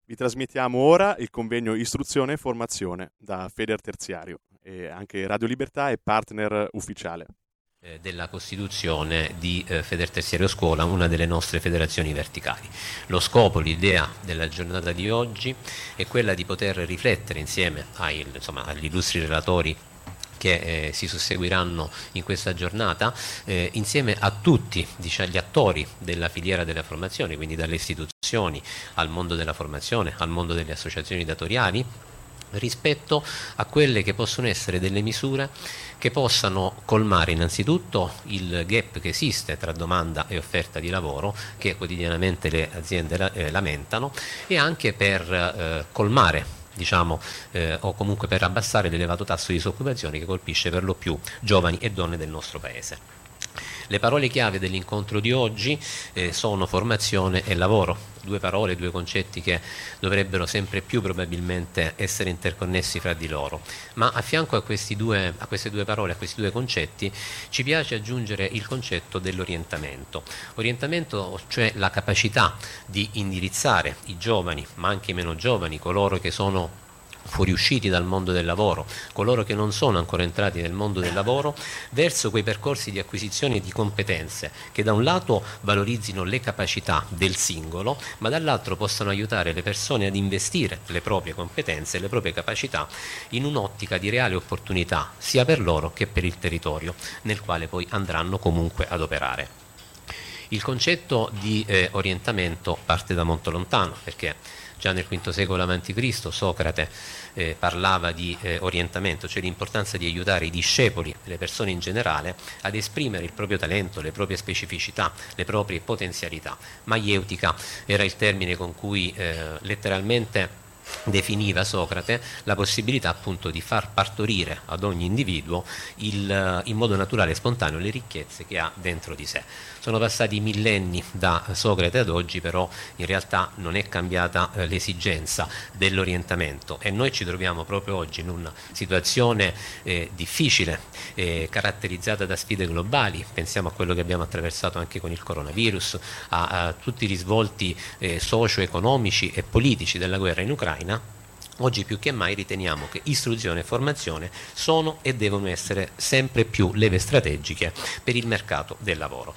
Vi trasmettiamo ora il convegno Istruzione e Formazione da Feder Terziario e anche Radio Libertà è partner ufficiale della Costituzione di Feder Terziario Scuola, una delle nostre federazioni verticali. Lo scopo, l'idea della giornata di oggi è quella di poter riflettere insieme agli illustri relatori che si susseguiranno in questa giornata, insieme a tutti gli attori della filiera della formazione, quindi dalle istituzioni al mondo della formazione, al mondo delle associazioni datoriali, rispetto a quelle che possono essere delle misure che possano colmare innanzitutto il gap che esiste tra domanda e offerta di lavoro che quotidianamente le aziende lamentano, e anche per colmare o comunque per abbassare l'elevato tasso di disoccupazione che colpisce per lo più giovani e donne del nostro Paese. Le parole chiave dell'incontro di oggi sono formazione e lavoro, due parole, due concetti che dovrebbero sempre più probabilmente essere interconnessi fra di loro, ma a fianco a queste due parole, a questi due concetti, ci piace aggiungere il concetto dell'orientamento. Orientamento, cioè la capacità di indirizzare i giovani, ma anche i meno giovani, coloro che sono fuoriusciti dal mondo del lavoro, coloro che non sono ancora entrati nel mondo del lavoro, verso quei percorsi di acquisizione di competenze che da un lato valorizzino le capacità del singolo, ma dall'altro possano aiutare le persone ad investire le proprie competenze e le proprie capacità in un'ottica di reale opportunità sia per loro che per il territorio nel quale poi andranno comunque ad operare. Il concetto di orientamento parte da molto lontano, perché già nel V secolo a.C. Socrate parlava di orientamento, cioè l'importanza di aiutare i discepoli, le persone in generale, ad esprimere il proprio talento, le proprie specificità, le proprie potenzialità. Maieutica era il termine con cui letteralmente definiva Socrate la possibilità appunto di far partorire ad ogni individuo in modo naturale e spontaneo le ricchezze che ha dentro di sé. Sono passati millenni da Socrate ad oggi, però in realtà non è cambiata l'esigenza dell'orientamento, e noi ci troviamo proprio oggi in una situazione difficile, caratterizzata da sfide globali. Pensiamo a quello che abbiamo attraversato anche con il coronavirus, a tutti i risvolti socio-economici e politici della guerra in Ucraina. Oggi più che mai riteniamo che istruzione e formazione sono e devono essere sempre più leve strategiche per il mercato del lavoro.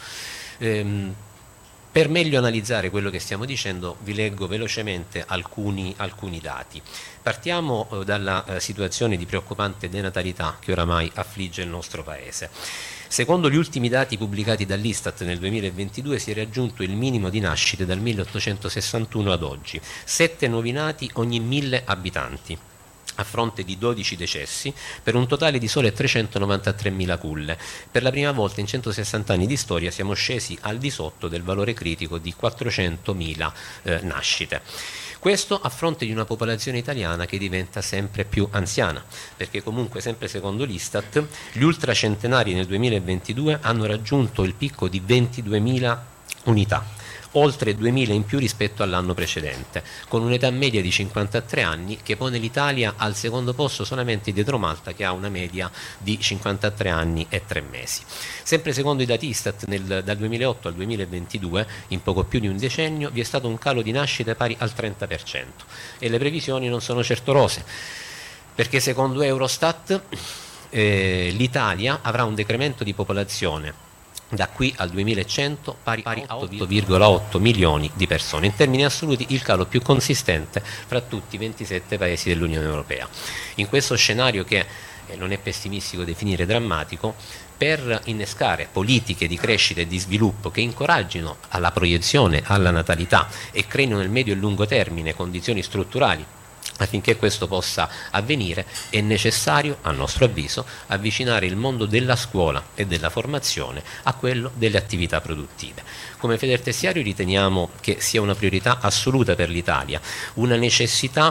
Per meglio analizzare quello che stiamo dicendo, vi leggo velocemente alcuni dati. Partiamo dalla situazione di preoccupante denatalità che oramai affligge il nostro Paese. Secondo gli ultimi dati pubblicati dall'Istat nel 2022 si è raggiunto il minimo di nascite dal 1861 ad oggi, 7 nuovi nati ogni 1000 abitanti, a fronte di 12 decessi, per un totale di sole 393.000 culle. Per la prima volta in 160 anni di storia siamo scesi al di sotto del valore critico di 400.000 nascite. Questo a fronte di una popolazione italiana che diventa sempre più anziana, perché comunque sempre secondo l'Istat gli ultracentenari nel 2022 hanno raggiunto il picco di 22.000 unità, oltre 2.000 in più rispetto all'anno precedente, con un'età media di 53 anni che pone l'Italia al secondo posto solamente dietro Malta, che ha una media di 53 anni e 3 mesi. Sempre secondo i dati Istat, dal 2008 al 2022, in poco più di un decennio, vi è stato un calo di nascite pari al 30%, e le previsioni non sono certo rose, perché secondo Eurostat l'Italia avrà un decremento di popolazione da qui al 2100 pari a 8,8 milioni di persone. In termini assoluti il calo più consistente fra tutti i 27 paesi dell'Unione Europea. In questo scenario, che non è pessimistico definire drammatico, per innescare politiche di crescita e di sviluppo che incoraggino alla proiezione, alla natalità e creino nel medio e lungo termine condizioni strutturali affinché questo possa avvenire, è necessario, a nostro avviso, avvicinare il mondo della scuola e della formazione a quello delle attività produttive. Come Feder Terziario riteniamo che sia una priorità assoluta per l'Italia, una necessità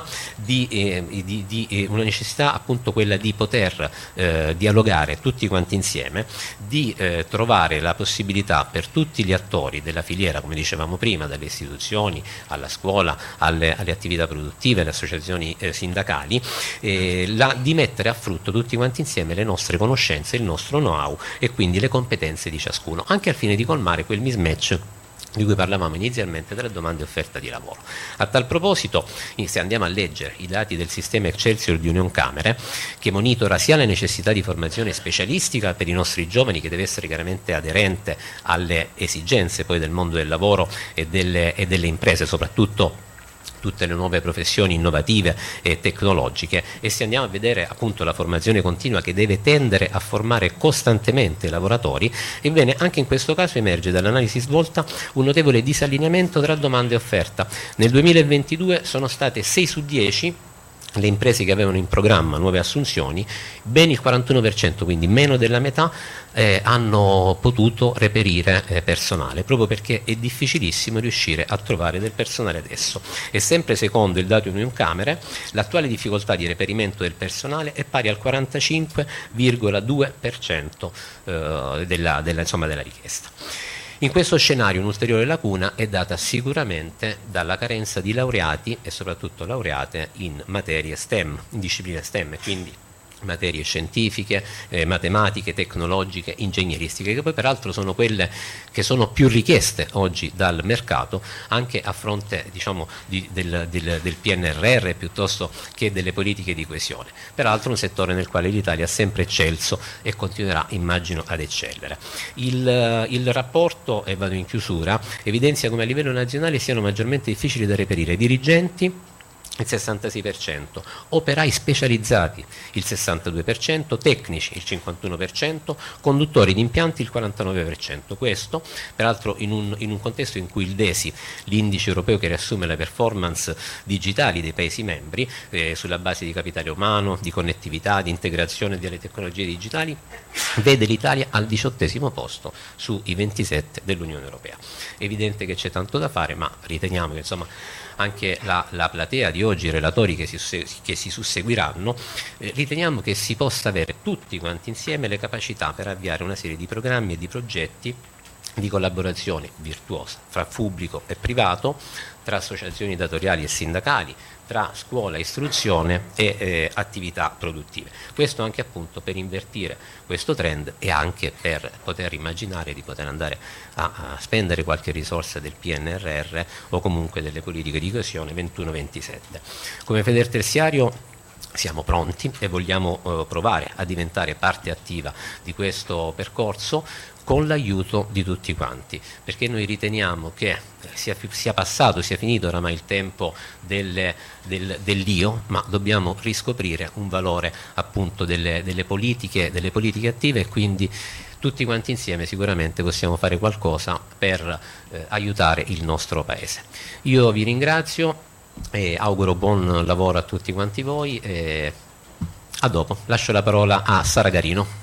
appunto quella di poter dialogare tutti quanti insieme, di trovare la possibilità per tutti gli attori della filiera, come dicevamo prima, dalle istituzioni alla scuola, alle attività produttive, alle associazioni sindacali, di mettere a frutto tutti quanti insieme le nostre conoscenze, il nostro know-how e quindi le competenze di ciascuno, anche al fine di colmare quel mismatch di cui parlavamo inizialmente, della domanda e offerta di lavoro. A tal proposito, se andiamo a leggere i dati del sistema Excelsior di Unioncamere, che monitora sia le necessità di formazione specialistica per i nostri giovani, che deve essere chiaramente aderente alle esigenze poi del mondo del lavoro e delle imprese, soprattutto tutte le nuove professioni innovative e tecnologiche, e se andiamo a vedere appunto la formazione continua che deve tendere a formare costantemente i lavoratori, ebbene anche in questo caso emerge dall'analisi svolta un notevole disallineamento tra domanda e offerta. Nel 2022 sono state 6 su 10 le imprese che avevano in programma nuove assunzioni, ben il 41%, quindi meno della metà, hanno potuto reperire personale, proprio perché è difficilissimo riuscire a trovare del personale adesso. E sempre secondo il dato di Unioncamere, l'attuale difficoltà di reperimento del personale è pari al 45,2% della richiesta. In questo scenario un'ulteriore lacuna è data sicuramente dalla carenza di laureati e soprattutto laureate in materie STEM, in discipline STEM, quindi materie scientifiche, matematiche, tecnologiche, ingegneristiche, che poi peraltro sono quelle che sono più richieste oggi dal mercato, anche a fronte, diciamo, del PNRR piuttosto che delle politiche di coesione. Peraltro un settore nel quale l'Italia ha sempre eccelso e continuerà, immagino, ad eccellere. Il rapporto, e vado in chiusura, evidenzia come a livello nazionale siano maggiormente difficili da reperire dirigenti, il 66%, operai specializzati il 62%, tecnici il 51%, conduttori di impianti il 49%. Questo peraltro in un contesto in cui il DESI, l'indice europeo che riassume le performance digitali dei Paesi membri sulla base di capitale umano, di connettività, di integrazione delle tecnologie digitali, vede l'Italia al 18° posto sui 27 dell'Unione Europea. È evidente che c'è tanto da fare, ma riteniamo che insomma anche la platea di oggi, i relatori che si susseguiranno, riteniamo che si possa avere tutti quanti insieme le capacità per avviare una serie di programmi e di progetti di collaborazione virtuosa fra pubblico e privato, tra associazioni datoriali e sindacali, tra scuola, istruzione e attività produttive. Questo anche appunto per invertire questo trend e anche per poter immaginare di poter andare a spendere qualche risorsa del PNRR o comunque delle politiche di coesione 21-27. Come Federterziario siamo pronti e vogliamo provare a diventare parte attiva di questo percorso, con l'aiuto di tutti quanti, perché noi riteniamo che sia passato, sia finito oramai il tempo dell'io, ma dobbiamo riscoprire un valore appunto delle politiche attive, e quindi tutti quanti insieme sicuramente possiamo fare qualcosa per aiutare il nostro Paese. Io vi ringrazio e auguro buon lavoro a tutti quanti voi e a dopo. Lascio la parola a Sara Garino.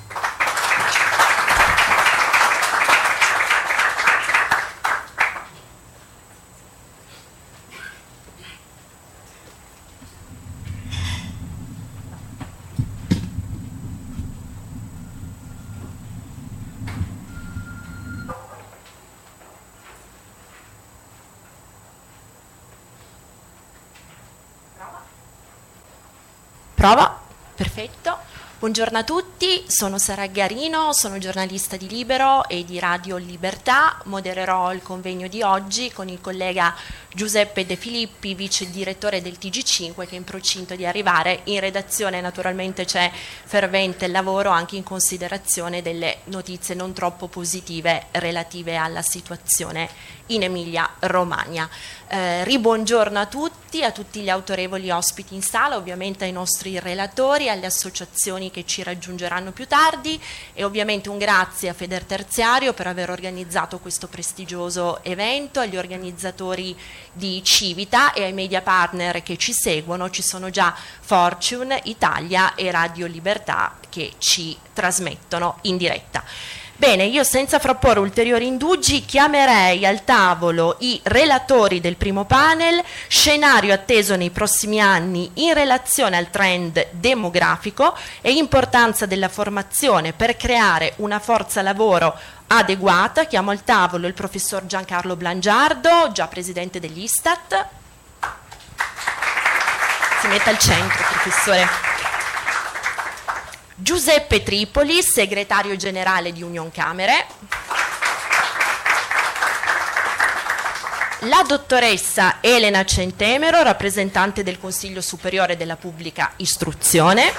Prova, perfetto. Buongiorno a tutti, sono Sara Garino, sono giornalista di Libero e di Radio Libertà. Modererò il convegno di oggi con il collega Giuseppe De Filippi, vice direttore del TG5, che è in procinto di arrivare. In redazione naturalmente c'è fervente lavoro anche in considerazione delle notizie non troppo positive relative alla situazione in Emilia-Romagna. Ribuongiorno a tutti gli autorevoli ospiti in sala, ovviamente ai nostri relatori, alle associazioni che ci raggiungeranno più tardi, e ovviamente un grazie a Federterziario per aver organizzato questo prestigioso evento, agli organizzatori di Civita e ai media partner che ci seguono. Ci sono già Fortune Italia e Radio Libertà che ci trasmettono in diretta. Bene, io senza frapporre ulteriori indugi chiamerei al tavolo i relatori del primo panel, scenario atteso nei prossimi anni in relazione al trend demografico e importanza della formazione per creare una forza lavoro adeguata. Chiamo al tavolo il professor Giancarlo Blangiardo, già presidente dell'Istat. Si metta al centro, professore. Giuseppe Tripoli, segretario generale di Unioncamere. la dottoressa Elena Centemero, rappresentante del Consiglio Superiore della Pubblica Istruzione.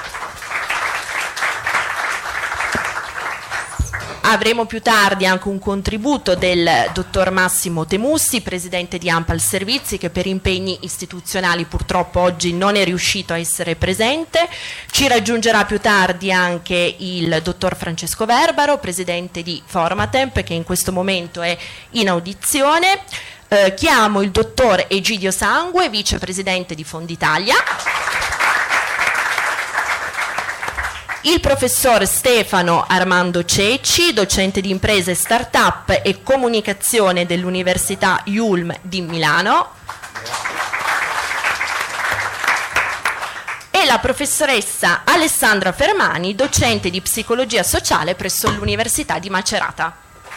Avremo più tardi anche un contributo del dottor Massimo Temussi, presidente di Ampal Servizi, che per impegni istituzionali purtroppo oggi non è riuscito a essere presente. Ci raggiungerà più tardi anche il dottor Francesco Verbaro, presidente di Formatemp, che in questo momento è in audizione. Chiamo il dottor Egidio Sangue, vicepresidente di Fonditalia. Il professor Stefano Armando Cecci, docente di imprese e start-up e comunicazione dell'Università Yulm di Milano. E la professoressa Alessandra Fermani, docente di psicologia sociale presso l'Università di Macerata.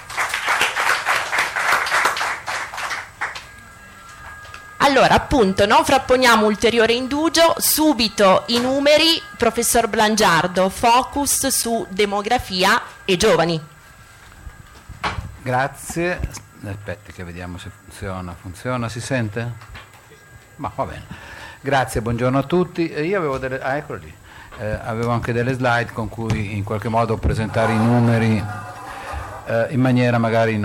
Allora, appunto, non frapponiamo ulteriore indugio, subito i numeri, professor Blangiardo, focus su demografia e giovani. Grazie, aspetti che vediamo se funziona, si sente? Ma va bene, grazie, buongiorno a tutti. Io avevo eccolo lì, avevo anche delle slide con cui in qualche modo presentare i numeri in maniera magari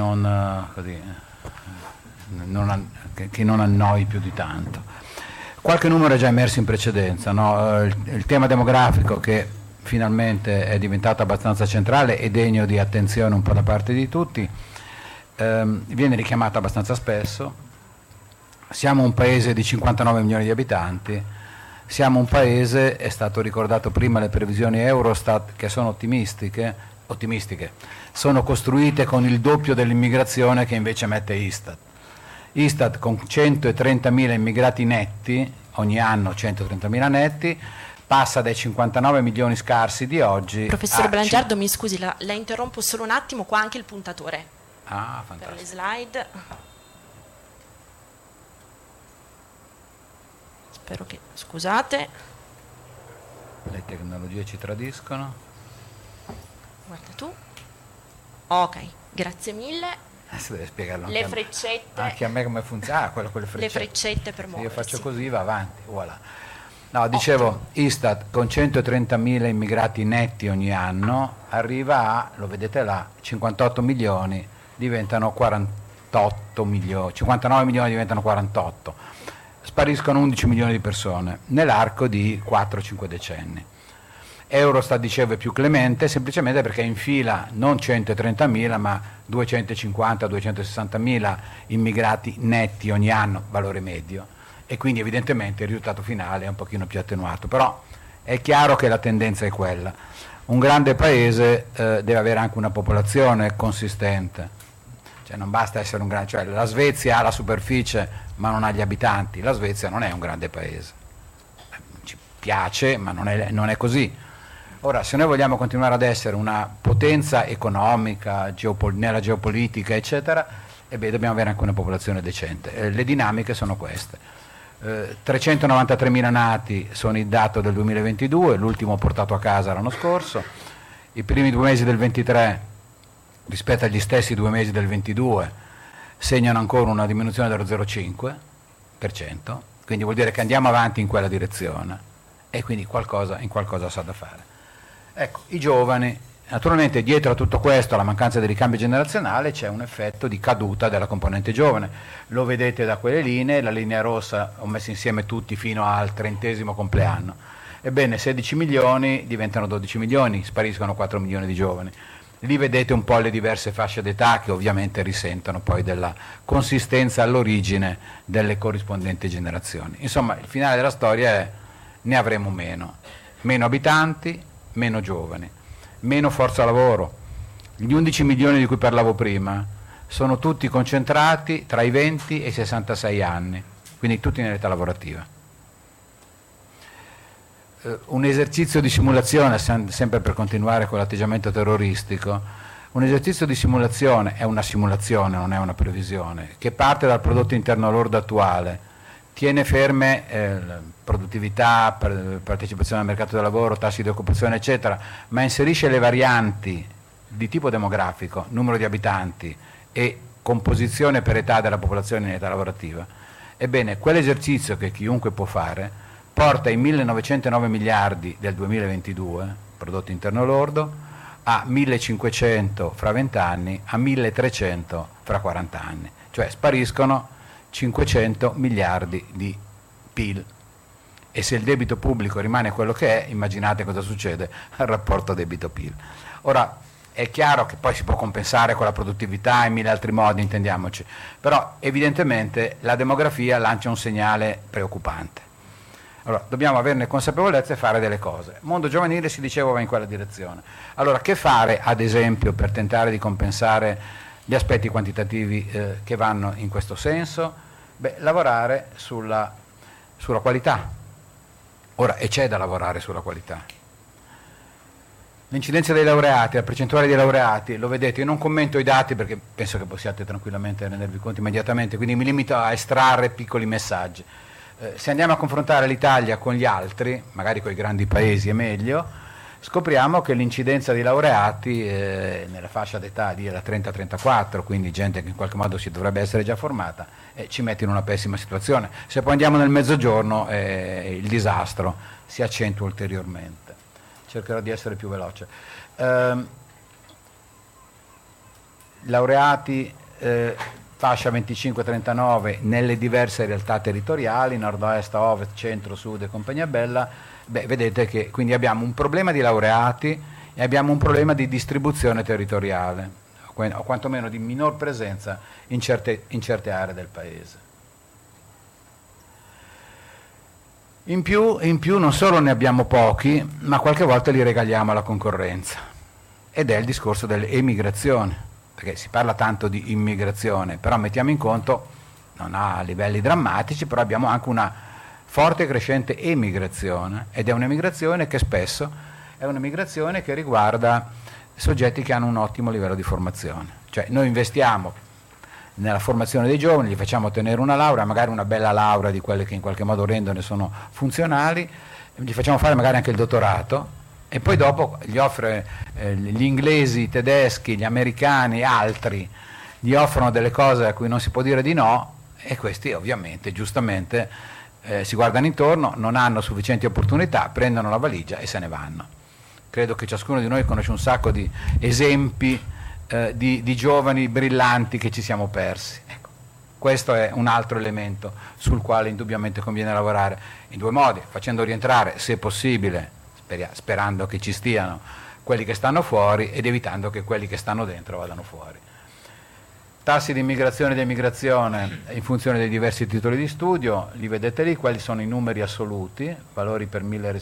che non annoi più di tanto. Qualche numero è già emerso in precedenza, no? Il tema demografico, che finalmente è diventato abbastanza centrale e degno di attenzione un po' da parte di tutti, viene richiamato abbastanza spesso. Siamo un paese di 59 milioni di abitanti, siamo un paese, è stato ricordato prima, le previsioni Eurostat che sono ottimistiche, sono costruite con il doppio dell'immigrazione che invece mette Istat con 130.000 immigrati netti, ogni anno 130.000 netti, passa dai 59 milioni scarsi di oggi. Professor Blangiardo, mi scusi, la interrompo solo un attimo, qua anche il puntatore. Ah, fantastico. Per le slide. Spero che, scusate. Le tecnologie ci tradiscono. Guarda tu. Ok, grazie mille. Adesso deve spiegarlo le freccette, anche a me come funziona. Quelle freccette. Le freccette per muoversi. Se io faccio così va avanti, voilà. No, dicevo, Istat con 130.000 immigrati netti ogni anno arriva a, lo vedete là, 58 milioni diventano 48 milioni, 59 milioni diventano 48, spariscono 11 milioni di persone nell'arco di 4-5 decenni. Eurostat, dicevo, è più clemente semplicemente perché infila non 130.000 ma 250-260.000 immigrati netti ogni anno, valore medio, e quindi evidentemente il risultato finale è un pochino più attenuato, però è chiaro che la tendenza è quella. Un grande paese deve avere anche una popolazione consistente, cioè non basta essere un grande, cioè la Svezia ha la superficie ma non ha gli abitanti, la Svezia non è un grande paese, ci piace ma non è così. Ora, se noi vogliamo continuare ad essere una potenza economica, nella geopolitica, eccetera, dobbiamo avere anche una popolazione decente. Le dinamiche sono queste. 393.000 nati sono il dato del 2022, l'ultimo portato a casa l'anno scorso. I primi 2 mesi del 23, rispetto agli stessi 2 mesi del 22, segnano ancora una diminuzione dello 0,5%, quindi vuol dire che andiamo avanti in quella direzione e quindi in qualcosa sa da fare. Ecco, i giovani, naturalmente dietro a tutto questo, alla mancanza di ricambio generazionale, c'è un effetto di caduta della componente giovane. Lo vedete da quelle linee, la linea rossa ho messo insieme tutti fino al 30° compleanno. Ebbene, 16 milioni diventano 12 milioni, spariscono 4 milioni di giovani. Lì vedete un po' le diverse fasce d'età che ovviamente risentono poi della consistenza all'origine delle corrispondenti generazioni. Insomma, il finale della storia è: ne avremo meno abitanti, meno giovani, meno forza lavoro. Gli 11 milioni di cui parlavo prima sono tutti concentrati tra i 20 e i 66 anni, quindi tutti nell'età lavorativa. Un esercizio di simulazione, sempre per continuare con l'atteggiamento terroristico, un esercizio di simulazione è una simulazione, non è una previsione, che parte dal prodotto interno lordo attuale, tiene ferme produttività, partecipazione al mercato del lavoro, tassi di occupazione, eccetera, ma inserisce le varianti di tipo demografico, numero di abitanti e composizione per età della popolazione in età lavorativa, ebbene quell'esercizio che chiunque può fare porta i 1909 miliardi del 2022, prodotto interno lordo, a 1500 fra 20 anni, a 1300 fra 40 anni, cioè spariscono 500 miliardi di PIL. E se il debito pubblico rimane quello che è, immaginate cosa succede al rapporto debito-PIL. Ora, è chiaro che poi si può compensare con la produttività in mille altri modi, intendiamoci, però evidentemente la demografia lancia un segnale preoccupante. Allora, dobbiamo averne consapevolezza e fare delle cose. Il mondo giovanile, si diceva, va in quella direzione. Allora, che fare, ad esempio, per tentare di compensare gli aspetti quantitativi che vanno in questo senso? Beh, lavorare sulla qualità. Ora, e c'è da lavorare sulla qualità. L'incidenza dei laureati, la percentuale dei laureati, lo vedete, io non commento i dati perché penso che possiate tranquillamente rendervi conto immediatamente, quindi mi limito a estrarre piccoli messaggi. Se andiamo a confrontare l'Italia con gli altri, magari con i grandi paesi è meglio, scopriamo che l'incidenza di laureati nella fascia d'età di 30-34, quindi gente che in qualche modo si dovrebbe essere già formata, ci mette in una pessima situazione. Se poi andiamo nel mezzogiorno il disastro si accentua ulteriormente. Cercherò di essere più veloce. Laureati fascia 25-39 nelle diverse realtà territoriali, nord-est, ovest, centro, sud e compagnia bella. Beh, vedete che quindi abbiamo un problema di laureati e abbiamo un problema di distribuzione territoriale, o quantomeno di minor presenza in certe aree del paese. In più non solo ne abbiamo pochi, ma qualche volta li regaliamo alla concorrenza, ed è il discorso dell'emigrazione, perché si parla tanto di immigrazione, però mettiamo in conto, non a livelli drammatici, però abbiamo anche una forte e crescente emigrazione, ed è un'emigrazione che spesso è un'emigrazione che riguarda soggetti che hanno un ottimo livello di formazione, cioè noi investiamo nella formazione dei giovani, gli facciamo ottenere una laurea, magari una bella laurea di quelle che in qualche modo rendono e sono funzionali, gli facciamo fare magari anche il dottorato e poi dopo gli offre gli inglesi, i tedeschi, gli americani, altri, gli offrono delle cose a cui non si può dire di no, e questi ovviamente, giustamente, si guardano intorno, non hanno sufficienti opportunità, prendono la valigia e se ne vanno. Credo che ciascuno di noi conosce un sacco di esempi di giovani brillanti che ci siamo persi. Ecco, questo è un altro elemento sul quale indubbiamente conviene lavorare in due modi, facendo rientrare, se possibile, sperando che ci stiano quelli che stanno fuori ed evitando che quelli che stanno dentro vadano fuori. Tassi di immigrazione ed emigrazione in funzione dei diversi titoli di studio, li vedete lì, quali sono i numeri assoluti, valori per 1000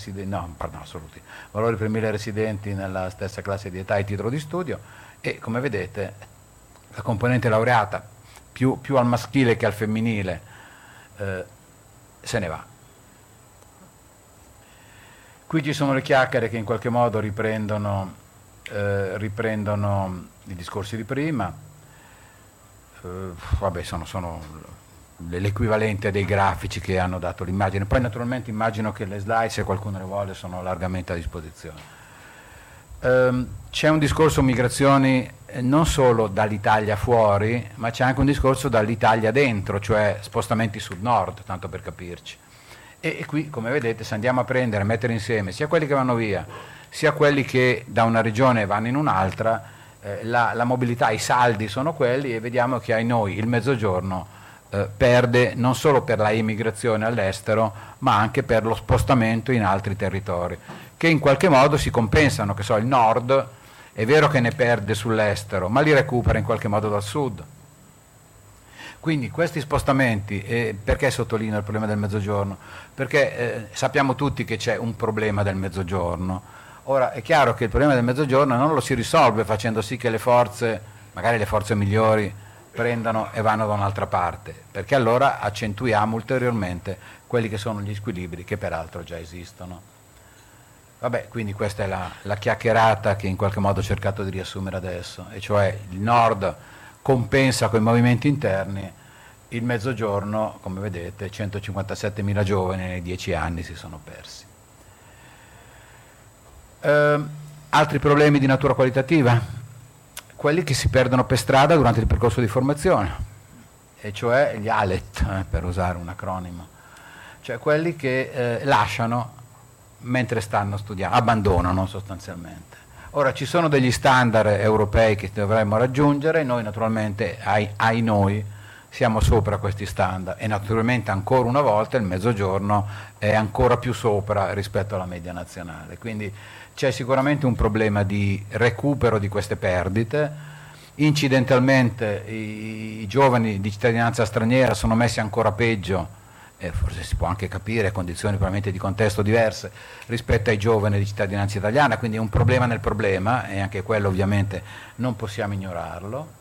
residenti nella stessa classe di età e titolo di studio, e come vedete la componente laureata più al maschile che al femminile se ne va. Qui ci sono le chiacchiere che in qualche modo riprendono i discorsi di prima. Vabbè, sono l'equivalente dei grafici che hanno dato l'immagine. Poi naturalmente immagino che le slide, se qualcuno le vuole, sono largamente a disposizione. C'è un discorso migrazioni non solo dall'Italia fuori, ma c'è anche un discorso dall'Italia dentro, cioè spostamenti sud-nord, tanto per capirci. E qui, come vedete, se andiamo a mettere insieme sia quelli che vanno via, sia quelli che da una regione vanno in un'altra, la mobilità, i saldi sono quelli, e vediamo che ai noi il Mezzogiorno perde non solo per la emigrazione all'estero, ma anche per lo spostamento in altri territori, che in qualche modo si compensano. Che so, il nord è vero che ne perde sull'estero, ma li recupera in qualche modo dal sud. Quindi questi spostamenti, perché sottolineo il problema del Mezzogiorno? Perché sappiamo tutti che c'è un problema del Mezzogiorno. Ora è chiaro che il problema del Mezzogiorno non lo si risolve facendo sì che le forze, magari le forze migliori, prendano e vanno da un'altra parte, perché allora accentuiamo ulteriormente quelli che sono gli squilibri che peraltro già esistono. Vabbè, quindi questa è la chiacchierata che in qualche modo ho cercato di riassumere adesso, e cioè il nord compensa con i movimenti interni, il Mezzogiorno, come vedete, 157.000 giovani nei 10 anni si sono persi. Altri problemi di natura qualitativa? quelli che si perdono per strada durante il percorso di formazione, e cioè gli ALET, per usare un acronimo, cioè quelli che lasciano mentre stanno studiando, abbandonano sostanzialmente. Ora ci sono degli standard europei che dovremmo raggiungere, noi naturalmente, ai noi, siamo sopra questi standard, e naturalmente ancora una volta il Mezzogiorno è ancora più sopra rispetto alla media nazionale, quindi c'è sicuramente un problema di recupero di queste perdite. Incidentalmente i giovani di cittadinanza straniera sono messi ancora peggio, e forse si può anche capire, condizioni probabilmente di contesto diverse rispetto ai giovani di cittadinanza italiana, quindi è un problema nel problema, e anche quello ovviamente non possiamo ignorarlo.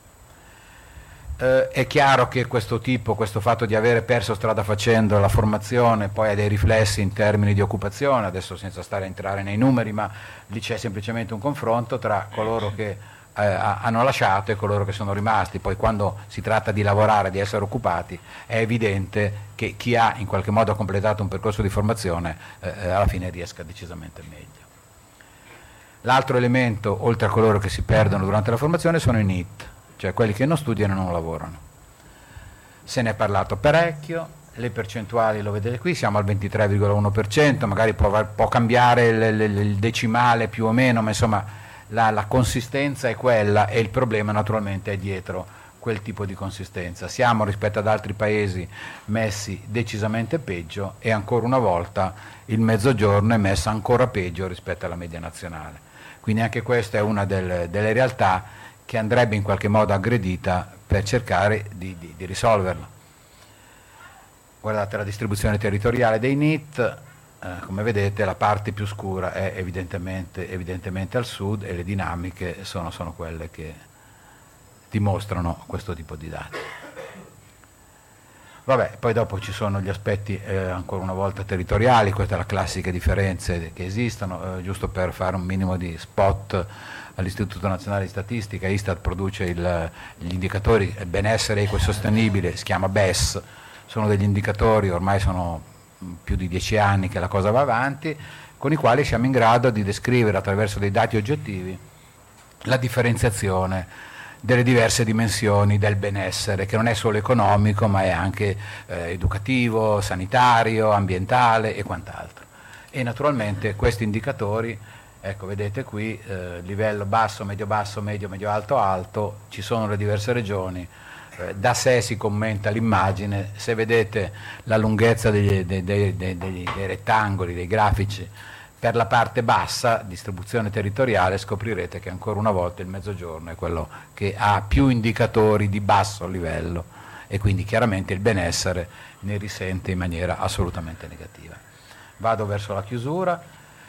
È chiaro che questo fatto di avere perso strada facendo la formazione poi ha dei riflessi in termini di occupazione, adesso senza stare a entrare nei numeri, ma lì c'è semplicemente un confronto tra coloro che hanno lasciato e coloro che sono rimasti. Poi quando si tratta di lavorare, di essere occupati, è evidente che chi ha in qualche modo completato un percorso di formazione alla fine riesca decisamente meglio. L'altro elemento, oltre a coloro che si perdono durante la formazione, sono i NEET, cioè quelli che non studiano e non lavorano. Se ne è parlato parecchio, le percentuali lo vedete qui, siamo al 23,1%, magari può cambiare il decimale più o meno, ma insomma la consistenza è quella, e il problema naturalmente è dietro quel tipo di consistenza. Siamo rispetto ad altri paesi messi decisamente peggio, e ancora una volta il Mezzogiorno è messo ancora peggio rispetto alla media nazionale. Quindi anche questa è una delle realtà che andrebbe in qualche modo aggredita per cercare di risolverla. Guardate la distribuzione territoriale dei NEET, come vedete la parte più scura è evidentemente al sud, e le dinamiche sono quelle che dimostrano questo tipo di dati. Vabbè, poi dopo ci sono gli aspetti ancora una volta territoriali, queste sono le classiche differenze che esistono, giusto per fare un minimo di spot all'Istituto Nazionale di Statistica. Istat produce gli indicatori benessere equo e sostenibile, si chiama BES, sono degli indicatori, ormai sono più di 10 anni che la cosa va avanti, con i quali siamo in grado di descrivere attraverso dei dati oggettivi la differenziazione delle diverse dimensioni del benessere, che non è solo economico ma è anche educativo, sanitario, ambientale e quant'altro. E naturalmente questi indicatori, ecco, vedete qui, livello basso, medio alto alto, ci sono le diverse regioni, da sé si commenta l'immagine. Se vedete la lunghezza dei rettangoli, dei grafici, per la parte bassa, distribuzione territoriale, scoprirete che ancora una volta il Mezzogiorno è quello che ha più indicatori di basso livello, e quindi chiaramente il benessere ne risente in maniera assolutamente negativa. Vado verso la chiusura.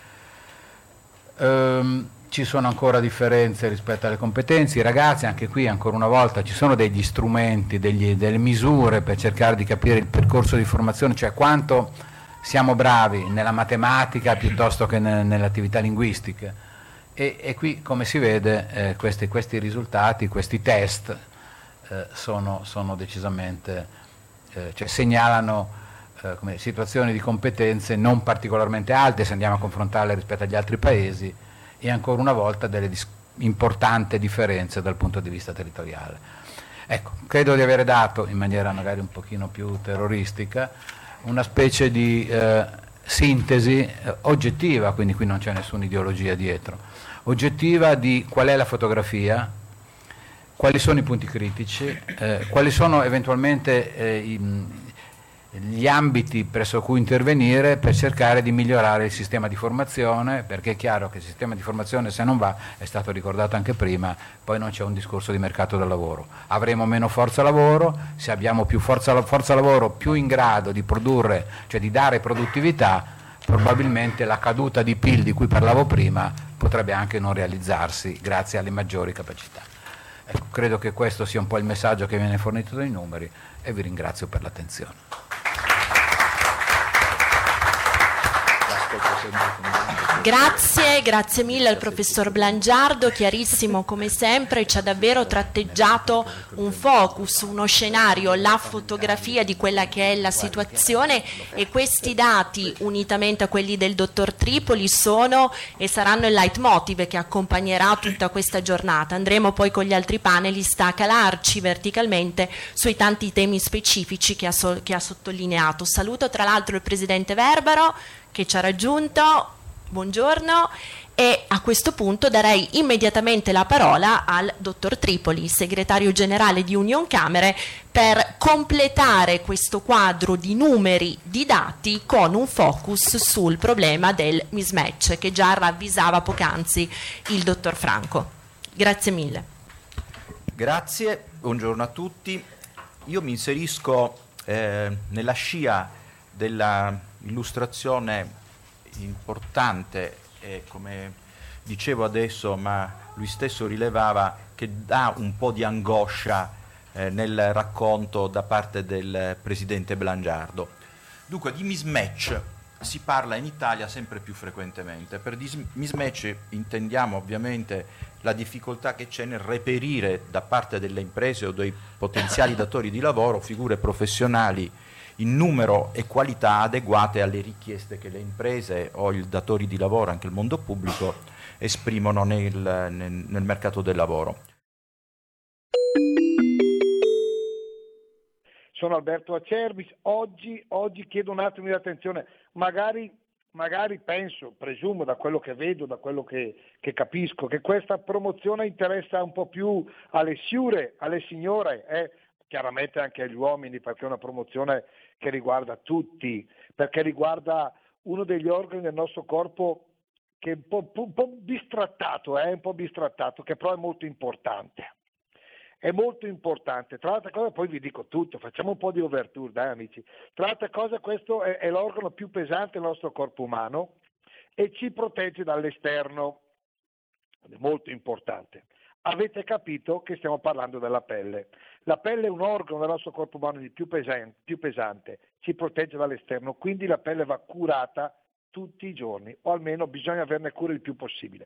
Ci sono ancora differenze rispetto alle competenze. I ragazzi, anche qui ancora una volta ci sono degli strumenti, delle misure per cercare di capire il percorso di formazione, cioè quanto siamo bravi nella matematica piuttosto che nelle attività linguistiche, e qui come si vede questi risultati, questi test sono decisamente, cioè segnalano situazioni di competenze non particolarmente alte se andiamo a confrontarle rispetto agli altri paesi, e ancora una volta delle importanti differenze dal punto di vista territoriale. Ecco, credo di aver dato, in maniera magari un pochino più terroristica, una specie di sintesi oggettiva, quindi qui non c'è nessuna ideologia dietro, oggettiva di qual è la fotografia, quali sono i punti critici, quali sono eventualmente gli ambiti presso cui intervenire per cercare di migliorare il sistema di formazione, perché è chiaro che il sistema di formazione, se non va, è stato ricordato anche prima, poi non c'è un discorso di mercato del lavoro. Avremo meno forza lavoro, se abbiamo più forza lavoro più in grado di produrre, cioè di dare produttività, probabilmente la caduta di PIL di cui parlavo prima potrebbe anche non realizzarsi grazie alle maggiori capacità. Ecco, credo che questo sia un po' il messaggio che viene fornito dai numeri, e vi ringrazio per l'attenzione. Grazie mille al professor Blangiardo, chiarissimo come sempre, ci ha davvero tratteggiato un focus, uno scenario, la fotografia di quella che è la situazione, e questi dati, unitamente a quelli del dottor Tripoli, sono e saranno il leitmotiv che accompagnerà tutta questa giornata. Andremo poi con gli altri panelist a calarci verticalmente sui tanti temi specifici che ha sottolineato. Saluto tra l'altro il presidente Verbaro che ci ha raggiunto. Buongiorno, e a questo punto darei immediatamente la parola al dottor Tripoli, segretario generale di Union Camere, per completare questo quadro di numeri, di dati, con un focus sul problema del mismatch che già ravvisava poc'anzi il dottor Franco. Grazie mille. Grazie, buongiorno a tutti. Io mi inserisco nella scia della illustrazione importante, come dicevo adesso, ma lui stesso rilevava che dà un po' di angoscia nel racconto da parte del presidente Blangiardo. Dunque, di mismatch si parla in Italia sempre più frequentemente. Per mismatch intendiamo ovviamente la difficoltà che c'è nel reperire da parte delle imprese o dei potenziali datori di lavoro figure professionali in numero e qualità adeguate alle richieste che le imprese o i datori di lavoro, anche il mondo pubblico, esprimono nel mercato del lavoro. Sono Alberto Acerbis. Oggi chiedo un attimo di attenzione, magari presumo da quello che vedo, da quello che capisco, che questa promozione interessa un po' più alle signore, chiaramente anche agli uomini, perché è una promozione che riguarda tutti, perché riguarda uno degli organi del nostro corpo che è un po' bistrattato, che però è molto importante. È molto importante. Tra l'altra cosa, poi vi dico tutto, facciamo un po' di overture, dai amici. Tra l'altra cosa, questo è l'organo più pesante del nostro corpo umano e ci protegge dall'esterno. È molto importante. Avete capito che stiamo parlando della pelle. La pelle è un organo del nostro corpo umano più pesante, ci protegge dall'esterno, quindi la pelle va curata tutti i giorni, o almeno bisogna averne cura il più possibile.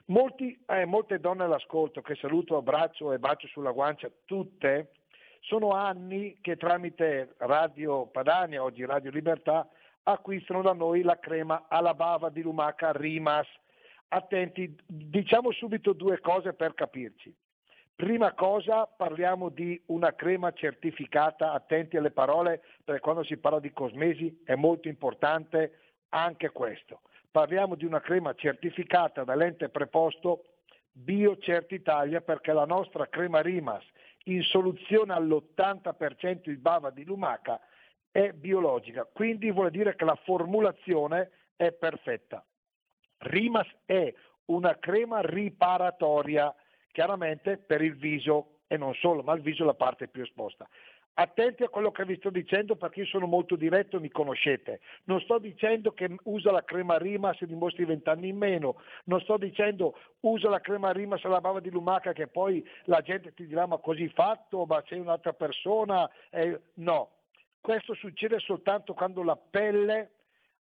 Molte donne all'ascolto, che saluto, abbraccio e bacio sulla guancia, tutte, sono anni che tramite Radio Padania, oggi Radio Libertà, acquistano da noi la crema alla bava di lumaca Rimas. Attenti, diciamo subito due cose per capirci. Prima cosa, parliamo di una crema certificata, attenti alle parole, perché quando si parla di cosmesi è molto importante anche questo. Parliamo di una crema certificata dall'ente preposto BioCertItalia, perché la nostra crema Rimas, in soluzione all'80% di bava di lumaca, è biologica, quindi vuol dire che la formulazione è perfetta. Rimas è una crema riparatoria, chiaramente per il viso e non solo, ma il viso è la parte più esposta. Attenti a quello che vi sto dicendo, perché io sono molto diretto, mi conoscete. Non sto dicendo che usa la crema Rimas e dimostri 20 anni in meno, non sto dicendo usa la crema Rimas alla bava di lumaca che poi la gente ti dirà ma così fatto, ma sei un'altra persona. No, questo succede soltanto quando la pelle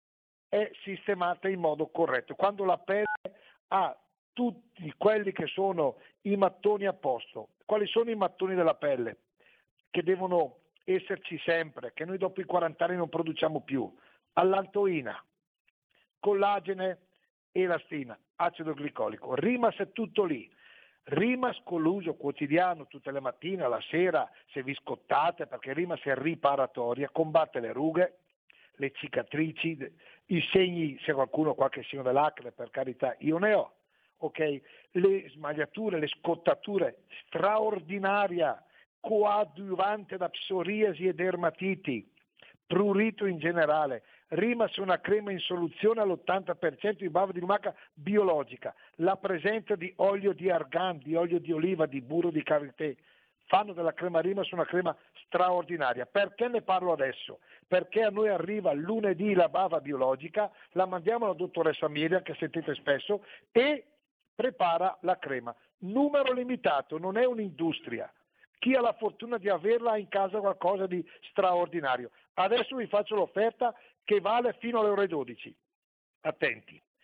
è sistemata in modo corretto, quando la pelle ha tutti quelli che sono i mattoni a posto. Quali sono i mattoni della pelle? Che devono esserci sempre, che noi dopo i 40 anni non produciamo più: allantoina, collagene, elastina, acido glicolico. Rimas è tutto lì. Rimas con l'uso quotidiano, tutte le mattine, alla sera, se vi scottate, perché Rimas è riparatoria, combatte le rughe, le cicatrici, i segni, se qualcuno ha qualche segno dell'acne, per carità, io ne ho, ok? Le smagliature, le scottature, straordinaria, coadiuvante da psoriasi e dermatiti, prurito in generale. Rimas è una crema in soluzione all'80% di bava di lumaca biologica, la presenza di olio di argan, di olio di oliva, di burro di karité fanno della crema Rimas una crema straordinaria. Perché ne parlo adesso? Perché a noi arriva lunedì la bava biologica, la mandiamo alla dottoressa Miriam, che sentite spesso, e prepara la crema. Numero limitato, non è un'industria. Chi ha la fortuna di averla ha in casa qualcosa di straordinario. Adesso vi faccio l'offerta che vale fino alle ore 12. Attenti.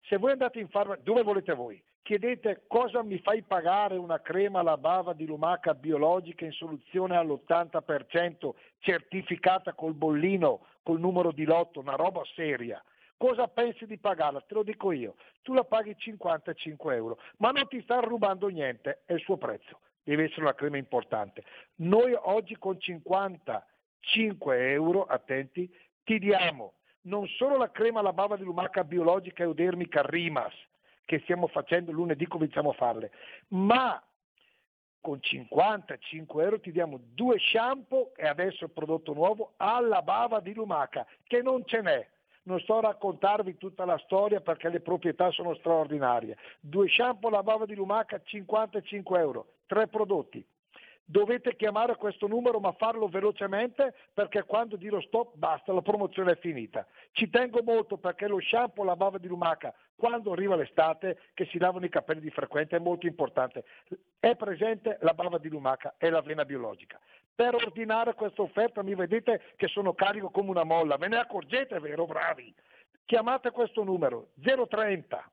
Se voi andate in farmacia, dove volete voi, chiedete cosa mi fai pagare una crema alla bava di lumaca biologica in soluzione all'80%, certificata col bollino, col numero di lotto, una roba seria. Cosa pensi di pagarla? Te lo dico io, tu la paghi 55 euro, ma non ti sta rubando niente, è il suo prezzo, deve essere una crema importante. Noi oggi con 55 euro, attenti, ti diamo non solo la crema alla bava di lumaca biologica eudermica Rimas, che stiamo facendo, lunedì cominciamo a farle, ma con 55 euro ti diamo 2 shampoo e adesso il prodotto nuovo alla bava di lumaca, che non ce n'è. Non sto a raccontarvi tutta la storia perché le proprietà sono straordinarie. 2 shampoo alla bava di lumaca, 55 euro, 3 prodotti. Dovete chiamare questo numero, ma farlo velocemente, perché quando dirò stop basta, la promozione è finita. Ci tengo molto perché lo shampoo, la bava di lumaca, quando arriva l'estate, che si lavano i capelli di frequente, è molto importante. È presente la bava di lumaca e l'avena biologica. Per ordinare questa offerta mi vedete che sono carico come una molla, ve ne accorgete, vero? Bravi! Chiamate questo numero 030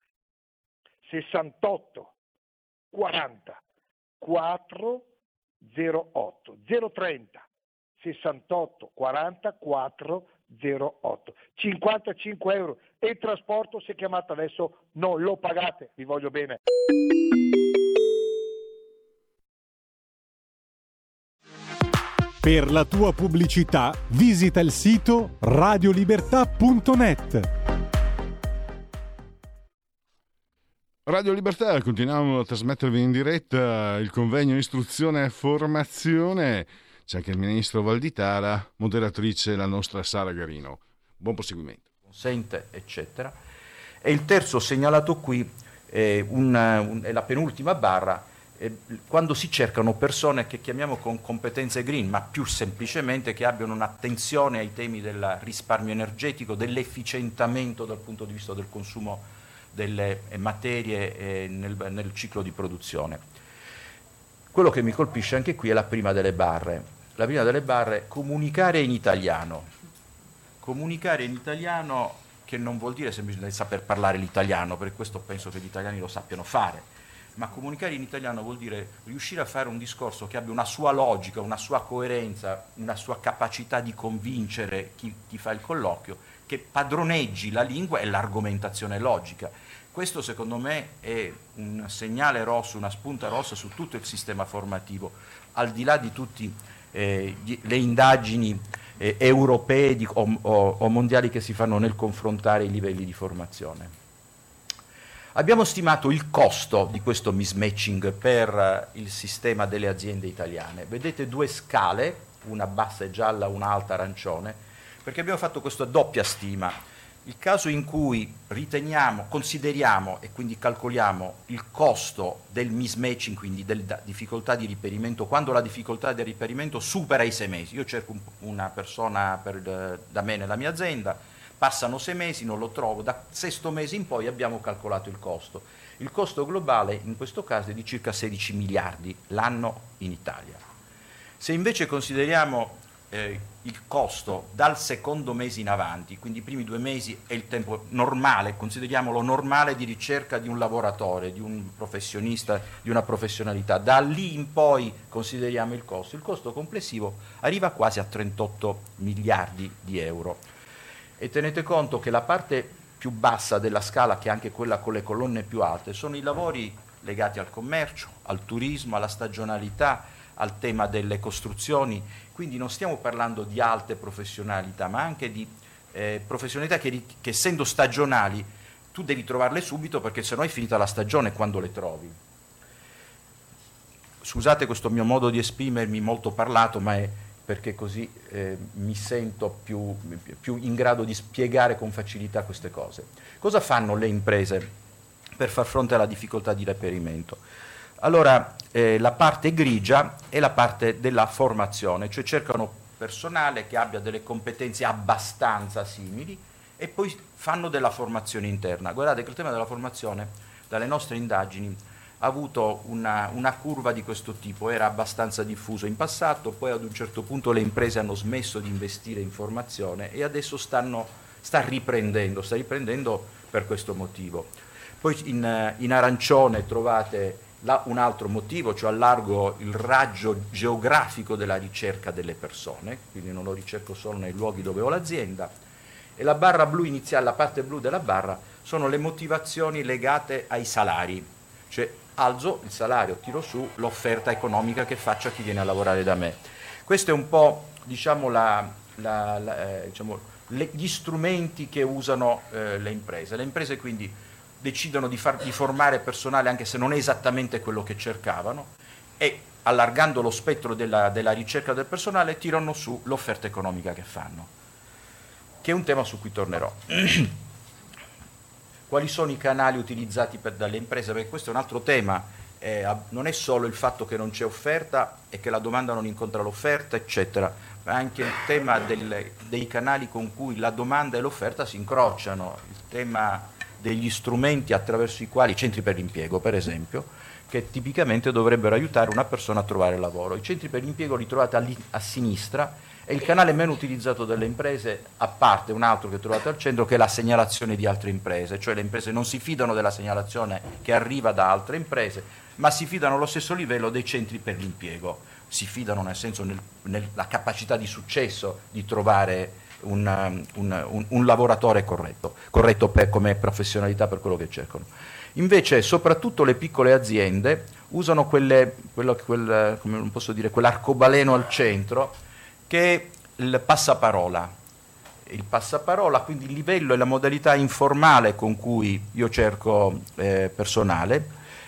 68 40 408 030 68 40 408, 55 euro e il trasporto, se chiamate adesso non lo pagate, vi voglio bene. Per la tua pubblicità visita il sito radiolibertà.net. Radio Libertà, continuiamo a trasmettervi in diretta il convegno istruzione e formazione. C'è anche il ministro Valditara, moderatrice la nostra Sara Garino. Buon proseguimento. Consente, eccetera. E il terzo segnalato qui è la penultima barra, quando si cercano persone che chiamiamo con competenze green, ma più semplicemente che abbiano un'attenzione ai temi del risparmio energetico, dell'efficientamento dal punto di vista del consumo delle materie nel ciclo di produzione. Quello che mi colpisce anche qui è la prima delle barre. La prima delle barre, comunicare in italiano. Comunicare in italiano, che non vuol dire semplicemente saper parlare l'italiano, perché questo penso che gli italiani lo sappiano fare, ma comunicare in italiano vuol dire riuscire a fare un discorso che abbia una sua logica, una sua coerenza, una sua capacità di convincere chi fa il colloquio, che padroneggi la lingua e l'argomentazione logica. Questo secondo me è un segnale rosso, una spunta rossa su tutto il sistema formativo, al di là di tutte le indagini europee o mondiali che si fanno nel confrontare i livelli di formazione. Abbiamo stimato il costo di questo mismatching per il sistema delle aziende italiane. Vedete 2 scale, una bassa e gialla, una alta arancione, perché abbiamo fatto questa doppia stima. Il caso in cui consideriamo e quindi calcoliamo il costo del mismatching, quindi della difficoltà di riperimento, quando la difficoltà del riperimento supera i 6 mesi. Io cerco una persona da me nella mia azienda, passano 6 mesi, non lo trovo, da 6° mese in poi abbiamo calcolato il costo. Il costo globale in questo caso è di circa 16 miliardi l'anno in Italia. Se invece consideriamo il costo dal 2° mese in avanti, quindi i primi 2 mesi è il tempo normale, consideriamolo normale di ricerca di un lavoratore, di un professionista, di una professionalità, da lì in poi consideriamo il costo complessivo arriva quasi a 38 miliardi di euro. E tenete conto che la parte più bassa della scala, che è anche quella con le colonne più alte, sono i lavori legati al commercio, al turismo, alla stagionalità, al tema delle costruzioni, quindi non stiamo parlando di alte professionalità, ma anche di professionalità che essendo stagionali tu devi trovarle subito, perché sennò è finita la stagione quando le trovi. Scusate questo mio modo di esprimermi molto parlato, ma è perché così mi sento più in grado di spiegare con facilità queste cose. Cosa fanno le imprese per far fronte alla difficoltà di reperimento? Allora, la parte grigia è la parte della formazione, cioè cercano personale che abbia delle competenze abbastanza simili e poi fanno della formazione interna. Guardate che il tema della formazione, dalle nostre indagini, ha avuto una curva di questo tipo, era abbastanza diffuso in passato, poi ad un certo punto le imprese hanno smesso di investire in formazione e adesso sta riprendendo per questo motivo. Poi in arancione trovate un altro motivo, cioè allargo il raggio geografico della ricerca delle persone, quindi non lo ricerco solo nei luoghi dove ho l'azienda, e la barra blu iniziale, la parte blu della barra, sono le motivazioni legate ai salari, cioè alzo il salario, tiro su l'offerta economica che faccio a chi viene a lavorare da me. Questo è un po', diciamo, gli strumenti che usano le imprese. Le imprese quindi decidono di formare personale anche se non è esattamente quello che cercavano e allargando lo spettro della ricerca del personale tirano su l'offerta economica che fanno, che è un tema su cui tornerò. Quali sono i canali utilizzati dalle imprese? Perché questo è un altro tema, non è solo il fatto che non c'è offerta e che la domanda non incontra l'offerta, eccetera, ma anche il tema dei canali con cui la domanda e l'offerta si incrociano, il tema degli strumenti attraverso i quali, i centri per l'impiego per esempio, che tipicamente dovrebbero aiutare una persona a trovare lavoro. I centri per l'impiego li trovate a sinistra, è il canale meno utilizzato dalle imprese, a parte un altro che trovate al centro, che è la segnalazione di altre imprese, cioè le imprese non si fidano della segnalazione che arriva da altre imprese, ma si fidano allo stesso livello dei centri per l'impiego, si fidano nel senso nella capacità di successo di trovare un lavoratore corretto come professionalità per quello che cercano. Invece soprattutto le piccole aziende usano quell'arcobaleno al centro, che è il passaparola. Il passaparola, quindi il livello e la modalità informale con cui io cerco personale.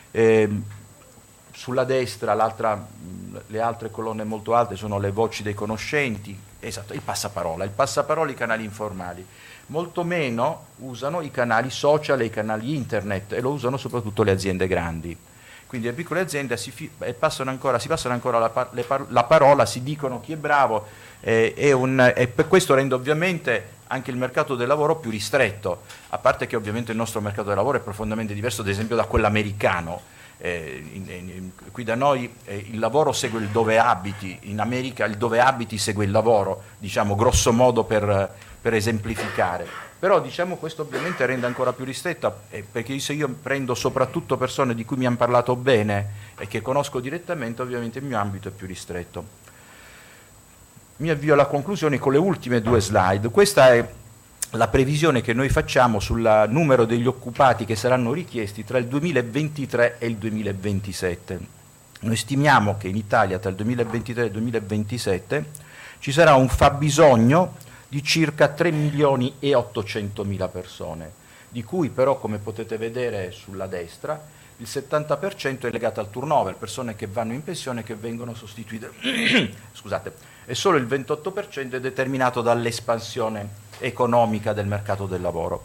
Sulla destra le altre colonne molto alte sono le voci dei conoscenti, esatto, il passaparola, i canali informali. Molto meno usano i canali social e i canali internet, e lo usano soprattutto le aziende grandi. Quindi le piccole aziende si passano ancora la parola, si dicono chi è bravo, e per questo rende ovviamente anche il mercato del lavoro più ristretto, a parte che ovviamente il nostro mercato del lavoro è profondamente diverso ad esempio da quello americano. Qui da noi il lavoro segue il dove abiti, in America il dove abiti segue il lavoro, diciamo grosso modo per esemplificare. Però diciamo questo ovviamente rende ancora più ristretta, perché se io prendo soprattutto persone di cui mi hanno parlato bene e che conosco direttamente, ovviamente il mio ambito è più ristretto. Mi avvio alla conclusione con le ultime due slide. Questa è la previsione che noi facciamo sul numero degli occupati che saranno richiesti tra il 2023 e il 2027. Noi stimiamo che in Italia tra il 2023 e il 2027 ci sarà un fabbisogno di circa 3.800.000 persone, di cui però, come potete vedere sulla destra, il 70% è legato al turnover, persone che vanno in pensione e che vengono sostituite, scusate, e solo il 28% è determinato dall'espansione economica del mercato del lavoro.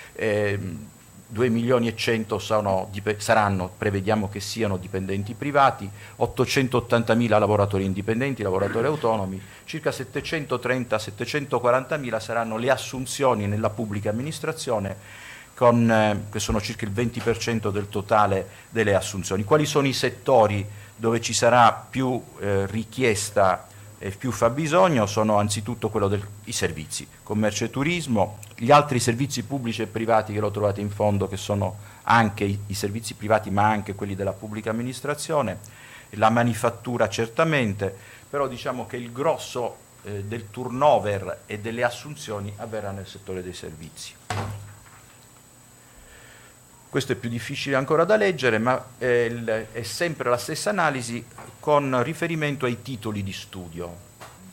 2.100.000 saranno, prevediamo che siano dipendenti privati, 880.000 lavoratori indipendenti, lavoratori autonomi, circa 730.000-740.000 saranno le assunzioni nella pubblica amministrazione, che sono circa il 20% del totale delle assunzioni. Quali sono i settori dove ci sarà più richiesta e più fabbisogno? Sono anzitutto quello dei servizi, commercio e turismo, gli altri servizi pubblici e privati che lo trovate in fondo, che sono anche i servizi privati ma anche quelli della pubblica amministrazione, la manifattura certamente, però diciamo che il grosso del turnover e delle assunzioni avverrà nel settore dei servizi. Questo è più difficile ancora da leggere, ma è sempre la stessa analisi con riferimento ai titoli di studio.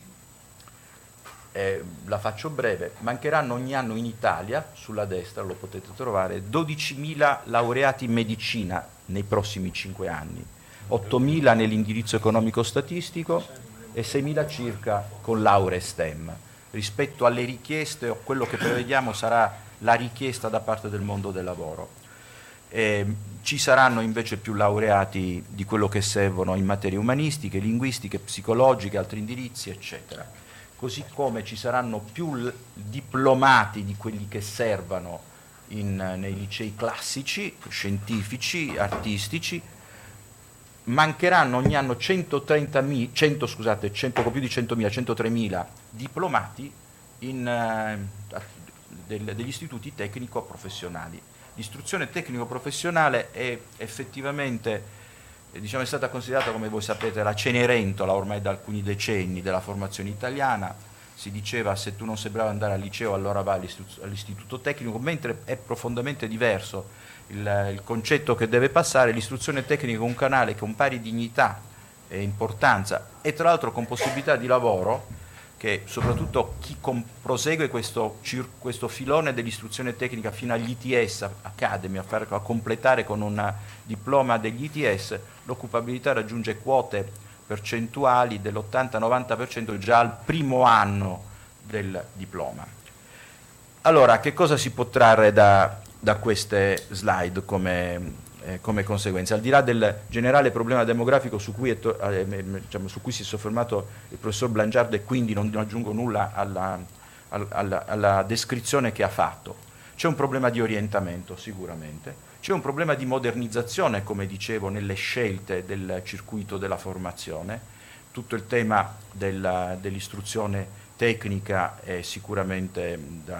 La faccio breve: mancheranno ogni anno in Italia, sulla destra lo potete trovare, 12.000 laureati in medicina nei prossimi 5 anni, 8.000 nell'indirizzo economico-statistico e 6.000 circa con lauree STEM, rispetto alle richieste o quello che prevediamo sarà la richiesta da parte del mondo del lavoro. Ci saranno invece più laureati di quello che servono in materie umanistiche, linguistiche, psicologiche, altri indirizzi, eccetera. Così come ci saranno più diplomati di quelli che servono nei licei classici, scientifici, artistici. Mancheranno ogni anno 103.000 diplomati degli istituti tecnico-professionali. L'istruzione tecnico-professionale è effettivamente è stata considerata, come voi sapete, la Cenerentola ormai da alcuni decenni della formazione italiana. Si diceva: se tu non sei bravo ad andare al liceo allora vai all'istituto tecnico, mentre è profondamente diverso il concetto che deve passare. L'istruzione tecnica è un canale con pari dignità e importanza, e tra l'altro con possibilità di lavoro, che soprattutto chi prosegue questo filone dell'istruzione tecnica fino agli ITS Academy, a completare con un diploma degli ITS, l'occupabilità raggiunge quote percentuali dell'80-90% già al primo anno del diploma. Allora, che cosa si può trarre da queste slide come conseguenza? Al di là del generale problema demografico su cui si è soffermato il professor Blangiardo, e quindi non aggiungo nulla alla descrizione che ha fatto, c'è un problema di orientamento sicuramente, c'è un problema di modernizzazione, come dicevo, nelle scelte del circuito della formazione. Tutto il tema dell'istruzione tecnica è sicuramente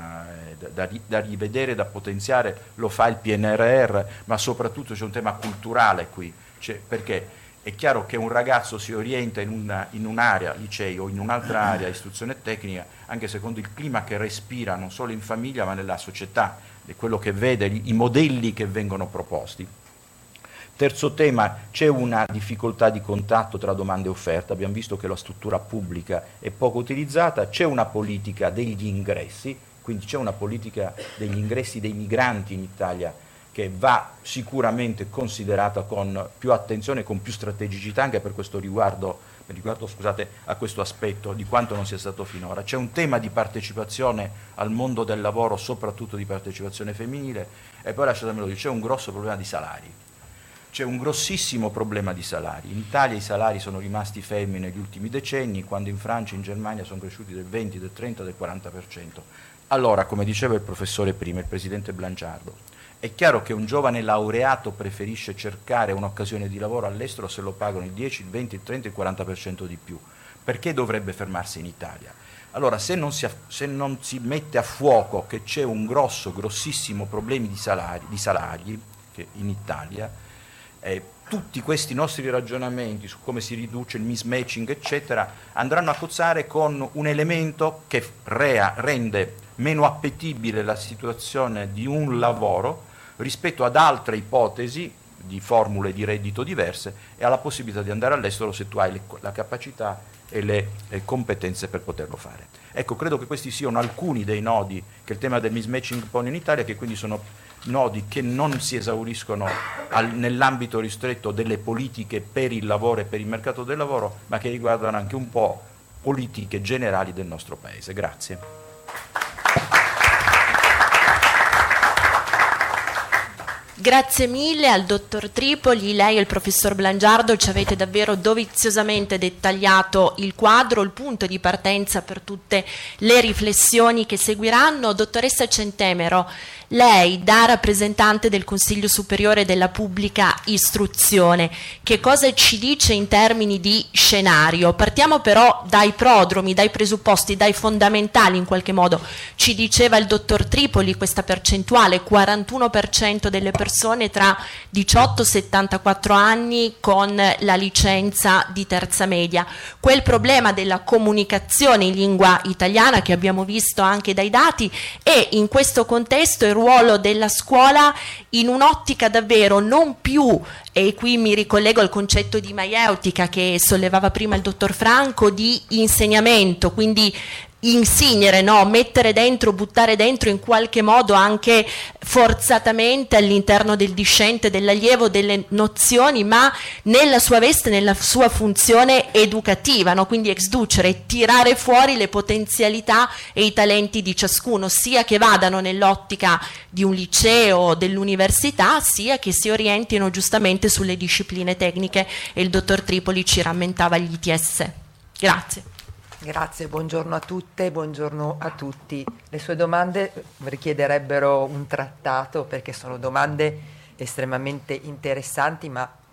da rivedere, da potenziare, lo fa il PNRR, ma soprattutto c'è un tema culturale qui, perché è chiaro che un ragazzo si orienta in un'area, liceo, o in un'altra area, istruzione tecnica, anche secondo il clima che respira non solo in famiglia ma nella società, è quello che vede, i modelli che vengono proposti. Terzo tema, c'è una difficoltà di contatto tra domanda e offerta, abbiamo visto che la struttura pubblica è poco utilizzata, c'è una politica degli ingressi, quindi c'è una politica degli ingressi dei migranti in Italia che va sicuramente considerata con più attenzione, con più strategicità, anche per questo riguardo a questo aspetto di quanto non sia stato finora. C'è un tema di partecipazione al mondo del lavoro, soprattutto di partecipazione femminile, e poi lasciatemelo dire, c'è un grosso problema di salari. C'è un grossissimo problema di salari. In Italia i salari sono rimasti fermi negli ultimi decenni, quando in Francia e in Germania sono cresciuti del 20, del 30, del 40%. Allora, come diceva il professore prima, il presidente Blangiardo, è chiaro che un giovane laureato preferisce cercare un'occasione di lavoro all'estero se lo pagano il 10, il 20, il 30, il 40% di più. Perché dovrebbe fermarsi in Italia? Allora, se non si mette a fuoco che c'è un grossissimo problema di salari che in Italia, tutti questi nostri ragionamenti su come si riduce il mismatching eccetera andranno a cozzare con un elemento che rende meno appetibile la situazione di un lavoro rispetto ad altre ipotesi di formule di reddito diverse e alla possibilità di andare all'estero se tu hai la capacità e le competenze per poterlo fare. Ecco, credo che questi siano alcuni dei nodi che il tema del mismatching pone in Italia, che quindi sono nodi che non si esauriscono nell'ambito ristretto delle politiche per il lavoro e per il mercato del lavoro, ma che riguardano anche un po' politiche generali del nostro Paese. Grazie. Grazie mille al dottor Tripoli, lei e il professor Blangiardo ci avete davvero doviziosamente dettagliato il quadro, il punto di partenza per tutte le riflessioni che seguiranno. Dottoressa Centemero, lei da rappresentante del Consiglio Superiore della Pubblica Istruzione, che cosa ci dice in termini di scenario? Partiamo però dai prodromi, dai presupposti, dai fondamentali in qualche modo. Ci diceva il dottor Tripoli questa percentuale, 41% delle persone tra 18 e 74 anni con la licenza di terza media. Quel problema della comunicazione in lingua italiana che abbiamo visto anche dai dati, e in questo contesto il ruolo della scuola in un'ottica davvero non più, e qui mi ricollego al concetto di maieutica che sollevava prima il dottor Franco, di insegnamento, quindi insignere, no? Mettere dentro, buttare dentro in qualche modo anche forzatamente all'interno del discente, dell'allievo, delle nozioni, ma nella sua veste, nella sua funzione educativa, no? Quindi exducere, tirare fuori le potenzialità e i talenti di ciascuno, sia che vadano nell'ottica di un liceo o dell'università, sia che si orientino giustamente sulle discipline tecniche, e il dottor Tripoli ci rammentava gli ITS. Grazie. Grazie, buongiorno a tutte, buongiorno a tutti. Le sue domande richiederebbero un trattato perché sono domande estremamente interessanti, ma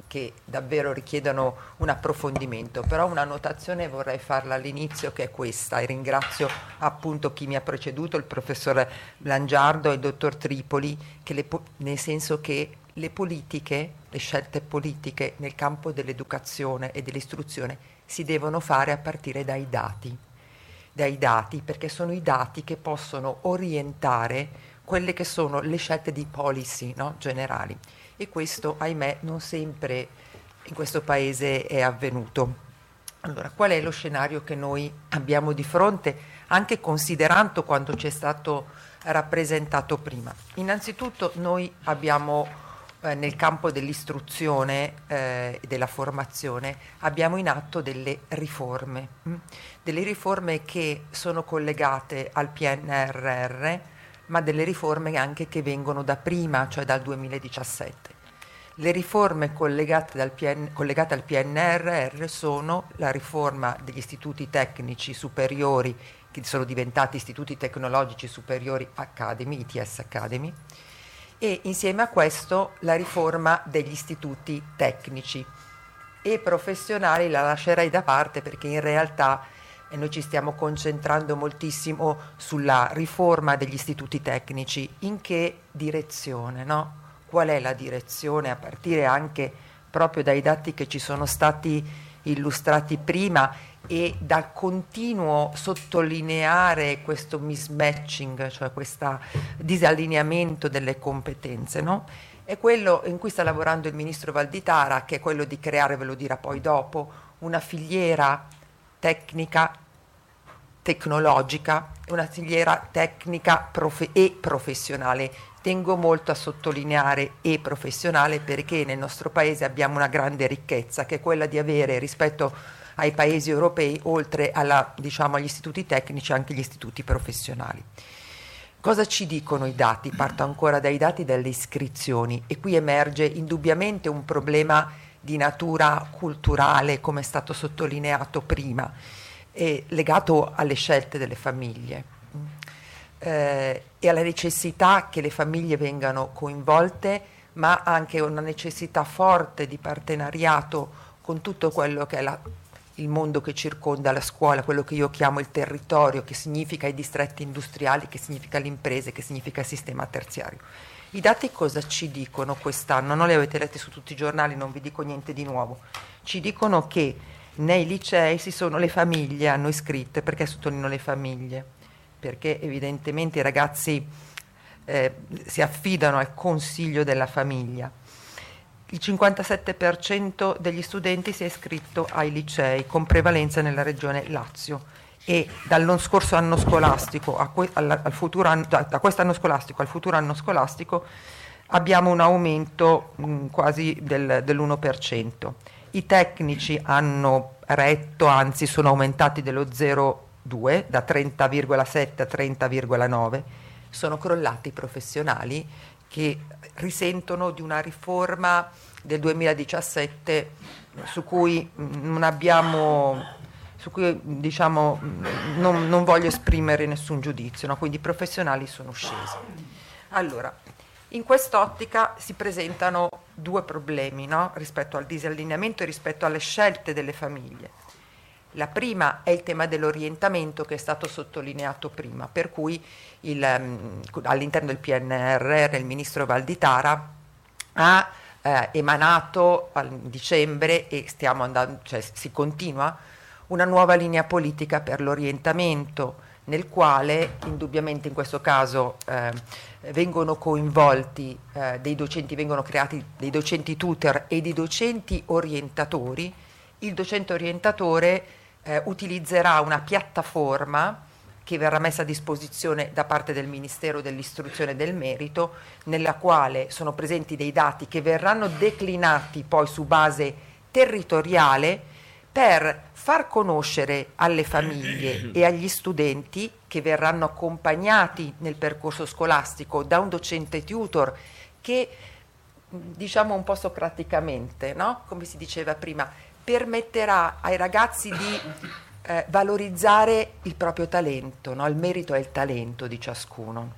che davvero richiedono un approfondimento, però una notazione vorrei farla all'inizio, che è questa, e ringrazio appunto chi mi ha preceduto, il professor Langiardo e il dottor Tripoli, nel senso che le politiche, le scelte politiche nel campo dell'educazione e dell'istruzione si devono fare a partire dai dati, perché sono i dati che possono orientare quelle che sono le scelte di policy, no, generali. E questo, ahimè, non sempre in questo Paese è avvenuto. Allora, qual è lo scenario che noi abbiamo di fronte, anche considerando quanto ci è stato rappresentato prima? Innanzitutto noi abbiamo nel campo dell'istruzione e della formazione abbiamo in atto delle riforme che sono collegate al PNRR, ma delle riforme anche che vengono da prima, cioè dal 2017. Le riforme collegate al PNRR sono la riforma degli istituti tecnici superiori, che sono diventati istituti tecnologici superiori Academy, ITS Academy, e insieme a questo la riforma degli istituti tecnici e professionali la lascerei da parte, perché in realtà noi ci stiamo concentrando moltissimo sulla riforma degli istituti tecnici. In che direzione, no? Qual è la direzione, a partire anche proprio dai dati che ci sono stati illustrati prima e dal continuo sottolineare questo mismatching, cioè questo disallineamento delle competenze, no? È quello in cui sta lavorando il ministro Valditara, che è quello di creare, ve lo dirà poi dopo, una filiera tecnica, tecnologica, una filiera tecnica e professionale. Tengo molto a sottolineare e professionale, perché nel nostro paese abbiamo una grande ricchezza, che è quella di avere rispetto ai paesi europei, oltre agli istituti tecnici, anche gli istituti professionali. Cosa ci dicono i dati? Parto ancora dai dati delle iscrizioni, e qui emerge indubbiamente un problema di natura culturale, come è stato sottolineato prima, legato alle scelte delle famiglie e alla necessità che le famiglie vengano coinvolte, ma anche una necessità forte di partenariato con tutto quello che è il mondo che circonda la scuola, quello che io chiamo il territorio, che significa i distretti industriali, che significa le imprese, che significa il sistema terziario. I dati cosa ci dicono quest'anno? Non li avete letti su tutti i giornali, non vi dico niente di nuovo. Ci dicono che nei licei le famiglie hanno iscritte. Perché sottolineo le famiglie? Perché evidentemente i ragazzi si affidano al consiglio della famiglia. Il 57% degli studenti si è iscritto ai licei, con prevalenza nella regione Lazio, e dallo scorso anno scolastico da quest'anno scolastico al futuro anno scolastico abbiamo un aumento quasi dell'1%. I tecnici hanno retto, anzi sono aumentati dello 0,2, da 30,7 a 30,9. Sono crollati i professionali, che risentono di una riforma del 2017 su cui non voglio esprimere nessun giudizio, no? Quindi i professionali sono scesi. Allora, in quest'ottica si presentano due problemi, no? Rispetto al disallineamento e rispetto alle scelte delle famiglie. La prima è il tema dell'orientamento, che è stato sottolineato prima, per cui all'interno del PNRR il ministro Valditara ha emanato a dicembre, e si continua, una nuova linea politica per l'orientamento, nel quale indubbiamente in questo caso vengono coinvolti dei docenti, vengono creati dei docenti tutor e dei docenti orientatori. Il docente orientatore utilizzerà una piattaforma che verrà messa a disposizione da parte del Ministero dell'Istruzione e del Merito, nella quale sono presenti dei dati che verranno declinati poi su base territoriale, per far conoscere alle famiglie e agli studenti, che verranno accompagnati nel percorso scolastico da un docente tutor che, diciamo un po' socraticamente, no? Come si diceva prima, permetterà ai ragazzi di valorizzare il proprio talento, no? Il merito e il talento di ciascuno.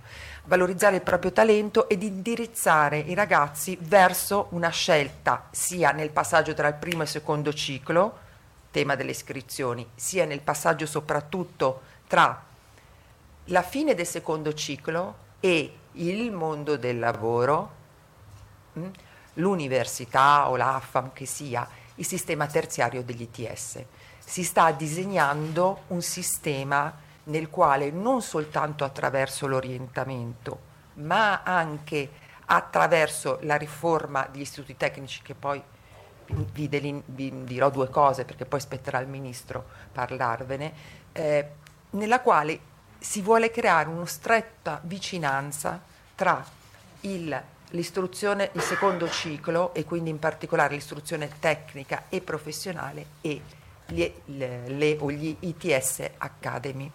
valorizzare il proprio talento ed indirizzare i ragazzi verso una scelta, sia nel passaggio tra il primo e il secondo ciclo, tema delle iscrizioni, sia nel passaggio soprattutto tra la fine del secondo ciclo e il mondo del lavoro, l'università o l'AFAM che sia, il sistema terziario degli ITS. Si sta disegnando un sistema nel quale non soltanto attraverso l'orientamento, ma anche attraverso la riforma degli istituti tecnici, che poi vi dirò due cose perché poi spetterà al Ministro parlarvene, nella quale si vuole creare una stretta vicinanza tra l'istruzione, il secondo ciclo e quindi in particolare l'istruzione tecnica e professionale e gli ITS Academy.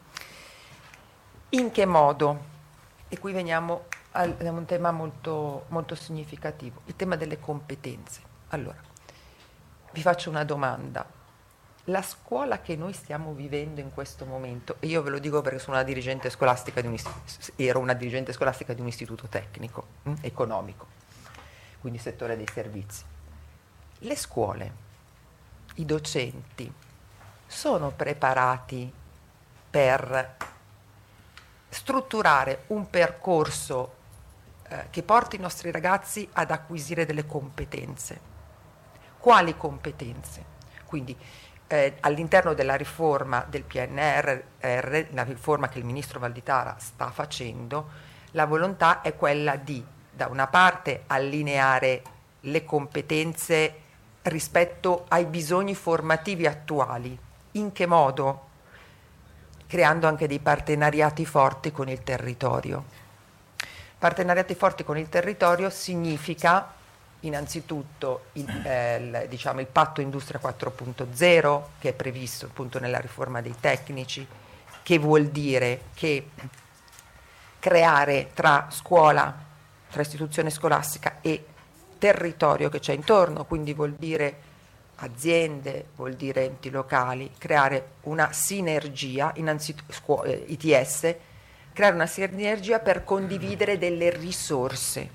In che modo? E qui veniamo a un tema molto, molto significativo, il tema delle competenze. Allora, vi faccio una domanda. La scuola che noi stiamo vivendo in questo momento, e io ve lo dico perché sono una dirigente scolastica ero una dirigente scolastica di un istituto tecnico, economico, quindi settore dei servizi. Le scuole, i docenti, sono preparati per strutturare un percorso che porti i nostri ragazzi ad acquisire delle competenze. Quali competenze? Quindi all'interno della riforma del PNRR, la riforma che il ministro Valditara sta facendo, la volontà è quella di, da una parte, allineare le competenze rispetto ai bisogni formativi attuali. In che modo? Creando anche dei partenariati forti con il territorio. Partenariati forti con il territorio significa innanzitutto il patto Industria 4.0 che è previsto appunto nella riforma dei tecnici, che vuol dire che creare tra scuola, tra istituzione scolastica e territorio che c'è intorno, quindi vuol dire aziende, vuol dire enti locali, creare una sinergia, innanzitutto ITS, creare una sinergia per condividere delle risorse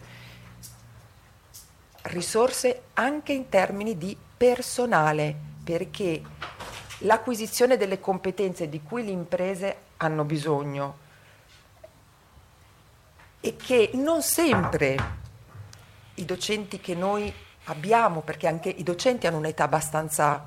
anche in termini di personale, perché l'acquisizione delle competenze di cui le imprese hanno bisogno e che non sempre i docenti che noi abbiamo, perché anche i docenti hanno un'età abbastanza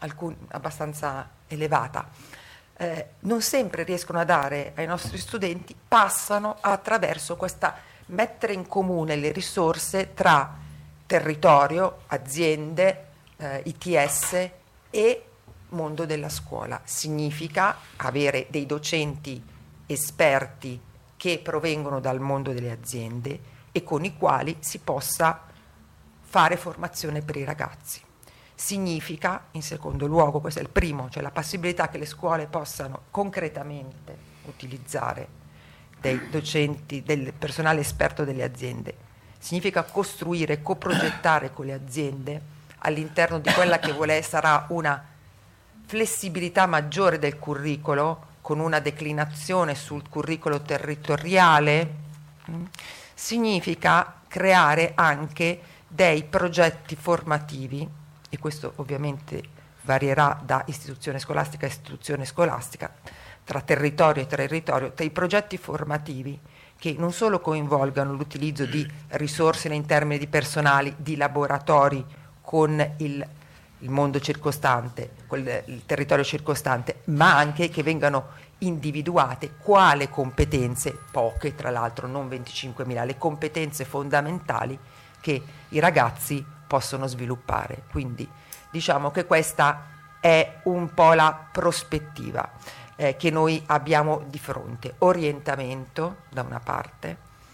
elevata, non sempre riescono a dare ai nostri studenti, passano attraverso questa mettere in comune le risorse tra territorio, aziende, ITS e mondo della scuola. Significa avere dei docenti esperti che provengono dal mondo delle aziende e con i quali si possa fare formazione per i ragazzi. Significa, in secondo luogo, questo è il primo, cioè la possibilità che le scuole possano concretamente utilizzare dei docenti, del personale esperto delle aziende. Significa costruire, coprogettare con le aziende all'interno di quella che sarà una flessibilità maggiore del curricolo, con una declinazione sul curricolo territoriale. Significa creare anche dei progetti formativi, e questo ovviamente varierà da istituzione scolastica a istituzione scolastica, tra territorio e territorio, dei progetti formativi che non solo coinvolgano l'utilizzo di risorse in termini di personali, di laboratori con il mondo circostante, con il territorio circostante, ma anche che vengano individuate quali competenze, poche tra l'altro, non 25.000, le competenze fondamentali che i ragazzi possono sviluppare. Quindi diciamo che questa è un po' la prospettiva che noi abbiamo di fronte. Orientamento da una parte,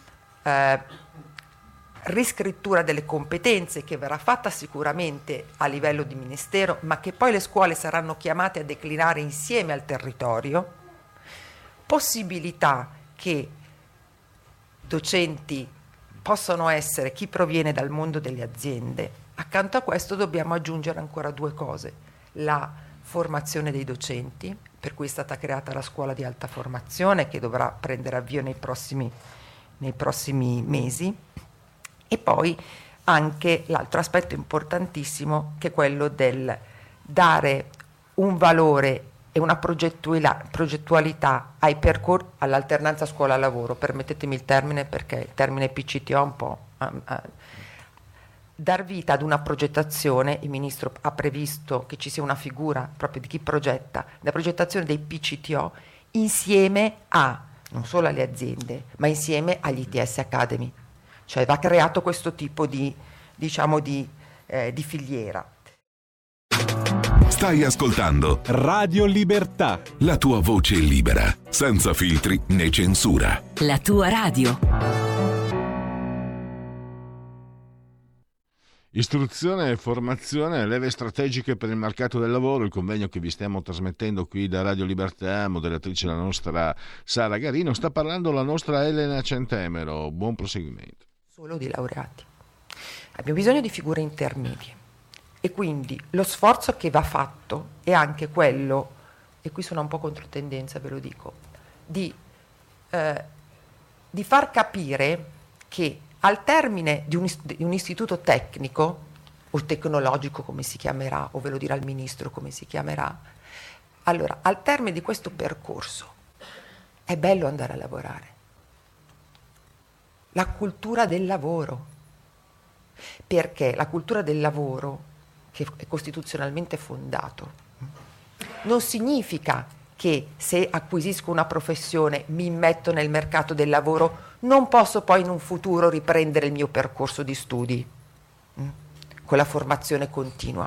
riscrittura delle competenze che verrà fatta sicuramente a livello di ministero, ma che poi le scuole saranno chiamate a declinare insieme al territorio, possibilità che docenti possano essere chi proviene dal mondo delle aziende. Accanto a questo dobbiamo aggiungere ancora due cose: la formazione dei docenti, per cui è stata creata la scuola di alta formazione che dovrà prendere avvio nei prossimi mesi, e poi anche l'altro aspetto importantissimo, che è quello del dare un valore e una progettualità ai percorsi, all'alternanza scuola-lavoro, permettetemi il termine perché il termine PCTO è un po' dar vita ad una progettazione. Il Ministro ha previsto che ci sia una figura proprio di chi progetta, la progettazione dei PCTO insieme a, non solo alle aziende, ma insieme agli ITS Academy, cioè va creato questo tipo di filiera. Stai ascoltando Radio Libertà, la tua voce libera, senza filtri né censura. La tua radio. Istruzione e formazione, leve strategiche per il mercato del lavoro, il convegno che vi stiamo trasmettendo qui da Radio Libertà, moderatrice la nostra Sara Garino, sta parlando la nostra Elena Centemero. Buon proseguimento. Solo di laureati. Abbiamo bisogno di figure intermedie. E quindi lo sforzo che va fatto è anche quello, e qui sono un po' controtendenza, ve lo dico, di far capire che al termine di un istituto tecnico o tecnologico, come si chiamerà, o ve lo dirà il Ministro come si chiamerà, allora al termine di questo percorso è bello andare a lavorare. La cultura del lavoro, perché la cultura del lavoro, che è costituzionalmente fondato, non significa che se acquisisco una professione, mi metto nel mercato del lavoro, non posso poi in un futuro riprendere il mio percorso di studi con la formazione continua.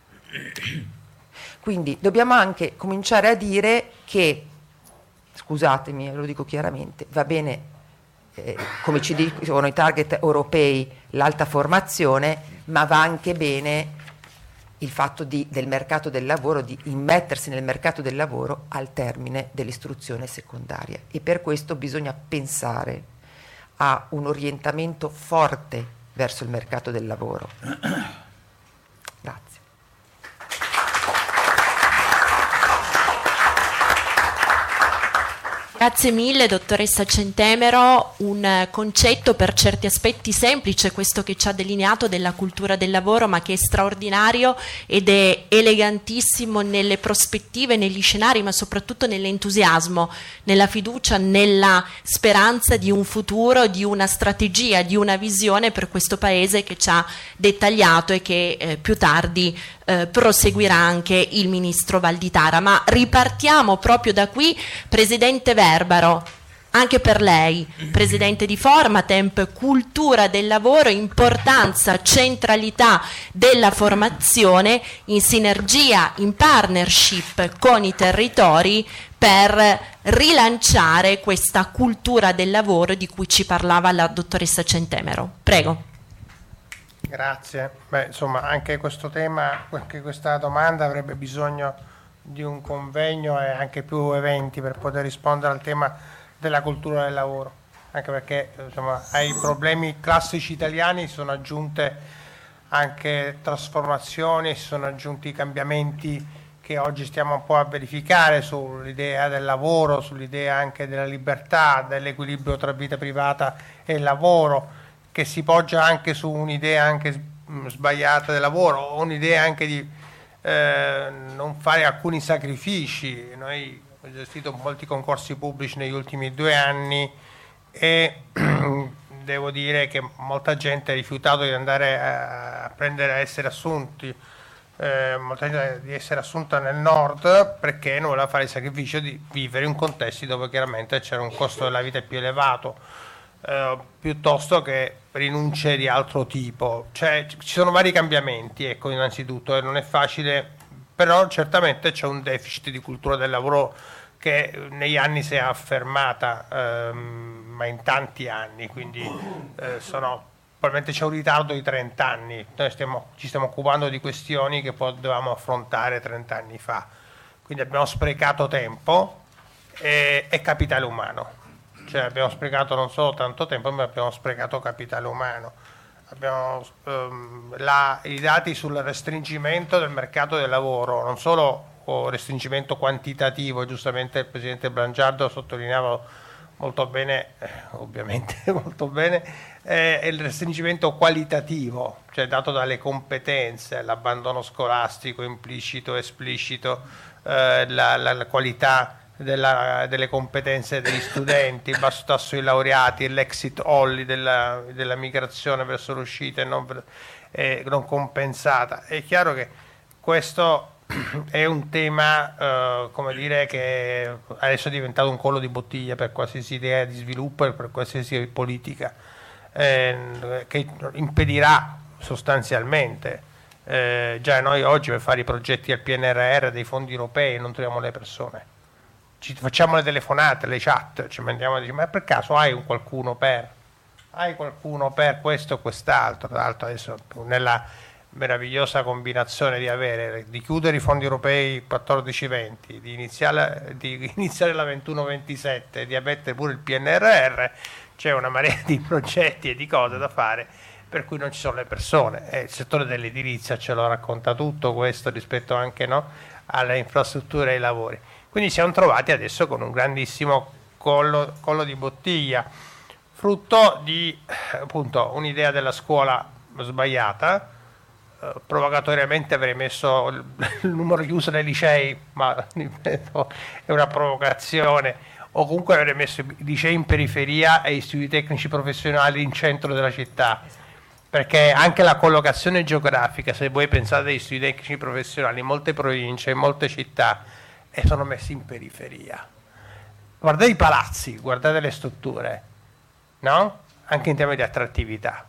Quindi dobbiamo anche cominciare a dire che, scusatemi, lo dico chiaramente, va bene, come ci dicono i target europei, l'alta formazione, ma va anche bene il fatto del mercato del lavoro, di immettersi nel mercato del lavoro al termine dell'istruzione secondaria, e per questo bisogna pensare a un orientamento forte verso il mercato del lavoro. Grazie. Grazie mille, dottoressa Centemero. Un concetto per certi aspetti semplice, questo che ci ha delineato della cultura del lavoro, ma che è straordinario ed è elegantissimo nelle prospettive, negli scenari, ma soprattutto nell'entusiasmo, nella fiducia, nella speranza di un futuro, di una strategia, di una visione per questo Paese che ci ha dettagliato e che più tardi proseguirà anche il Ministro Valditara. Ma ripartiamo proprio da qui, Presidente Verbaro, anche per lei, Presidente di Formatemp, cultura del lavoro, importanza, centralità della formazione in sinergia, in partnership con i territori per rilanciare questa cultura del lavoro di cui ci parlava la dottoressa Centemero. Prego. Grazie. Insomma, anche questo tema, anche questa domanda avrebbe bisogno di un convegno e anche più eventi per poter rispondere al tema della cultura del lavoro, anche perché insomma, ai problemi classici italiani si sono aggiunte anche trasformazioni, si sono aggiunti cambiamenti che oggi stiamo un po' a verificare sull'idea del lavoro, sull'idea anche della libertà, dell'equilibrio tra vita privata e lavoro, che si poggia anche su un'idea anche sbagliata del lavoro, un'idea anche di non fare alcuni sacrifici. Noi abbiamo gestito molti concorsi pubblici negli ultimi 2 anni e devo dire che molta gente ha rifiutato di andare a essere assunti, molta gente di essere assunta nel nord perché non voleva fare il sacrificio di vivere in contesti dove chiaramente c'era un costo della vita più elevato. Piuttosto che rinunce di altro tipo, cioè ci sono vari cambiamenti, ecco, innanzitutto, e non è facile, però certamente c'è un deficit di cultura del lavoro che negli anni si è affermata, ma in tanti anni, quindi probabilmente c'è un ritardo di 30 anni, noi ci stiamo occupando di questioni che potevamo affrontare 30 anni fa, quindi abbiamo sprecato tempo e capitale umano. Cioè abbiamo sprecato non solo tanto tempo, ma abbiamo sprecato capitale umano. I dati sul restringimento del mercato del lavoro, non solo o restringimento quantitativo, giustamente il Presidente Blangiardo sottolineava molto bene, ovviamente molto bene, il restringimento qualitativo, cioè dato dalle competenze, l'abbandono scolastico implicito, esplicito, la qualità delle competenze degli studenti, il basso tasso di laureati, l'exit only della migrazione verso l'uscita non compensata. È chiaro che questo è un tema, come dire, che adesso è diventato un collo di bottiglia per qualsiasi idea di sviluppo e per qualsiasi politica, che impedirà sostanzialmente. Già noi oggi per fare i progetti al PNRR dei fondi europei non troviamo le persone, ci facciamo le telefonate, le chat, ci mandiamo a dire: ma per caso hai qualcuno per questo o quest'altro? Tra l'altro adesso nella meravigliosa combinazione di chiudere i fondi europei 14-20, di iniziare la 21-27 e di mettere pure il PNRR, c'è una marea di progetti e di cose da fare, per cui non ci sono le persone. Il settore dell'edilizia ce lo racconta tutto questo rispetto anche alle infrastrutture e ai lavori. Quindi siamo trovati adesso con un grandissimo collo di bottiglia, frutto di appunto un'idea della scuola sbagliata. Provocatoriamente avrei messo il numero chiuso nei licei, ma ripeto, è una provocazione, o comunque avrei messo i licei in periferia e istituti tecnici professionali in centro della città, perché anche la collocazione geografica, se voi pensate agli istituti tecnici professionali in molte province, in molte città, sono messi in periferia. Guardate i palazzi, guardate le strutture, no? Anche in termini di attrattività.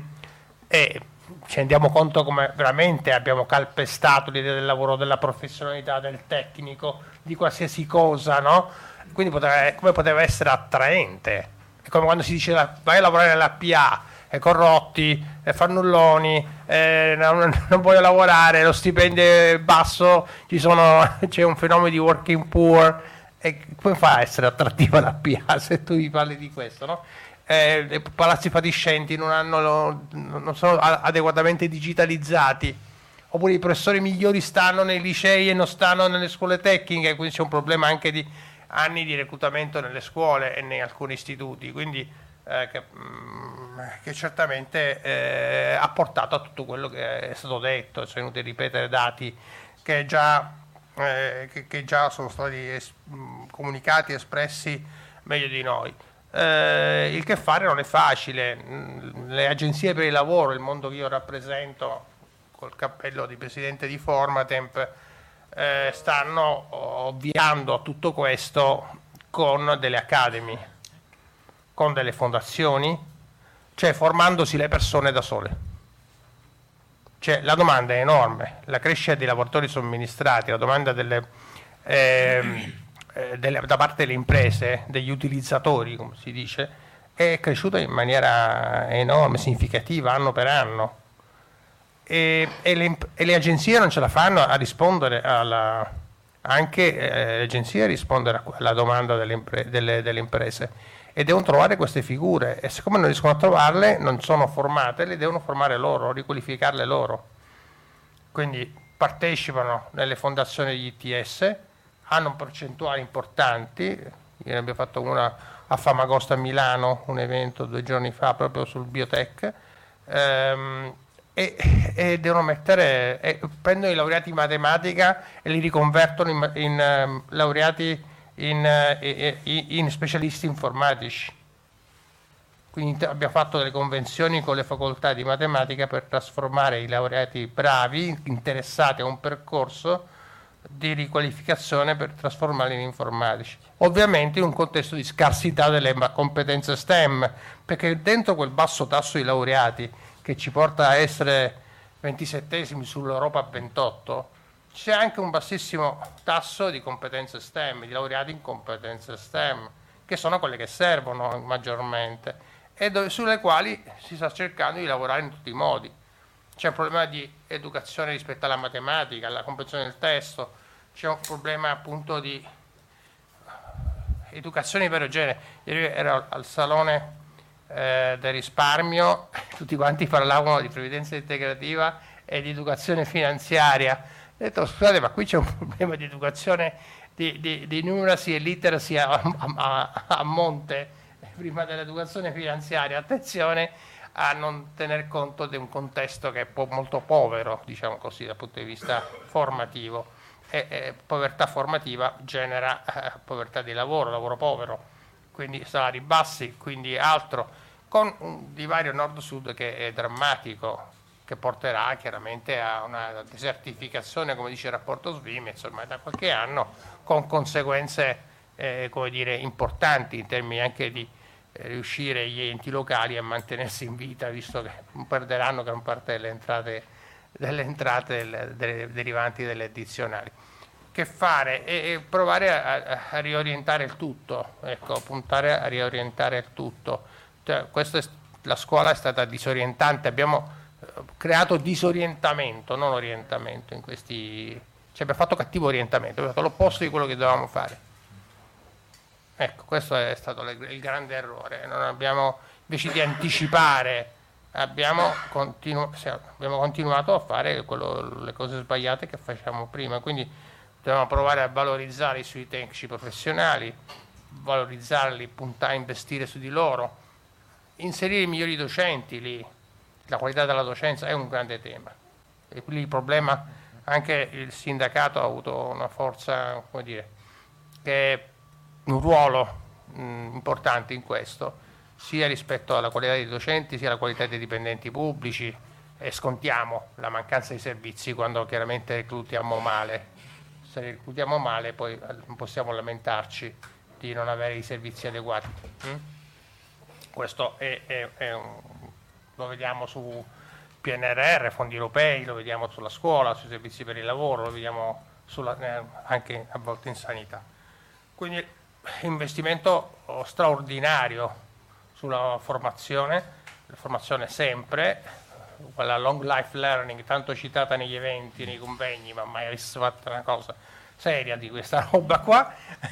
E ci rendiamo conto come veramente abbiamo calpestato l'idea del lavoro, della professionalità, del tecnico, di qualsiasi cosa, no? Quindi come poteva essere attraente. È come quando si dice vai a lavorare nella PA, è corrotti, è fannulloni, non voglio lavorare, lo stipendio è basso, c'è un fenomeno di working poor. E come fa a essere attrattiva la PA se tu mi parli di questo, no? I palazzi fatiscenti non sono adeguatamente digitalizzati, oppure i professori migliori stanno nei licei e non stanno nelle scuole tecniche, quindi c'è un problema anche di anni di reclutamento nelle scuole e in alcuni istituti, quindi che certamente ha portato a tutto quello che è stato detto. Sono venuti a ripetere dati che già sono stati comunicati, espressi meglio di noi. Il che fare non è facile. Le agenzie per il lavoro, il mondo che io rappresento col cappello di presidente di Formatemp, stanno ovviando a tutto questo con delle academy, con delle fondazioni, cioè formandosi le persone da sole. Cioè, la domanda è enorme, la crescita dei lavoratori somministrati, la domanda da parte delle imprese, degli utilizzatori, come si dice, è cresciuta in maniera enorme, significativa, anno per anno. E le agenzie non ce la fanno a rispondere le agenzie a rispondere alla domanda delle imprese, e devono trovare queste figure, e siccome non riescono a trovarle, non sono formate, le devono formare loro, riqualificarle loro. Quindi partecipano nelle fondazioni degli ITS, hanno percentuali importanti. Io ne abbiamo fatto una a Famagosta a Milano, un evento 2 giorni fa proprio sul biotech, e devono prendono i laureati in matematica e li riconvertono in laureati in specialisti informatici. Quindi abbiamo fatto delle convenzioni con le facoltà di matematica per trasformare i laureati bravi, interessati a un percorso di riqualificazione, per trasformarli in informatici. Ovviamente in un contesto di scarsità delle competenze STEM, perché dentro quel basso tasso di laureati che ci porta a essere 27esimi sull'Europa a 28, c'è anche un bassissimo tasso di competenze STEM, di laureati in competenze STEM, che sono quelle che servono maggiormente e sulle quali si sta cercando di lavorare in tutti i modi. C'è un problema di educazione rispetto alla matematica, alla comprensione del testo, c'è un problema appunto di educazione di vario genere. Ieri ero al salone del risparmio, tutti quanti parlavano di previdenza integrativa e di educazione finanziaria, detto, scusate, ma qui c'è un problema di educazione di numeracy e literacy a monte, prima dell'educazione finanziaria. Attenzione a non tener conto di un contesto che è molto povero, diciamo così, dal punto di vista formativo. E povertà formativa genera povertà di lavoro povero, quindi salari bassi, quindi altro, con un divario nord-sud che è drammatico, che porterà chiaramente a una desertificazione, come dice il rapporto SVIME, insomma, da qualche anno, con conseguenze importanti in termini anche di riuscire gli enti locali a mantenersi in vita, visto che perderanno gran parte delle entrate derivanti dalle addizionali. Che fare? E provare a riorientare il tutto, ecco, puntare a riorientare il tutto. Cioè, la scuola è stata disorientante, abbiamo creato disorientamento, non orientamento in questi, cioè abbiamo fatto cattivo orientamento, abbiamo fatto l'opposto di quello che dovevamo fare. Ecco, questo è stato il grande errore. Non abbiamo, invece di anticipare, abbiamo continuato a fare le cose sbagliate che facciamo prima, quindi dobbiamo provare a valorizzare i suoi tecnici professionali, valorizzarli, puntare a investire su di loro, inserire i migliori docenti lì. La qualità della docenza è un grande tema e quindi il problema, anche il sindacato ha avuto una forza, come dire, che è un ruolo importante in questo, sia rispetto alla qualità dei docenti sia alla qualità dei dipendenti pubblici, e scontiamo la mancanza di servizi quando chiaramente reclutiamo male. Se reclutiamo male poi non possiamo lamentarci di non avere i servizi adeguati. Questo lo vediamo su PNRR, fondi europei, lo vediamo sulla scuola, sui servizi per il lavoro, lo vediamo anche a volte in sanità. Quindi investimento straordinario sulla formazione, la formazione sempre, quella long life learning tanto citata negli eventi, nei convegni, ma mai visto fatta una cosa seria di questa roba qua.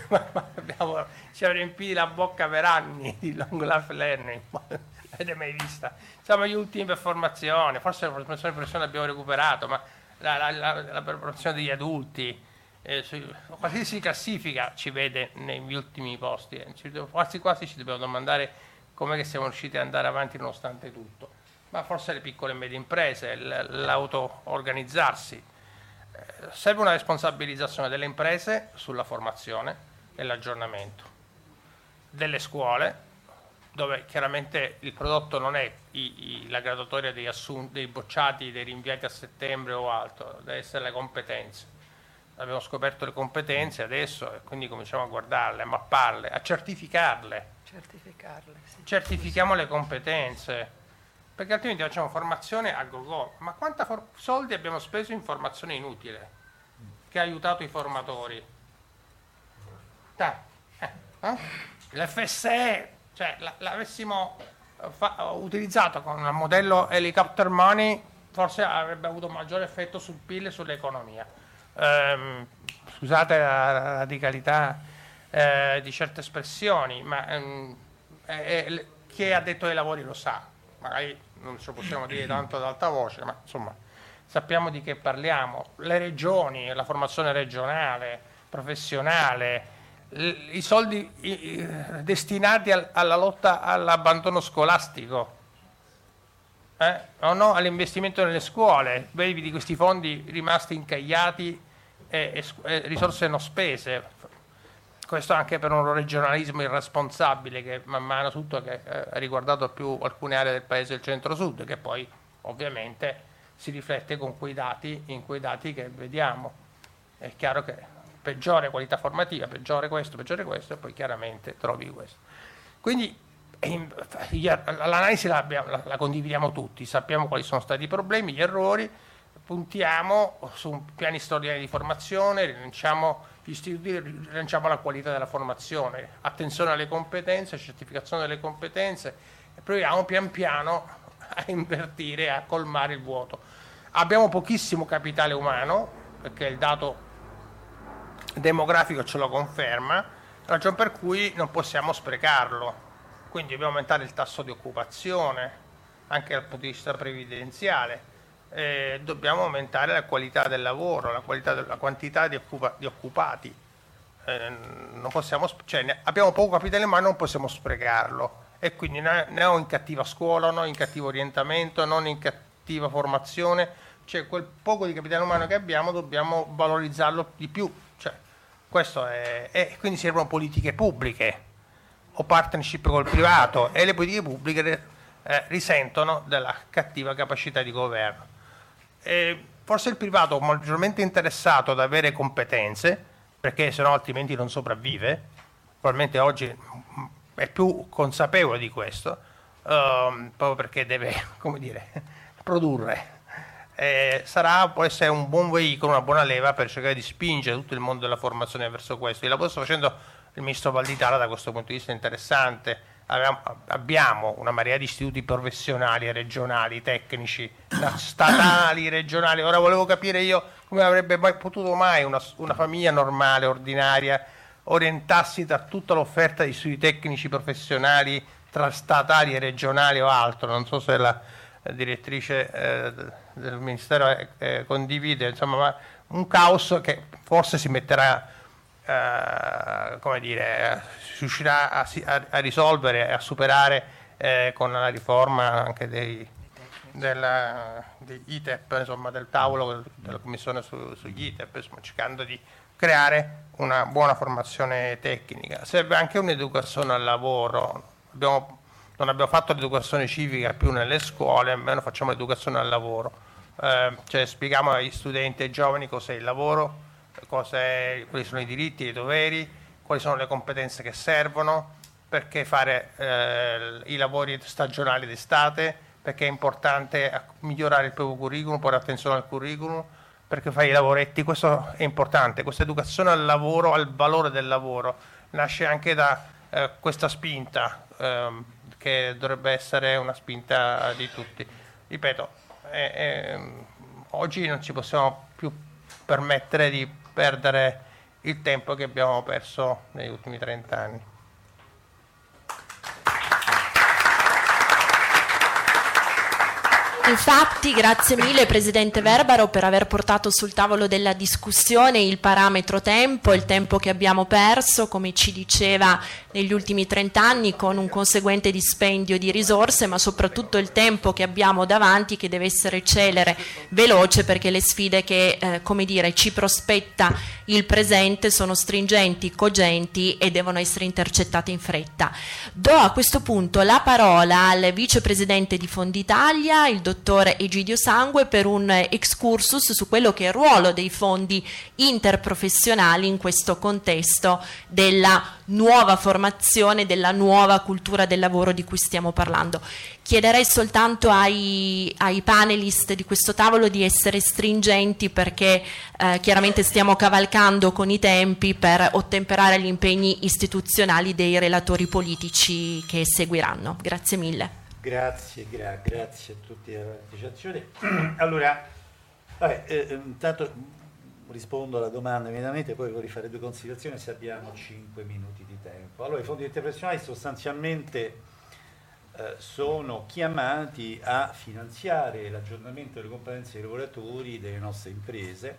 Ci siamo riempiti la bocca per anni di long life learning, l'avete mai vista? Siamo gli ultimi per formazione, forse la formazione professionale abbiamo recuperato, ma la preparazione degli adulti, qualsiasi classifica ci vede negli ultimi posti, quasi ci dobbiamo domandare come che siamo riusciti ad andare avanti nonostante tutto. Ma forse le piccole e medie imprese, l'auto-organizzarsi. Serve una responsabilizzazione delle imprese sulla formazione e l'aggiornamento, delle scuole, dove chiaramente il prodotto non è la graduatoria dei bocciati, dei rinviati a settembre o altro, deve essere le competenze. Abbiamo scoperto le competenze adesso e quindi cominciamo a guardarle, a mapparle, a certificarle. Sì. Certifichiamo le competenze, perché altrimenti facciamo formazione a go-go. Ma quanti soldi abbiamo speso in formazione inutile che ha aiutato i formatori? L'FSE, cioè l'avessimo utilizzato con il modello helicopter money, forse avrebbe avuto maggiore effetto sul PIL e sull'economia. Scusate la radicalità di certe espressioni, ma chi ha detto ai lavori lo sa, magari non ce lo possiamo dire tanto ad alta voce, ma insomma sappiamo di che parliamo. Le regioni, la formazione regionale, professionale, i soldi destinati alla lotta all'abbandono scolastico, all'investimento nelle scuole, vedi di questi fondi rimasti incagliati e risorse non spese. Questo anche per un regionalismo irresponsabile che man mano tutto che ha riguardato più alcune aree del paese del centro-sud, che poi ovviamente si riflette in quei dati che vediamo. È chiaro che peggiore qualità formativa, peggiore questo, e poi chiaramente trovi questo. Quindi l'analisi la condividiamo tutti, sappiamo quali sono stati i problemi, gli errori, puntiamo su piani straordinari di formazione, rilanciamo gli istituti, rilanciamo la qualità della formazione, attenzione alle competenze, certificazione delle competenze, e proviamo pian piano a invertire, a colmare il vuoto. Abbiamo pochissimo capitale umano, perché il dato demografico ce lo conferma, ragione per cui non possiamo sprecarlo. Quindi dobbiamo aumentare il tasso di occupazione, anche dal punto di vista previdenziale, dobbiamo aumentare la qualità del lavoro, la quantità di occupati. Non possiamo, abbiamo poco capitale umano, non possiamo sprecarlo, e quindi né o in cattiva scuola, no in cattivo orientamento, non in cattiva formazione, quel poco di capitale umano che abbiamo dobbiamo valorizzarlo di più, questo e quindi servono politiche pubbliche o partnership col privato, e le politiche pubbliche risentono della cattiva capacità di governo. Forse il privato è maggiormente interessato ad avere competenze, perché sennò altrimenti non sopravvive, probabilmente oggi è più consapevole di questo, proprio perché deve, produrre. Può essere un buon veicolo, una buona leva per cercare di spingere tutto il mondo della formazione verso questo. Il lavoro sta facendo il ministro Valditara da questo punto di vista è interessante. Abbiamo una marea di istituti professionali, regionali, tecnici, statali, regionali. Ora volevo capire io come avrebbe potuto una famiglia normale, ordinaria, orientarsi tra tutta l'offerta di studi tecnici professionali tra statali e regionali o altro. Non so se la direttrice del Ministero condivide, insomma, ma un caos che forse si metterà, si riuscirà a risolvere e a superare con la riforma anche degli ITEP, insomma, del tavolo della commissione sugli ITEP, insomma, cercando di creare una buona formazione tecnica. Serve anche un'educazione al lavoro. Non abbiamo fatto l'educazione civica più nelle scuole, almeno facciamo l'educazione al lavoro, spieghiamo agli studenti e ai giovani cos'è il lavoro, quali sono i diritti e i doveri, quali sono le competenze che servono, perché fare i lavori stagionali d'estate, perché è importante migliorare il proprio curriculum, porre attenzione al curriculum, perché fare i lavoretti. Questo è importante. Questa educazione al lavoro, al valore del lavoro, nasce anche da questa spinta che dovrebbe essere una spinta di tutti. Ripeto, oggi non ci possiamo più permettere di perdere il tempo che abbiamo perso negli ultimi 30 anni. Infatti, grazie mille Presidente Verbaro per aver portato sul tavolo della discussione il parametro tempo, il tempo che abbiamo perso, come ci diceva, negli ultimi 30 anni, con un conseguente dispendio di risorse, ma soprattutto il tempo che abbiamo davanti, che deve essere celere, veloce, perché le sfide che ci prospetta il presente sono stringenti, cogenti e devono essere intercettate in fretta. Do a questo punto la parola al vicepresidente di Fonditalia, il dottor Egidio Sangue, per un excursus su quello che è il ruolo dei fondi interprofessionali in questo contesto della nuova formazione, della nuova cultura del lavoro di cui stiamo parlando. Chiederei soltanto ai panelist di questo tavolo di essere stringenti, perché chiaramente stiamo cavalcando con i tempi per ottemperare agli impegni istituzionali dei relatori politici che seguiranno. Grazie mille. Grazie a tutti per la partecipazione. Allora, intanto rispondo alla domanda immediatamente, poi vorrei fare due considerazioni se abbiamo 5 minuti di tempo. Allora, i fondi interprofessionali sostanzialmente sono chiamati a finanziare l'aggiornamento delle competenze dei lavoratori delle nostre imprese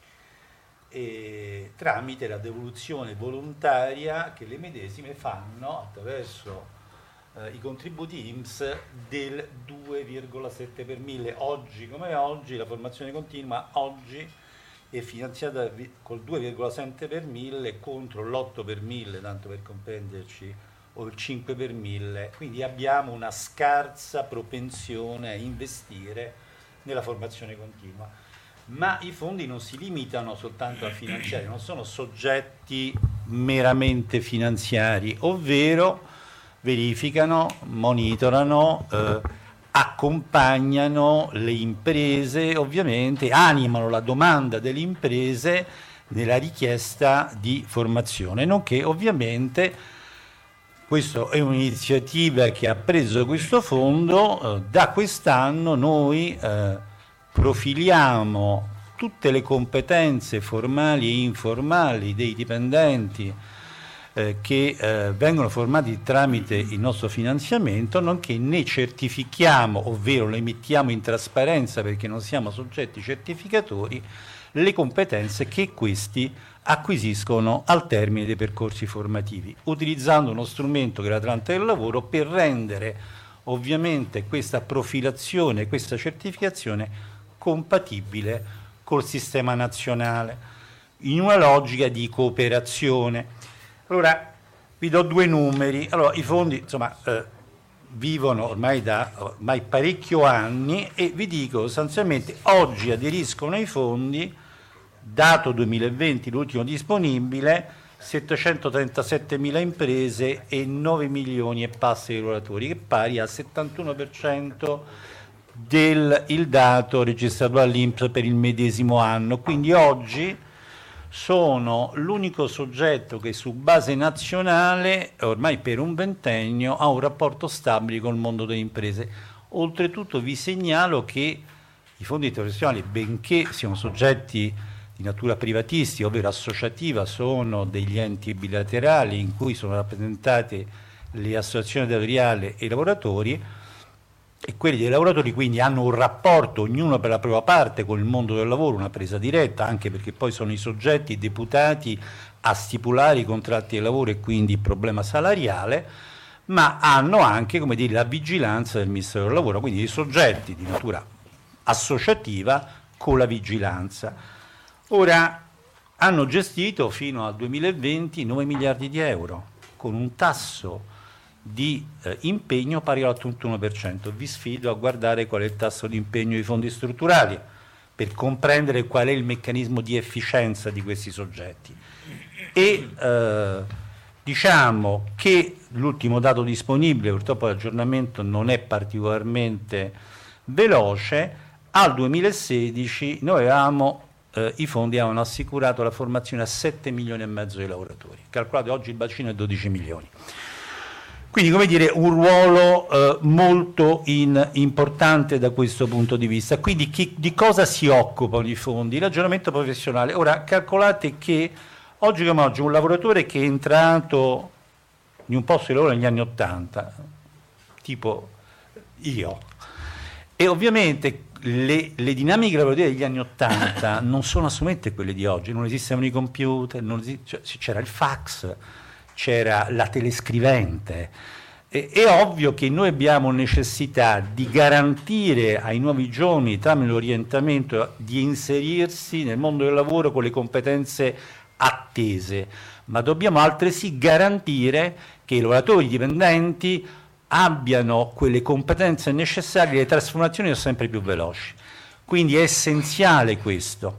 tramite la devoluzione volontaria che le medesime fanno attraverso i contributi INPS del 2,7 per 1000. Oggi come oggi la formazione continua oggi è finanziata col 2,7 per 1000 contro l'8 per 1000, tanto per comprenderci, o il 5 per 1000, quindi abbiamo una scarsa propensione a investire nella formazione continua. Ma i fondi non si limitano soltanto a finanziare, non sono soggetti meramente finanziari, ovvero verificano, monitorano, accompagnano le imprese, ovviamente animano la domanda delle imprese nella richiesta di formazione, nonché ovviamente, questa è un'iniziativa che ha preso questo fondo, da quest'anno noi profiliamo tutte le competenze formali e informali dei dipendenti che vengono formati tramite il nostro finanziamento, nonché ne certifichiamo, ovvero le mettiamo in trasparenza perché non siamo soggetti certificatori, le competenze che questi acquisiscono al termine dei percorsi formativi, utilizzando uno strumento che è l'Atlante del lavoro per rendere ovviamente questa profilazione, questa certificazione compatibile col sistema nazionale, in una logica di cooperazione. Allora, vi do due numeri. Allora, i fondi, insomma, vivono ormai da parecchio anni e vi dico sostanzialmente oggi aderiscono ai fondi, dato 2020, l'ultimo disponibile, 737.000 imprese e 9 milioni e passa di lavoratori, che pari al 71% del dato registrato dall'INPS per il medesimo anno. Quindi oggi sono l'unico soggetto che su base nazionale, ormai per un ventennio, ha un rapporto stabile col mondo delle imprese. Oltretutto vi segnalo che i fondi internazionali, benché siano soggetti di natura privatistica, ovvero associativa, sono degli enti bilaterali in cui sono rappresentate le associazioni datoriali e i lavoratori, e quelli dei lavoratori quindi hanno un rapporto, ognuno per la propria parte, con il mondo del lavoro, una presa diretta, anche perché poi sono i soggetti deputati a stipulare i contratti di lavoro e quindi il problema salariale, ma hanno anche, come dire, la vigilanza del Ministero del Lavoro, quindi i soggetti di natura associativa con la vigilanza. Ora, hanno gestito fino al 2020 9 miliardi di euro, con un tasso di impegno pari all'81%. Vi sfido a guardare qual è il tasso di impegno dei fondi strutturali per comprendere qual è il meccanismo di efficienza di questi soggetti. E diciamo che l'ultimo dato disponibile, purtroppo l'aggiornamento non è particolarmente veloce, al 2016 noi avevamo i fondi avevano assicurato la formazione a 7 milioni e mezzo di lavoratori. Calcolate, oggi il bacino è 12 milioni. Quindi, come dire, un ruolo molto importante da questo punto di vista. Quindi di cosa si occupano i fondi? Ragionamento professionale. Ora, calcolate che oggi come oggi un lavoratore che è entrato in un posto di lavoro negli anni 80, tipo io, e ovviamente le dinamiche lavorative degli anni 80 non sono assolutamente quelle di oggi, non esistevano i computer, c'era il fax, c'era la telescrivente. È ovvio che noi abbiamo necessità di garantire ai nuovi giovani, tramite l'orientamento, di inserirsi nel mondo del lavoro con le competenze attese, ma dobbiamo altresì garantire che i lavoratori dipendenti abbiano quelle competenze necessarie, le trasformazioni sono sempre più veloci. Quindi è essenziale questo.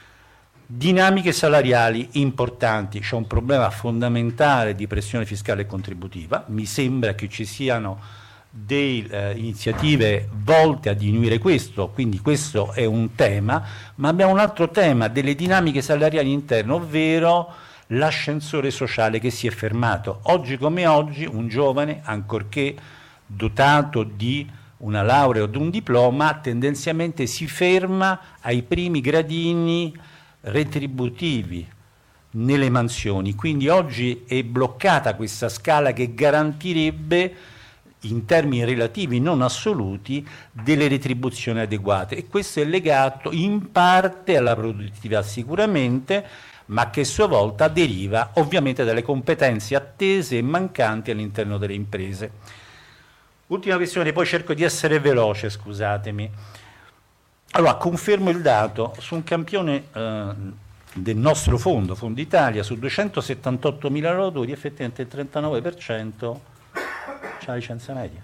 Dinamiche salariali importanti, c'è un problema fondamentale di pressione fiscale e contributiva, mi sembra che ci siano delle iniziative volte a diminuire questo, quindi questo è un tema, ma abbiamo un altro tema delle dinamiche salariali interne, ovvero l'ascensore sociale che si è fermato. Oggi come oggi un giovane, ancorché dotato di una laurea o di un diploma, tendenzialmente si ferma ai primi gradini retributivi nelle mansioni, quindi oggi è bloccata questa scala che garantirebbe in termini relativi non assoluti delle retribuzioni adeguate, e questo è legato in parte alla produttività sicuramente, ma che a sua volta deriva ovviamente dalle competenze attese e mancanti all'interno delle imprese. Ultima questione, poi cerco di essere veloce, scusatemi. Allora, confermo il dato, su un campione del nostro fondo, Fondo Italia, su 278.000 lavoratori, effettivamente il 39% c'ha licenza media.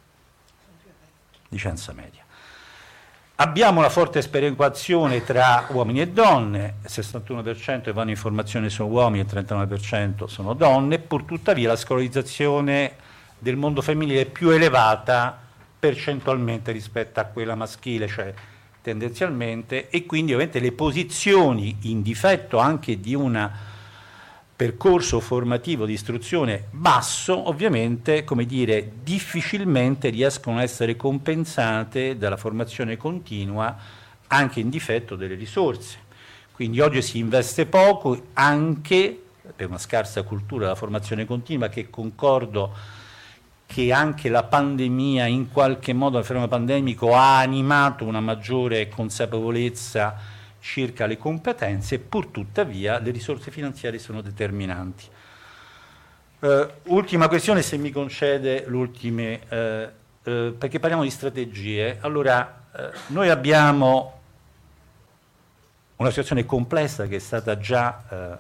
Licenza media. Abbiamo una forte sperequazione tra uomini e donne, il 61% vanno in formazione sono uomini e il 39% sono donne, pur tuttavia la scolarizzazione del mondo femminile è più elevata percentualmente rispetto a quella maschile, cioè tendenzialmente, e quindi ovviamente le posizioni in difetto anche di un percorso formativo di istruzione basso, ovviamente, come dire, difficilmente riescono a essere compensate dalla formazione continua anche in difetto delle risorse. Quindi oggi si investe poco anche per una scarsa cultura della formazione continua, che concordo che anche la pandemia, in qualche modo il fenomeno pandemico, ha animato una maggiore consapevolezza circa le competenze, pur tuttavia le risorse finanziarie sono determinanti. Ultima questione, se mi concede l'ultima, perché parliamo di strategie. Allora, noi abbiamo una situazione complessa che è stata già,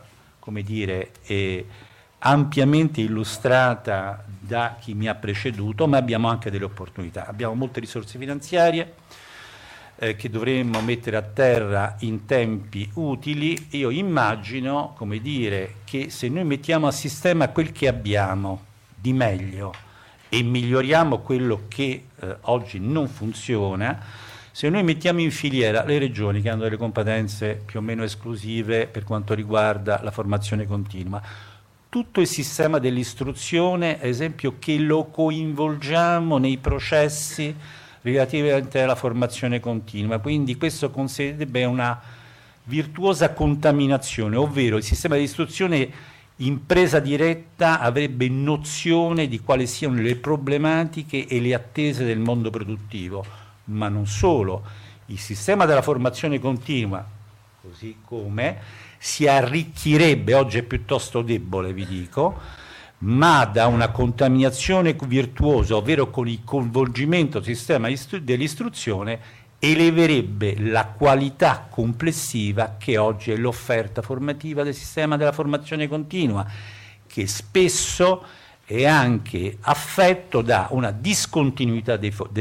ampiamente illustrata da chi mi ha preceduto, ma abbiamo anche delle opportunità. Abbiamo molte risorse finanziarie che dovremmo mettere a terra in tempi utili. Io immagino, che se noi mettiamo a sistema quel che abbiamo di meglio e miglioriamo quello che oggi non funziona, se noi mettiamo in filiera le regioni che hanno delle competenze più o meno esclusive per quanto riguarda la formazione continua, tutto il sistema dell'istruzione, ad esempio, che lo coinvolgiamo nei processi relativamente alla formazione continua, quindi questo consentirebbe una virtuosa contaminazione, ovvero il sistema di istruzione in presa diretta avrebbe nozione di quali siano le problematiche e le attese del mondo produttivo, ma non solo. Il sistema della formazione continua, così come, si arricchirebbe, oggi è piuttosto debole, vi dico, ma da una contaminazione virtuosa, ovvero con il coinvolgimento del sistema dell'istruzione, eleverebbe la qualità complessiva che oggi è l'offerta formativa del sistema della formazione continua, che spesso è anche affetto da una discontinuità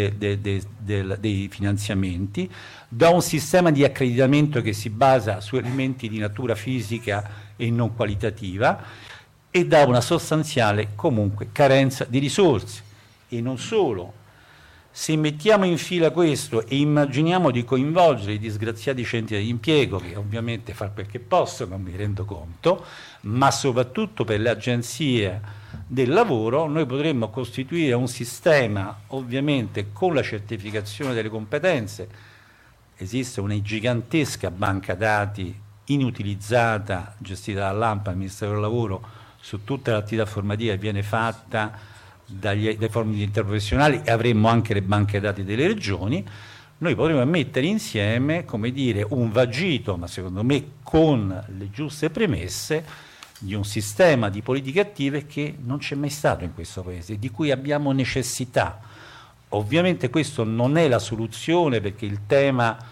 dei finanziamenti, da un sistema di accreditamento che si basa su elementi di natura fisica e non qualitativa, e da una sostanziale comunque carenza di risorse. E non solo, se mettiamo in fila questo e immaginiamo di coinvolgere i disgraziati centri di impiego, che ovviamente fanno quel che possono, mi rendo conto, ma soprattutto per le agenzie del lavoro, noi potremmo costituire un sistema, ovviamente con la certificazione delle competenze. Esiste una gigantesca banca dati inutilizzata, gestita dall'ANPA, il Ministero del Lavoro, su tutta l'attività formativa che viene fatta dai forum interprofessionali, e avremmo anche le banche dati delle regioni. Noi potremmo mettere insieme, un vagito, ma secondo me con le giuste premesse, di un sistema di politiche attive che non c'è mai stato in questo Paese, di cui abbiamo necessità. Ovviamente questo non è la soluzione, perché il tema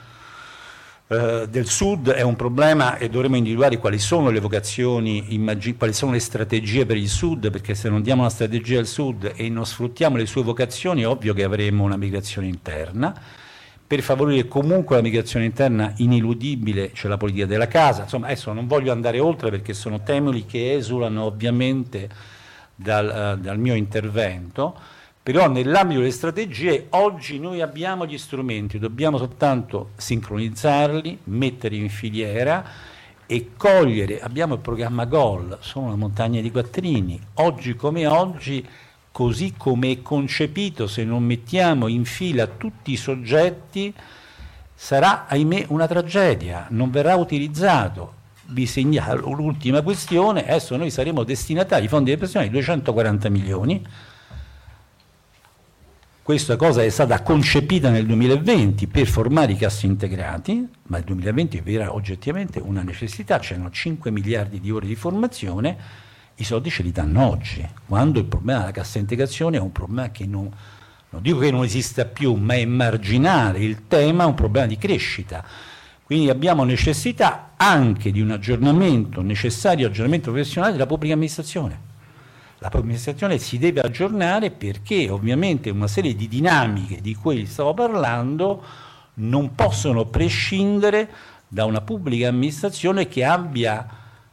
del Sud è un problema e dovremo individuare quali sono le vocazioni, quali sono le strategie per il Sud, perché se non diamo una strategia al Sud e non sfruttiamo le sue vocazioni, è ovvio che avremo una migrazione interna. Per favorire comunque la migrazione interna ineludibile c'è la politica della casa. Insomma, adesso non voglio andare oltre perché sono temi che esulano ovviamente dal mio intervento, però nell'ambito delle strategie oggi noi abbiamo gli strumenti, dobbiamo soltanto sincronizzarli, metterli in filiera e cogliere. Abbiamo il programma GOL, sono una montagna di quattrini, oggi come oggi, così come è concepito, se non mettiamo in fila tutti i soggetti, sarà, ahimè, una tragedia, non verrà utilizzato. Vi segnalo l'ultima questione: adesso noi saremo destinatari ai fondi di pensione di 240 milioni. Questa cosa è stata concepita nel 2020 per formare i cassaintegrati, ma nel 2020 era oggettivamente una necessità, c'erano 5 miliardi di ore di formazione, i soldi ce li danno oggi, quando il problema della cassaintegrazione è un problema che non dico che non esista più, ma è marginale, il tema è un problema di crescita. Quindi abbiamo necessità anche di un aggiornamento, necessario aggiornamento professionale della pubblica amministrazione. La pubblica amministrazione si deve aggiornare perché ovviamente una serie di dinamiche di cui stavo parlando non possono prescindere da una pubblica amministrazione che abbia,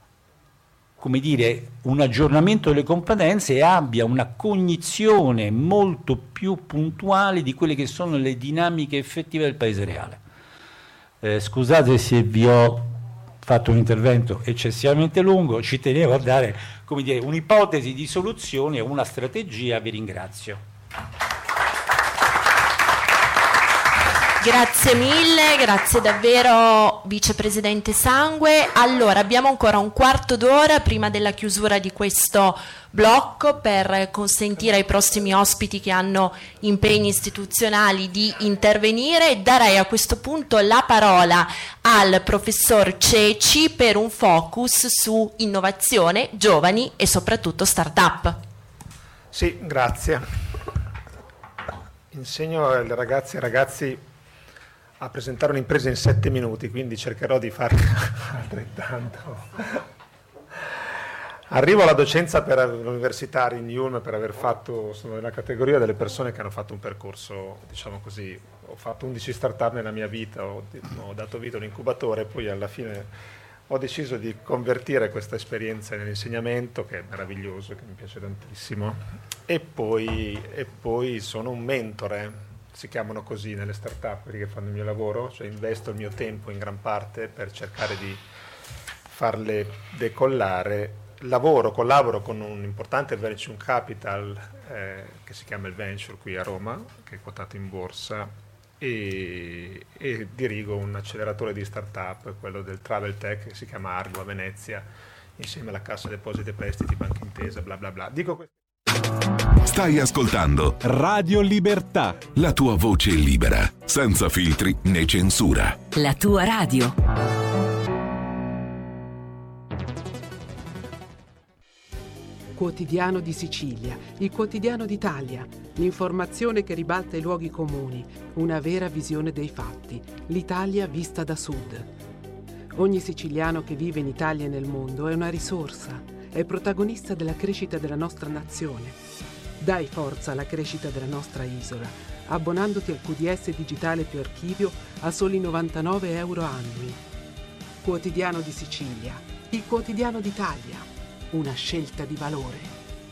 un aggiornamento delle competenze e abbia una cognizione molto più puntuale di quelle che sono le dinamiche effettive del paese reale. Scusate se vi ho fatto un intervento eccessivamente lungo, ci tenevo a dare un'ipotesi di soluzione e una strategia. Vi ringrazio. Grazie mille, grazie davvero Vicepresidente Sangue. Allora, abbiamo ancora un quarto d'ora prima della chiusura di questo blocco per consentire ai prossimi ospiti che hanno impegni istituzionali di intervenire. Darei a questo punto la parola al professor Ceci per un focus su innovazione, giovani e soprattutto start-up. Sì, grazie. Insegno alle ragazze e ragazzi a presentare un'impresa in 7 minuti, quindi cercherò di fare altrettanto. Arrivo alla docenza per l'università in Ulm per aver fatto, sono nella categoria delle persone che hanno fatto un percorso, diciamo così, ho fatto 11 start-up nella mia vita, ho dato vita a un incubatore, poi alla fine ho deciso di convertire questa esperienza nell'insegnamento, che è meraviglioso, che mi piace tantissimo, e poi sono un mentore. Si chiamano così nelle start-up quelli che fanno il mio lavoro, cioè investo il mio tempo in gran parte per cercare di farle decollare. Collaboro con un importante venture capital che si chiama il Venture qui a Roma, che è quotato in borsa, e dirigo un acceleratore di start-up, quello del travel tech, che si chiama Argo a Venezia, insieme alla Cassa Depositi e Prestiti, Banca Intesa, bla bla bla. Dico questo. Stai ascoltando Radio Libertà, la tua voce libera, senza filtri né censura. La tua radio. Quotidiano di Sicilia, il quotidiano d'Italia, l'informazione che ribalta i luoghi comuni, una vera visione dei fatti, l'Italia vista da sud. Ogni siciliano che vive in Italia e nel mondo è una risorsa, è protagonista della crescita della nostra nazione. Dai forza alla crescita della nostra isola, abbonandoti al QDS digitale più archivio a soli 99 euro annui. Quotidiano di Sicilia, il quotidiano d'Italia, una scelta di valore.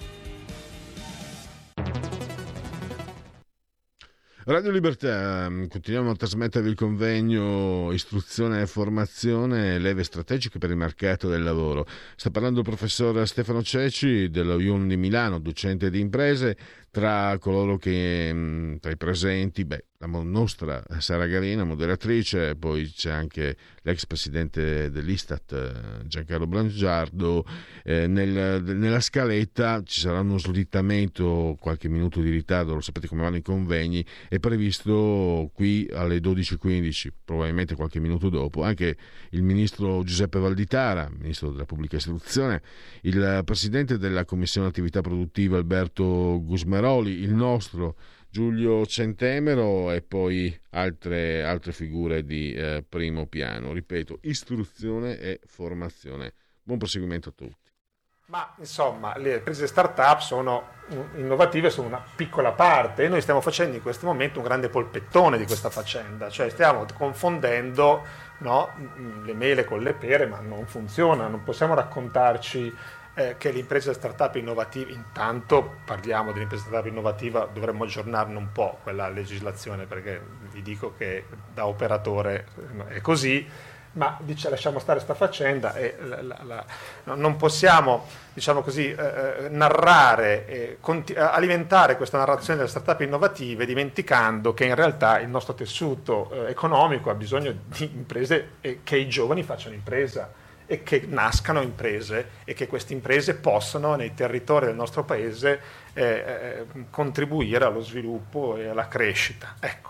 Radio Libertà, continuiamo a trasmettervi il convegno Istruzione e Formazione, leve strategiche per il mercato del lavoro. Sta parlando il professor Stefano Ceci dello IUN di Milano, docente di imprese. Tra coloro che, tra i presenti, la nostra Sara Garina, moderatrice, poi c'è anche l'ex presidente dell'Istat Giancarlo Langiardo. Nella scaletta ci sarà uno slittamento, qualche minuto di ritardo, lo sapete come vanno i convegni, è previsto qui alle 12.15, probabilmente qualche minuto dopo, anche il ministro Giuseppe Valditara, ministro della Pubblica Istruzione, il presidente della Commissione Attività Produttiva Alberto Gusmeroli, il nostro Giulio Centemero e poi altre figure di primo piano. Ripeto, istruzione e formazione. Buon proseguimento a tutti. Ma insomma, le imprese start-up sono innovative, sono una piccola parte e noi stiamo facendo in questo momento un grande polpettone di questa faccenda, cioè stiamo confondendo, no, le mele con le pere, ma non funziona, non possiamo raccontarci che l'impresa startup innovativa, intanto parliamo dell'impresa startup innovativa, dovremmo aggiornarne un po' quella legislazione, perché vi dico che da operatore è così, ma lasciamo stare sta faccenda e non possiamo, diciamo così, narrare, alimentare questa narrazione delle startup innovative dimenticando che in realtà il nostro tessuto economico ha bisogno di imprese e che i giovani facciano impresa e che nascano imprese e che queste imprese possano nei territori del nostro paese contribuire allo sviluppo e alla crescita. Ecco.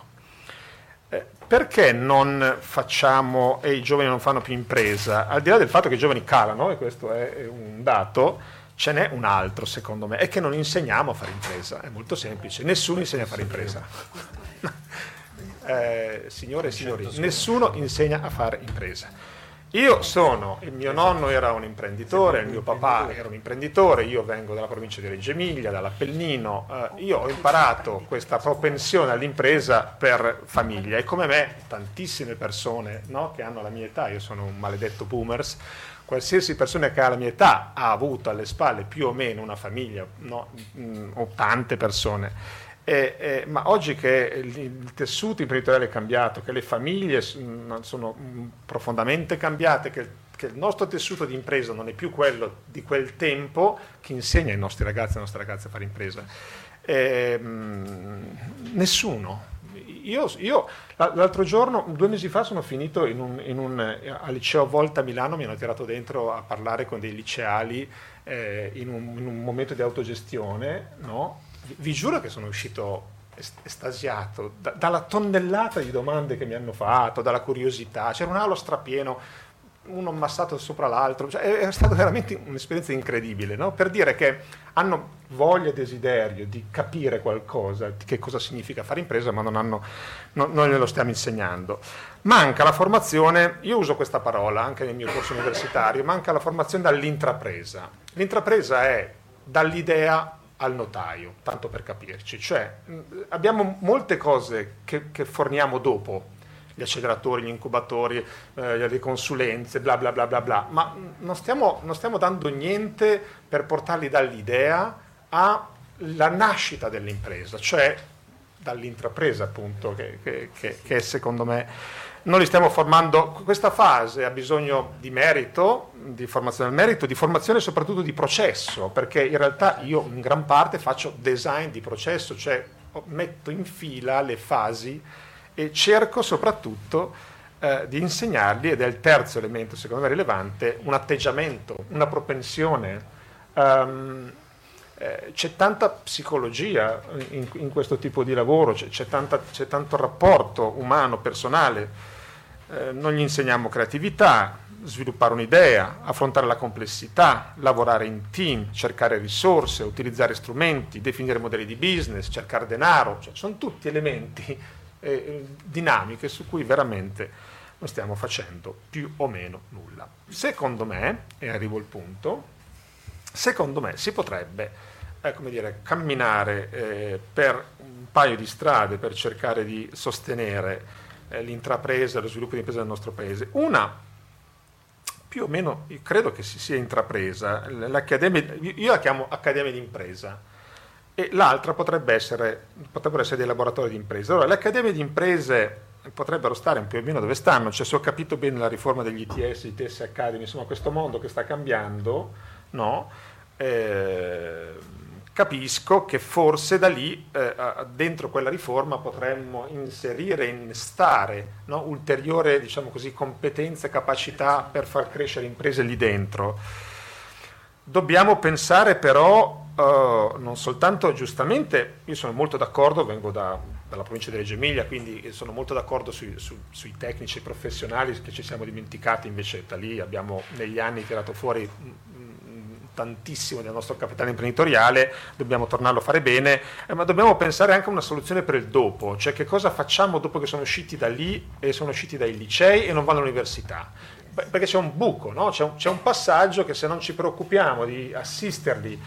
Perché non facciamo e i giovani non fanno più impresa? Al di là del fatto che i giovani calano, e questo è un dato, ce n'è un altro secondo me, è che non insegniamo a fare impresa, è molto semplice, nessuno insegna a fare impresa. Signore e signori, nessuno insegna a fare impresa. Il mio nonno era un imprenditore, il mio papà era un imprenditore, io vengo dalla provincia di Reggio Emilia, dall'Appennino, io ho imparato questa propensione all'impresa per famiglia e come me tantissime persone, no, che hanno la mia età, io sono un maledetto boomers, qualsiasi persona che ha la mia età ha avuto alle spalle più o meno una famiglia, no, o tante persone. Ma oggi che il tessuto imprenditoriale è cambiato, che le famiglie sono profondamente cambiate, che il nostro tessuto di impresa non è più quello di quel tempo, chi insegna ai nostri ragazzi e alle nostre ragazze a fare impresa? Nessuno. Io l'altro giorno, 2 mesi fa, sono finito al liceo Volta a Milano, mi hanno tirato dentro a parlare con dei liceali in un momento di autogestione, no? Vi giuro che sono uscito estasiato dalla tonnellata di domande che mi hanno fatto, dalla curiosità. C'era un aula strapieno, uno ammassato sopra l'altro, cioè, è stata veramente un'esperienza incredibile, no? Per dire che hanno voglia e desiderio di capire qualcosa, di che cosa significa fare impresa, ma non glielo stiamo insegnando. Manca la formazione, io uso questa parola anche nel mio corso universitario, manca la formazione dall'intrapresa. L'intrapresa è dall'idea al notaio, tanto per capirci, cioè abbiamo molte cose che forniamo dopo, gli acceleratori, gli incubatori, le consulenze, bla bla bla bla bla, ma non stiamo dando niente per portarli dall'idea alla nascita dell'impresa, cioè dall'intrapresa appunto, che secondo me non li stiamo formando. Questa fase ha bisogno di merito, di formazione del merito, di formazione soprattutto di processo, perché in realtà io in gran parte faccio design di processo, cioè metto in fila le fasi e cerco soprattutto di insegnargli, ed è il terzo elemento secondo me rilevante, un atteggiamento, una propensione. C'è tanta psicologia in questo tipo di lavoro, c'è tanto rapporto umano, personale. Non gli insegniamo creatività, sviluppare un'idea, affrontare la complessità, lavorare in team, cercare risorse, utilizzare strumenti, definire modelli di business, cercare denaro, cioè, sono tutti elementi dinamiche su cui veramente non stiamo facendo più o meno nulla. Secondo me, e arrivo al punto, secondo me si potrebbe camminare per un paio di strade per cercare di sostenere l'intrapresa e lo sviluppo di impresa del nostro paese. Una, più o meno, io credo che si sia intrapresa, io la chiamo Accademia di Impresa, e l'altra potrebbero essere dei laboratori di impresa. Allora, le accademie di imprese potrebbero stare più o meno dove stanno, cioè se ho capito bene la riforma degli ITS, ITS Academy, insomma questo mondo che sta cambiando, no? Capisco che forse da lì, dentro quella riforma, potremmo inserire, innestare, no? Ulteriore, diciamo così, competenze, capacità per far crescere imprese lì dentro. Dobbiamo pensare però non soltanto, giustamente, io sono molto d'accordo, vengo dalla provincia di Reggio Emilia, quindi sono molto d'accordo sui tecnici professionali che ci siamo dimenticati, invece da lì abbiamo negli anni tirato fuori tantissimo del nostro capitale imprenditoriale, dobbiamo tornarlo a fare bene, ma dobbiamo pensare anche a una soluzione per il dopo, cioè che cosa facciamo dopo che sono usciti da lì e sono usciti dai licei e non vanno all'università. Perché c'è un buco, no? C'è un passaggio che se non ci preoccupiamo di assisterli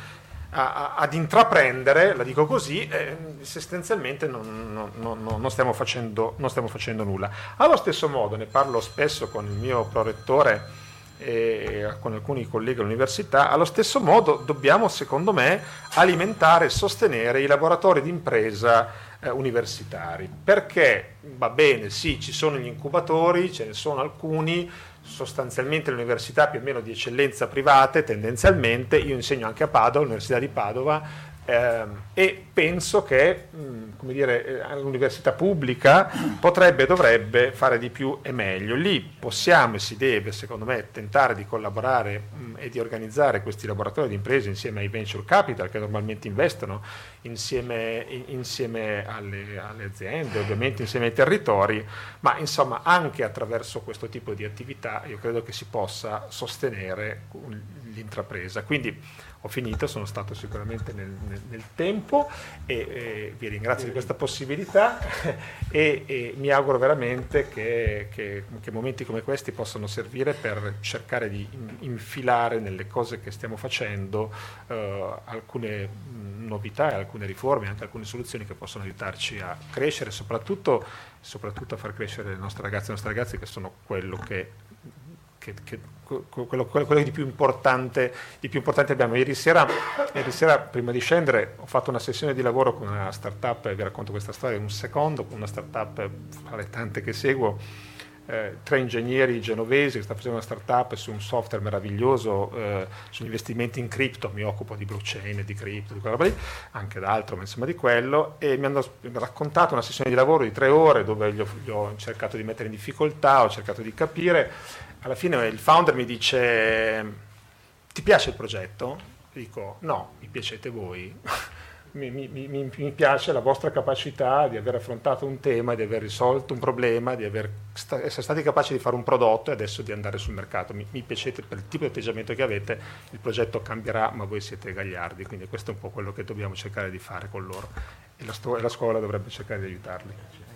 ad intraprendere, la dico così, sostanzialmente non stiamo facendo nulla. Allo stesso modo, ne parlo spesso con il mio prorettore e con alcuni colleghi all'università, allo stesso modo dobbiamo, secondo me, alimentare e sostenere i laboratori di impresa universitari, perché va bene, sì, ci sono gli incubatori, ce ne sono alcuni, sostanzialmente le università più o meno di eccellenza private, tendenzialmente. Io insegno anche a Padova, all'Università di Padova, e penso che l'università pubblica dovrebbe fare di più e meglio. Lì possiamo e si deve, secondo me, tentare di collaborare e di organizzare questi laboratori di imprese insieme ai venture capital che normalmente investono, insieme alle aziende, ovviamente insieme ai territori, ma insomma anche attraverso questo tipo di attività io credo che si possa sostenere l'intrapresa. Quindi ho finito, sono stato sicuramente nel tempo e vi ringrazio di questa possibilità e mi auguro veramente che momenti come questi possano servire per cercare di infilare nelle cose che stiamo facendo alcune novità e alcune riforme, anche alcune soluzioni che possono aiutarci a crescere, soprattutto a far crescere le nostre ragazze e i nostri ragazzi, che sono quello di più importante abbiamo. Ieri sera prima di scendere ho fatto una sessione di lavoro con una startup, vi racconto questa storia in un secondo, con una startup fra le tante che seguo, 3 ingegneri genovesi che stanno facendo una startup su un software meraviglioso sugli investimenti in cripto. Mi occupo di blockchain, di cripto, di quella roba lì, anche d'altro, ma insomma di quello, e mi hanno raccontato una sessione di lavoro di 3 ore dove gli ho cercato di mettere in difficoltà, ho cercato di capire. Alla fine il founder mi dice: ti piace il progetto? Dico: no, mi piacete voi. Mi piace la vostra capacità di aver affrontato un tema, di aver risolto un problema, di essere stati capaci di fare un prodotto e adesso di andare sul mercato. Mi piacete per il tipo di atteggiamento che avete, il progetto cambierà, ma voi siete gagliardi. Quindi questo è un po' quello che dobbiamo cercare di fare con loro, e la scuola dovrebbe cercare di aiutarli.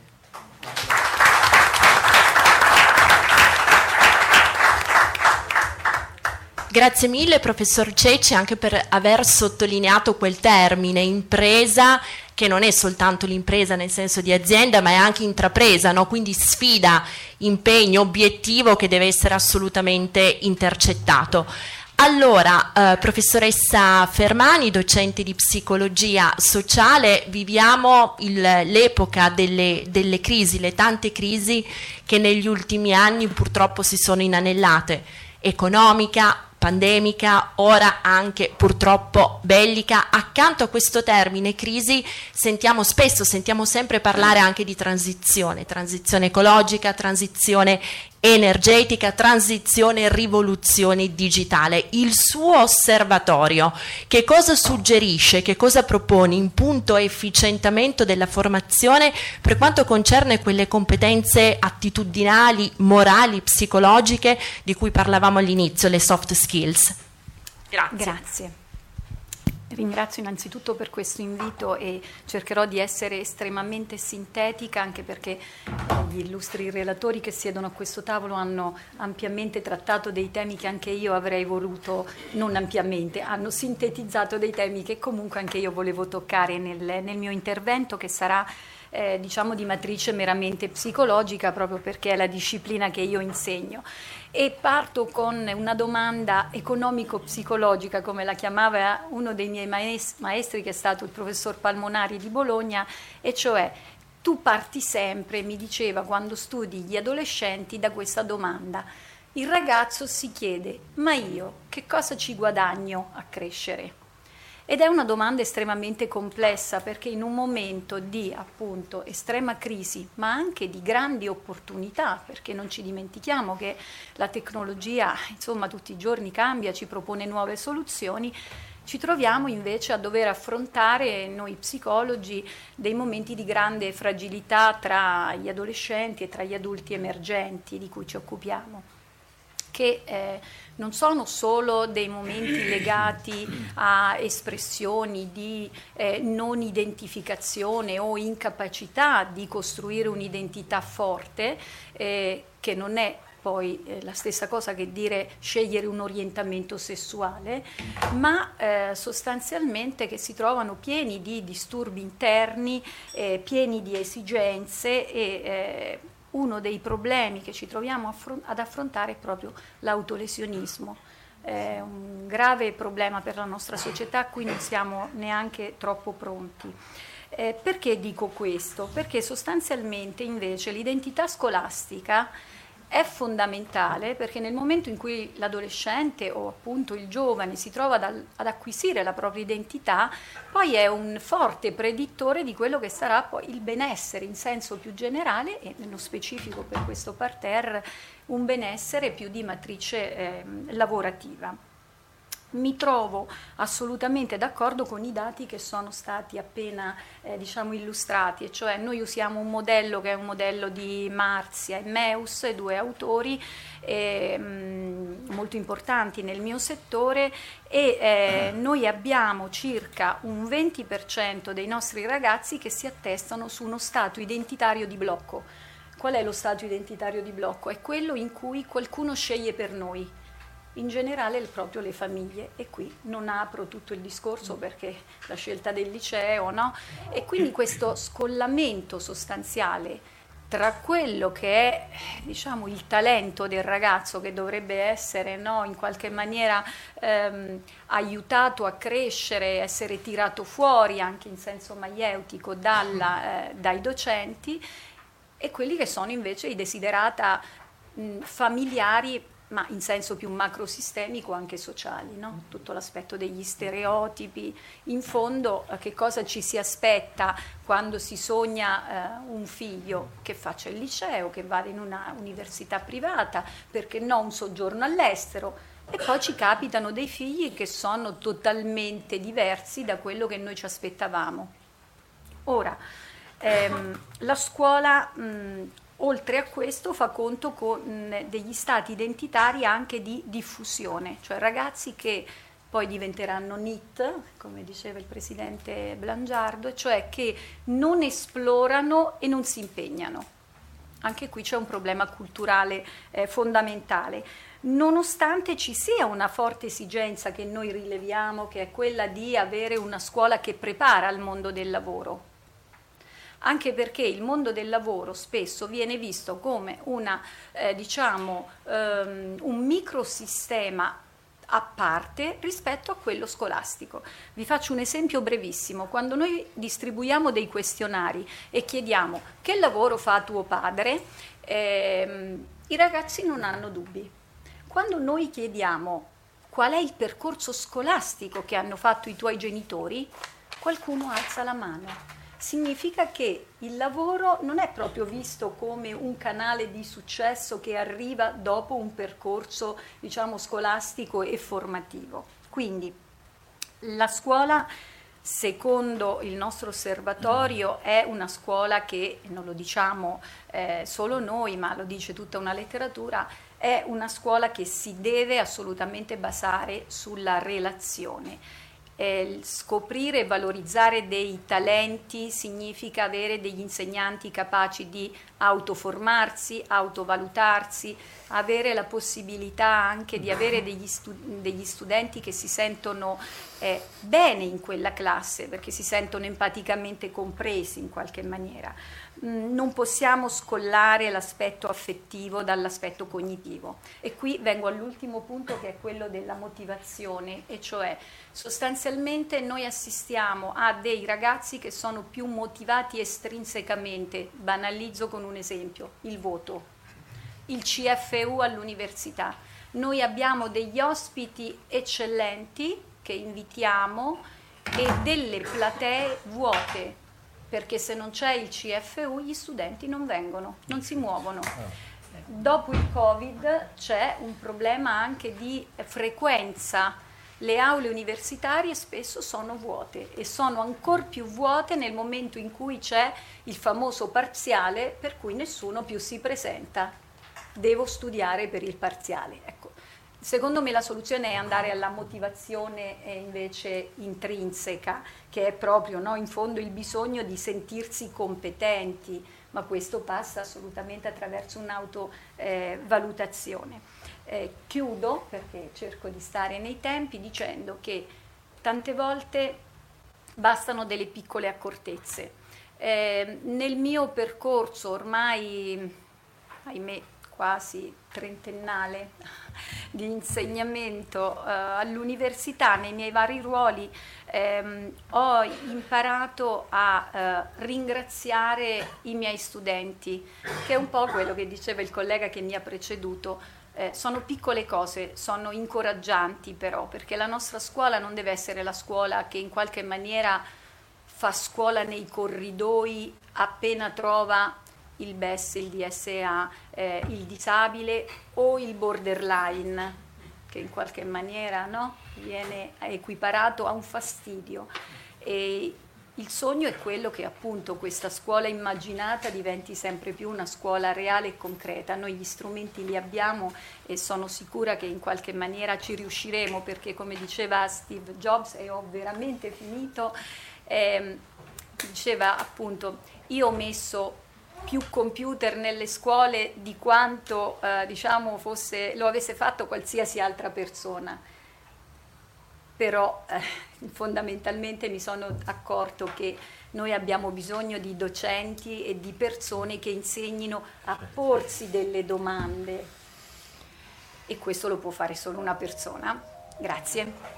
Grazie mille professor Cecci anche per aver sottolineato quel termine impresa, che non è soltanto l'impresa nel senso di azienda, ma è anche intrapresa, no? Quindi sfida, impegno, obiettivo che deve essere assolutamente intercettato. Allora, professoressa Fermani, docente di psicologia sociale, viviamo l'epoca delle crisi, le tante crisi che negli ultimi anni purtroppo si sono inanellate, economica, pandemica, ora anche purtroppo bellica. Accanto a questo termine crisi sentiamo sempre parlare anche di transizione ecologica, transizione energetica, transizione, rivoluzione digitale. Il suo osservatorio che cosa suggerisce, che cosa propone in punto efficientamento della formazione per quanto concerne quelle competenze attitudinali, morali, psicologiche di cui parlavamo all'inizio, le soft skills? Grazie. Ringrazio innanzitutto per questo invito e cercherò di essere estremamente sintetica, anche perché gli illustri relatori che siedono a questo tavolo hanno ampiamente trattato dei temi che anche io avrei voluto, non ampiamente, hanno sintetizzato dei temi che comunque anche io volevo toccare nel mio intervento, che sarà diciamo di matrice meramente psicologica, proprio perché è la disciplina che io insegno. E parto con una domanda economico-psicologica, come la chiamava uno dei miei maestri, che è stato il professor Palmonari di Bologna, e cioè: tu parti sempre, mi diceva, quando studi gli adolescenti, da questa domanda. Il ragazzo si chiede: ma io che cosa ci guadagno a crescere? Ed è una domanda estremamente complessa, perché in un momento di appunto estrema crisi, ma anche di grandi opportunità, perché non ci dimentichiamo che la tecnologia insomma tutti i giorni cambia, ci propone nuove soluzioni, ci troviamo invece a dover affrontare noi psicologi dei momenti di grande fragilità tra gli adolescenti e tra gli adulti emergenti di cui ci occupiamo, che non sono solo dei momenti legati a espressioni di non identificazione o incapacità di costruire un'identità forte, che non è poi la stessa cosa che dire scegliere un orientamento sessuale, ma sostanzialmente che si trovano pieni di disturbi interni, pieni di esigenze, e uno dei problemi che ci troviamo ad affrontare è proprio l'autolesionismo. È un grave problema per la nostra società a cui non siamo neanche troppo pronti. Perché dico questo? Perché sostanzialmente invece l'identità scolastica è fondamentale, perché nel momento in cui l'adolescente o appunto il giovane si trova ad acquisire la propria identità, poi è un forte predittore di quello che sarà poi il benessere in senso più generale, e nello specifico per questo parterre un benessere più di matrice lavorativa. Mi trovo assolutamente d'accordo con i dati che sono stati appena illustrati, e cioè noi usiamo un modello che è un modello di Marzia e Meus, 2 autori molto importanti nel mio settore, e noi abbiamo circa un 20% dei nostri ragazzi che si attestano su uno stato identitario di blocco. Qual è lo stato identitario di blocco? È quello in cui qualcuno sceglie per noi. In generale proprio le famiglie, e qui non apro tutto il discorso perché la scelta del liceo, no? E quindi questo scollamento sostanziale tra quello che è il talento del ragazzo, che dovrebbe essere in qualche maniera aiutato a crescere, essere tirato fuori anche in senso maieutico dai docenti, e quelli che sono invece i desiderata familiari, ma in senso più macrosistemico anche sociali, no? Tutto l'aspetto degli stereotipi. In fondo che cosa ci si aspetta quando si sogna un figlio? Che faccia il liceo, che vada in una università privata, perché no un soggiorno all'estero, e poi ci capitano dei figli che sono totalmente diversi da quello che noi ci aspettavamo. Ora, la scuola oltre a questo fa conto con degli stati identitari anche di diffusione, cioè ragazzi che poi diventeranno NEET, come diceva il presidente Blangiardo, cioè che non esplorano e non si impegnano. Anche qui c'è un problema culturale fondamentale, nonostante ci sia una forte esigenza che noi rileviamo, che è quella di avere una scuola che prepara al mondo del lavoro. Anche perché il mondo del lavoro spesso viene visto come un microsistema a parte rispetto a quello scolastico. Vi faccio un esempio brevissimo. Quando noi distribuiamo dei questionari e chiediamo che lavoro fa tuo padre, i ragazzi non hanno dubbi. Quando noi chiediamo qual è il percorso scolastico che hanno fatto i tuoi genitori, qualcuno alza la mano. Significa che il lavoro non è proprio visto come un canale di successo che arriva dopo un percorso, scolastico e formativo. Quindi la scuola, secondo il nostro osservatorio, è una scuola che, non lo diciamo solo noi, ma lo dice tutta una letteratura, è una scuola che si deve assolutamente basare sulla relazione. Scoprire e valorizzare dei talenti significa avere degli insegnanti capaci di autoformarsi, autovalutarsi, avere la possibilità anche di avere degli studenti che si sentono bene in quella classe, perché si sentono empaticamente compresi in qualche maniera. Non possiamo scollare l'aspetto affettivo dall'aspetto cognitivo. E qui vengo all'ultimo punto, che è quello della motivazione, e cioè sostanzialmente noi assistiamo a dei ragazzi che sono più motivati estrinsecamente. Banalizzo con un esempio: il voto, il CFU all'università. Noi abbiamo degli ospiti eccellenti che invitiamo e delle platee vuote, perché se non c'è il CFU gli studenti non vengono, non si muovono. Dopo il Covid c'è un problema anche di frequenza. Le aule universitarie spesso sono vuote e sono ancora più vuote nel momento in cui c'è il famoso parziale, per cui nessuno più si presenta. Devo studiare per il parziale. Ecco, secondo me la soluzione è andare alla motivazione invece intrinseca, che è proprio, no, in fondo il bisogno di sentirsi competenti, ma questo passa assolutamente attraverso un'autovalutazione. Chiudo, perché cerco di stare nei tempi, dicendo che tante volte bastano delle piccole accortezze. Nel mio percorso ormai, ahimè, quasi trentennale di insegnamento all'università, nei miei vari ruoli, ho imparato a ringraziare i miei studenti, che è un po' quello che diceva il collega che mi ha preceduto. Sono piccole cose, sono incoraggianti però, perché la nostra scuola non deve essere la scuola che in qualche maniera fa scuola nei corridoi appena trova il BES, il DSA, il disabile o il borderline, che in qualche maniera, no, viene equiparato a un fastidio. E il sogno è quello che appunto questa scuola immaginata diventi sempre più una scuola reale e concreta. Noi gli strumenti li abbiamo e sono sicura che in qualche maniera ci riusciremo, perché come diceva Steve Jobs, e ho veramente finito, diceva appunto: io ho messo più computer nelle scuole di quanto lo avesse fatto qualsiasi altra persona, però fondamentalmente mi sono accorto che noi abbiamo bisogno di docenti e di persone che insegnino a porsi delle domande, e questo lo può fare solo una persona. Grazie.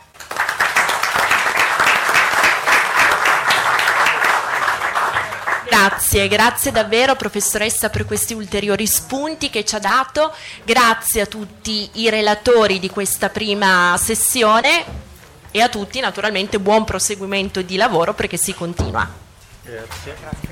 Grazie davvero professoressa per questi ulteriori spunti che ci ha dato, grazie a tutti i relatori di questa prima sessione e a tutti naturalmente buon proseguimento di lavoro perché si continua. Grazie.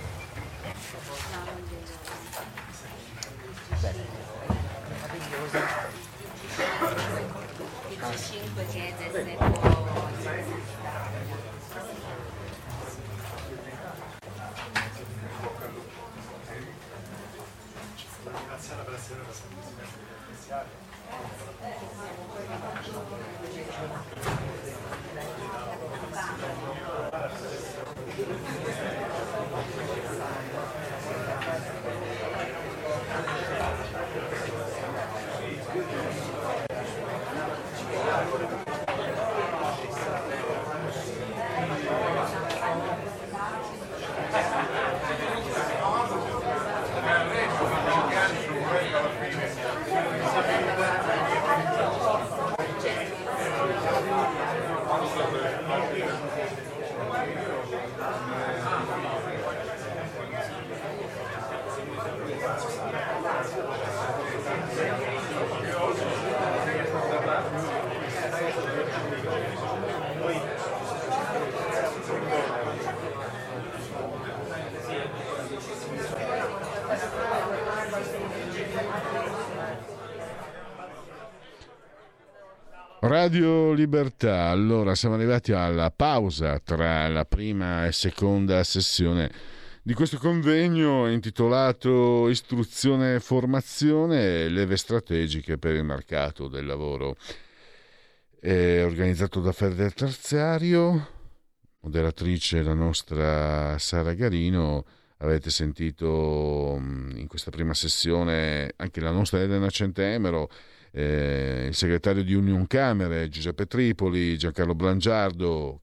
Radio Libertà. Allora, siamo arrivati alla pausa tra la prima e seconda sessione di questo convegno intitolato Istruzione e formazione, leve strategiche per il mercato del lavoro. È organizzato da Federterziario, moderatrice la nostra Sara Garino. Avete sentito in questa prima sessione anche la nostra Elena Centemero, il segretario di Union Camere Giuseppe Tripoli, Giancarlo Blangiardo,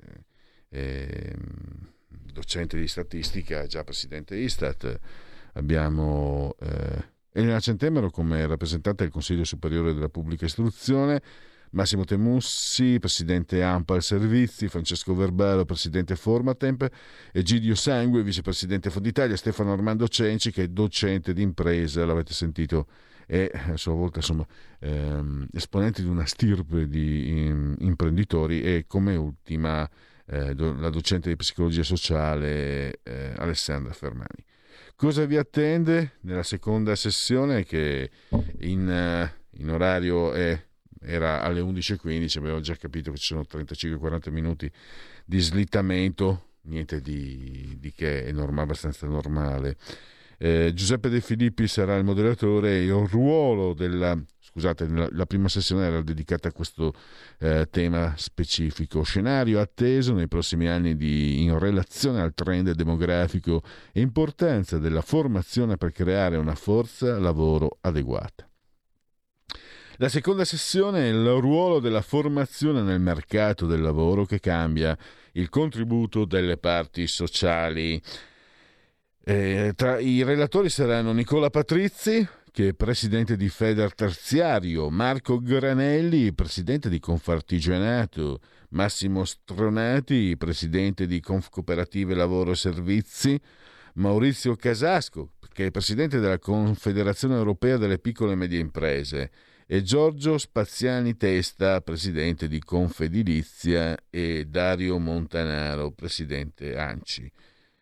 docente di statistica, già presidente Istat. Abbiamo Elena Centemero come rappresentante del Consiglio Superiore della Pubblica Istruzione, Massimo Temussi, presidente ANPAL Servizi, Francesco Verbalo, presidente Formatemp, Egidio Sangue, vicepresidente Fonditalia, Stefano Armando Cenci, che è docente di impresa, l'avete sentito, e a sua volta insomma esponente di una stirpe di imprenditori, e come ultima la docente di psicologia sociale Alessandra Fermani. Cosa vi attende nella seconda sessione, che in orario era alle 11.15, abbiamo già capito che ci sono 35-40 minuti di slittamento, niente di che, è abbastanza normale. Giuseppe De Filippi sarà il moderatore. Il ruolo la prima sessione era dedicata a questo tema specifico. Scenario atteso nei prossimi anni in relazione al trend demografico e importanza della formazione per creare una forza lavoro adeguata. La seconda sessione è il ruolo della formazione nel mercato del lavoro, che cambia il contributo delle parti sociali. Tra i relatori saranno Nicola Patrizzi, che è presidente di Federterziario, Marco Granelli, presidente di Confartigianato, Massimo Stronati, presidente di Confcooperative Lavoro e Servizi, Maurizio Casasco, che è presidente della Confederazione Europea delle Piccole e Medie Imprese, e Giorgio Spaziani Testa, presidente di Confedilizia, e Dario Montanaro, presidente ANCI.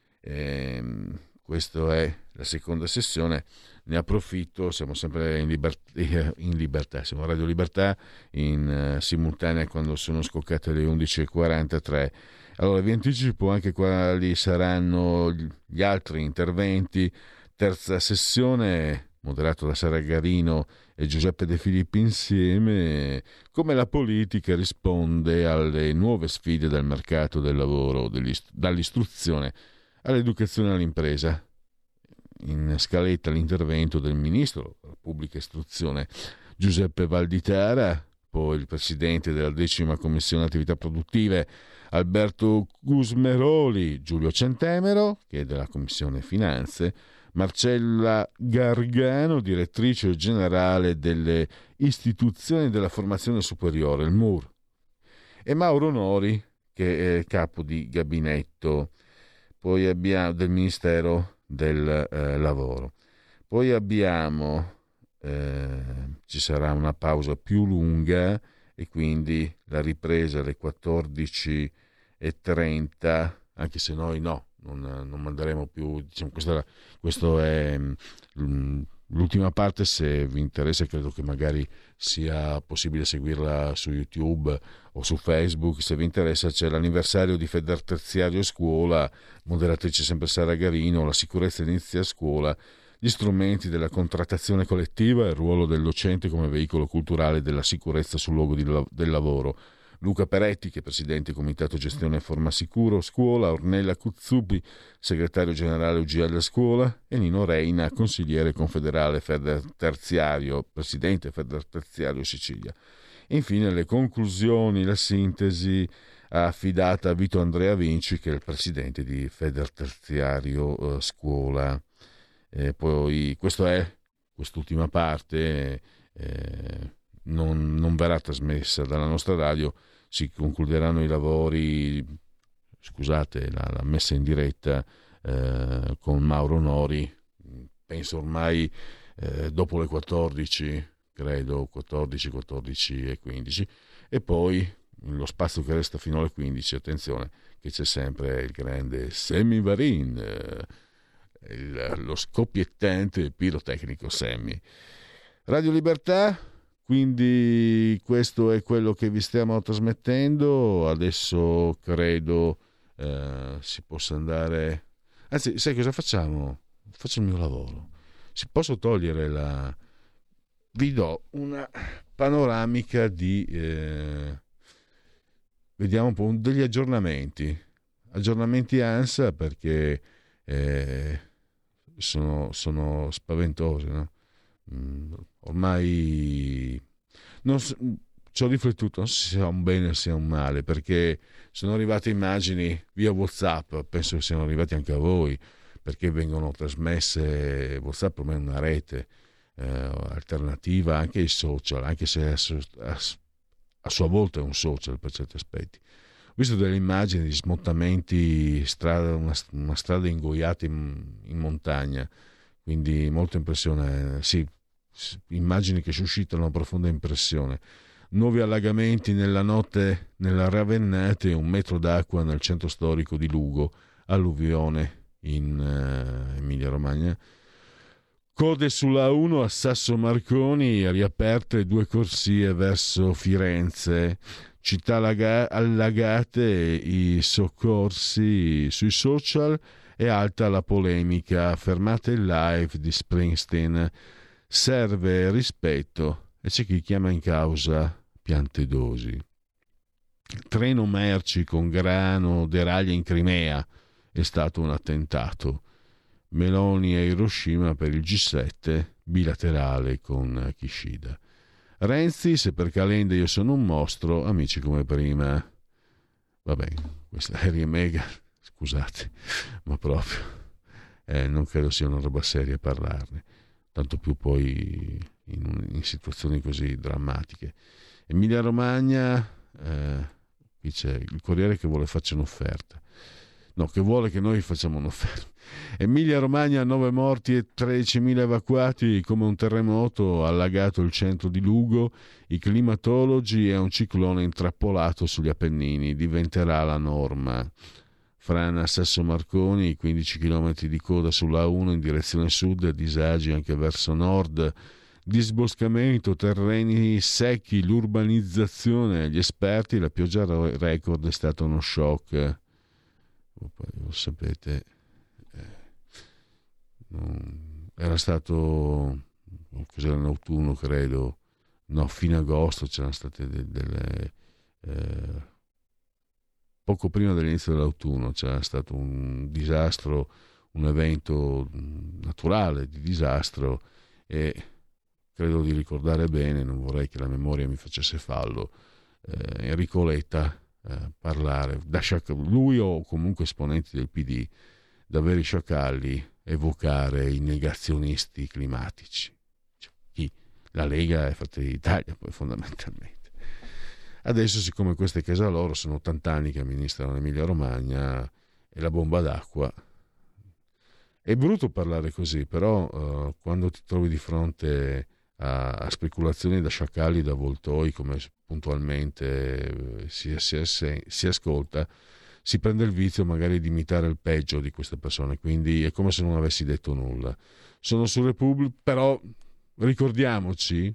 Questa è la seconda sessione. Ne approfitto, siamo sempre in libertà, siamo a Radio Libertà in simultanea quando sono scoccate le 11.43. Allora vi anticipo anche quali saranno gli altri interventi. Terza sessione, moderato da Sara Garino e Giuseppe De Filippi insieme, come la politica risponde alle nuove sfide del mercato del lavoro, dall'istruzione all'educazione all'impresa. In scaletta l'intervento del ministro della pubblica istruzione Giuseppe Valditara, poi il presidente della 10ª commissione attività produttive Alberto Gusmeroli, Giulio Centemero, che è della commissione finanze, Marcella Gargano, direttrice generale delle istituzioni della formazione superiore, il MUR, e Mauro Nori, che è capo di gabinetto. poi abbiamo del Ministero del Lavoro. Poi abbiamo, ci sarà una pausa più lunga e quindi la ripresa alle 14:30, anche se noi non manderemo più, diciamo, questo è l'ultima parte. Se vi interessa, credo che magari sia possibile seguirla su YouTube o su Facebook. Se vi interessa, c'è l'anniversario di Federterziario Scuola, moderatrice sempre Sara Garino, la sicurezza inizia a scuola, gli strumenti della contrattazione collettiva e il ruolo del docente come veicolo culturale della sicurezza sul luogo del lavoro. Luca Peretti, che è presidente Comitato Gestione Forma Sicuro Scuola, Ornella Cuzzupi, segretario generale UGL Scuola, e Nino Reina, consigliere confederale Federterziario, presidente Federterziario Sicilia. E infine le conclusioni, la sintesi affidata a Vito Andrea Vinci, che è il presidente di Federterziario Scuola. Poi quest'ultima parte non verrà trasmessa dalla nostra radio, si concluderanno i lavori, scusate, la messa in diretta con Mauro Nori, penso ormai dopo le 14, credo 14:15, e poi lo spazio che resta fino alle 15, attenzione che c'è sempre il grande Sammy Varin, lo scoppiettante pirotecnico Sammy. Radio Libertà, quindi questo è quello che vi stiamo trasmettendo. Adesso credo si possa andare, anzi, sai cosa facciamo? Faccio il mio lavoro, posso togliere vi do una panoramica di vediamo un po' degli aggiornamenti ANSA, perché sono spaventosi, no? Ormai ci ho riflettuto, non so se sia un bene o sia un male, perché sono arrivate immagini via WhatsApp, penso che siano arrivati anche a voi, perché vengono trasmesse. WhatsApp per me è una rete alternativa anche ai social, anche se a sua volta è un social per certi aspetti. Ho visto delle immagini di smottamenti, una strada ingoiata in montagna, quindi molta impressione, sì, immagini che suscitano una profonda impressione. Nuovi allagamenti nella notte nella Ravennate, 1 metro d'acqua nel centro storico di Lugo, alluvione in Emilia Romagna. Code sulla 1 a Sasso Marconi, riaperte 2 corsie verso Firenze, città allagate, i soccorsi sui social, è alta la polemica, fermate il live di Springsteen, serve rispetto e c'è chi chiama in causa Piantedosi. Treno merci con grano deraglia in Crimea, è stato un attentato. Meloni a Hiroshima per il G7 bilaterale con Kishida. Renzi, se per Calenda io sono un mostro, amici come prima. Vabbè, questa Harry e Meghan, scusate, ma proprio non credo sia una roba seria parlarne, tanto più poi in situazioni così drammatiche. Emilia Romagna, qui c'è il Corriere che vuole farci un'offerta, che vuole che noi facciamo un'offerta. Emilia Romagna, 9 morti e 13.000 evacuati, come un terremoto allagato il centro di Lugo, i climatologi e un ciclone intrappolato sugli Appennini, diventerà la norma. Frana Sasso Marconi, 15 km di coda sulla 1 in direzione sud, disagi anche verso nord, disboscamento, terreni secchi, l'urbanizzazione, gli esperti, la pioggia record è stato uno shock. Lo sapete, era stato cos'era, in autunno credo, fine agosto c'erano state delle poco prima dell'inizio dell'autunno c'era stato un disastro, un evento naturale di disastro, e credo di ricordare bene, non vorrei che la memoria mi facesse fallo, Enrico Letta parlare, lui o comunque esponenti del PD, da veri sciacalli, evocare i negazionisti climatici. La Lega è Fratelli d'Italia, poi fondamentalmente. Adesso, siccome questa è casa loro, sono 80 anni che amministrano l'Emilia Romagna, e la bomba d'acqua. È brutto parlare così, però quando ti trovi di fronte a speculazioni da sciacalli, da avvoltoi, come puntualmente si ascolta, si prende il vizio magari di imitare il peggio di queste persone, quindi è come se non avessi detto nulla. Sono su Repubblica, però ricordiamoci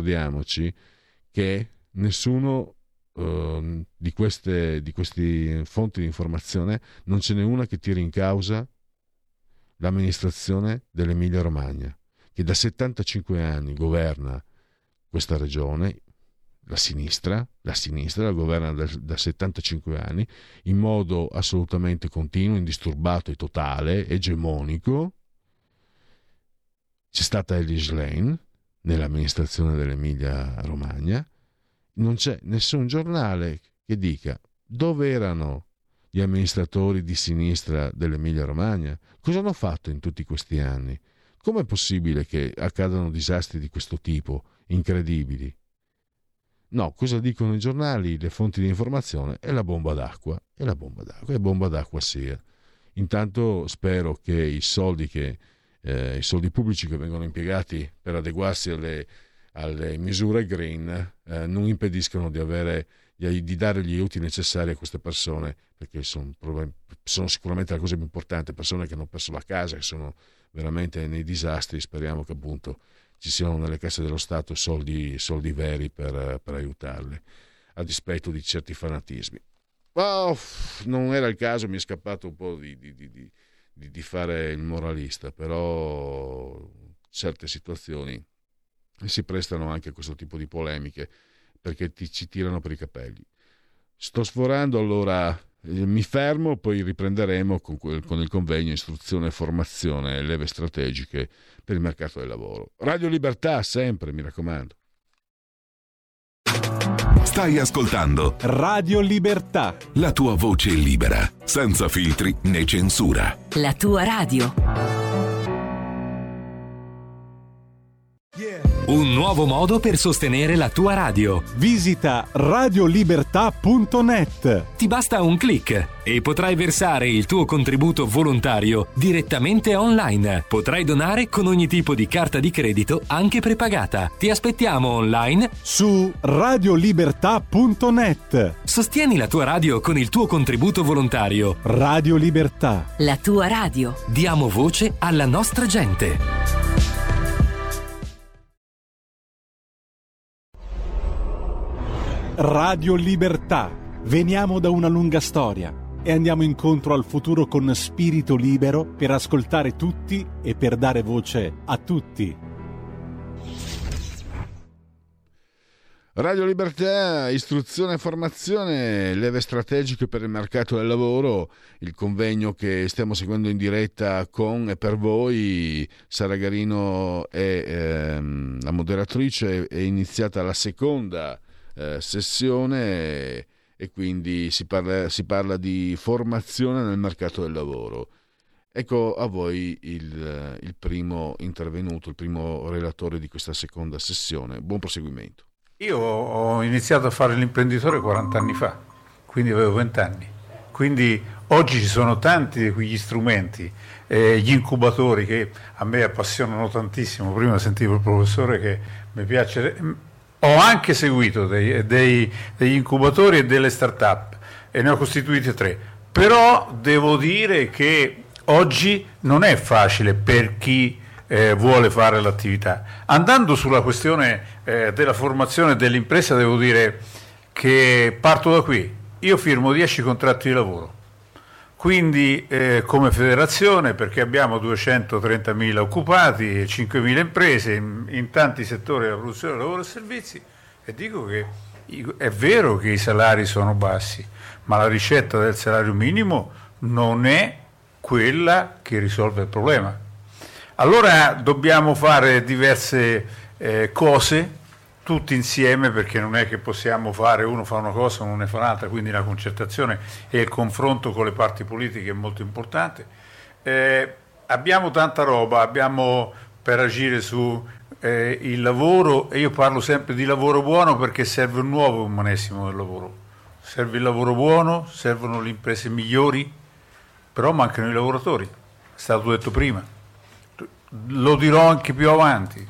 che nessuno di queste fonti di informazione, non ce n'è una che tiri in causa l'amministrazione dell'Emilia Romagna, che da 75 anni governa questa regione. La sinistra la governa da 75 anni in modo assolutamente continuo, indisturbato e totale, egemonico. C'è stata Elise Lane nell'amministrazione dell'Emilia Romagna. Non c'è nessun giornale che dica dove erano gli amministratori di sinistra dell'Emilia Romagna, cosa hanno fatto in tutti questi anni. Com'è possibile che accadano disastri di questo tipo, incredibili? No, cosa dicono i giornali, le fonti di informazione? È la bomba d'acqua, e bomba d'acqua sia. Intanto spero che i soldi pubblici che vengono impiegati per adeguarsi alle misure green non impediscano di dare gli aiuti necessari a queste persone, perché sono sicuramente la cosa più importante, persone che hanno perso la casa, che sono veramente nei disastri. Speriamo che appunto ci siano nelle casse dello Stato soldi veri per aiutarle, a dispetto di certi fanatismi. Non era il caso, mi è scappato un po' di fare il moralista, però certe situazioni si prestano anche a questo tipo di polemiche, perché ci tirano per i capelli. Sto sforando, allora mi fermo, poi riprenderemo con il convegno Istruzione e Formazione e leve strategiche per il mercato del lavoro. Radio Libertà sempre, mi raccomando. Stai ascoltando Radio Libertà, la tua voce libera, senza filtri né censura. La tua radio. Un nuovo modo per sostenere la tua radio. Visita radiolibertà.net. Ti basta un click e potrai versare il tuo contributo volontario direttamente online. Potrai donare con ogni tipo di carta di credito, anche prepagata. Ti aspettiamo online su radiolibertà.net. Sostieni la tua radio con il tuo contributo volontario. Radio Libertà. La tua radio. Diamo voce alla nostra gente. Radio Libertà. Veniamo da una lunga storia e andiamo incontro al futuro con spirito libero per ascoltare tutti e per dare voce a tutti. Radio Libertà, istruzione e formazione, leve strategiche per il mercato del lavoro, il convegno che stiamo seguendo in diretta con e per voi. Sara Garino è la moderatrice, è iniziata la seconda sessione e quindi si parla di formazione nel mercato del lavoro. Ecco a voi il primo intervenuto, il primo relatore di questa seconda sessione. Buon proseguimento. Io ho iniziato a fare l'imprenditore 40 anni fa, quindi avevo 20 anni. Quindi oggi ci sono tanti di quegli strumenti, gli incubatori che a me appassionano tantissimo. Prima sentivo il professore che mi piace. Ho anche seguito degli incubatori e delle start-up e ne ho costituite 3, però devo dire che oggi non è facile per chi vuole fare l'attività. Andando sulla questione della formazione dell'impresa, devo dire che parto da qui. Io firmo 10 contratti di lavoro, quindi come federazione, perché abbiamo 230.000 occupati e 5.000 imprese in tanti settori della produzione del lavoro e servizi, e dico che è vero che i salari sono bassi, ma la ricetta del salario minimo non è quella che risolve il problema. Allora dobbiamo fare diverse cose tutti insieme, perché non è che possiamo fare, uno fa una cosa, uno ne fa un'altra, quindi la concertazione e il confronto con le parti politiche è molto importante. Abbiamo tanta roba, abbiamo per agire su il lavoro, e io parlo sempre di lavoro buono perché serve un nuovo umanesimo del lavoro. Serve il lavoro buono, servono le imprese migliori, però mancano i lavoratori, è stato detto prima, lo dirò anche più avanti.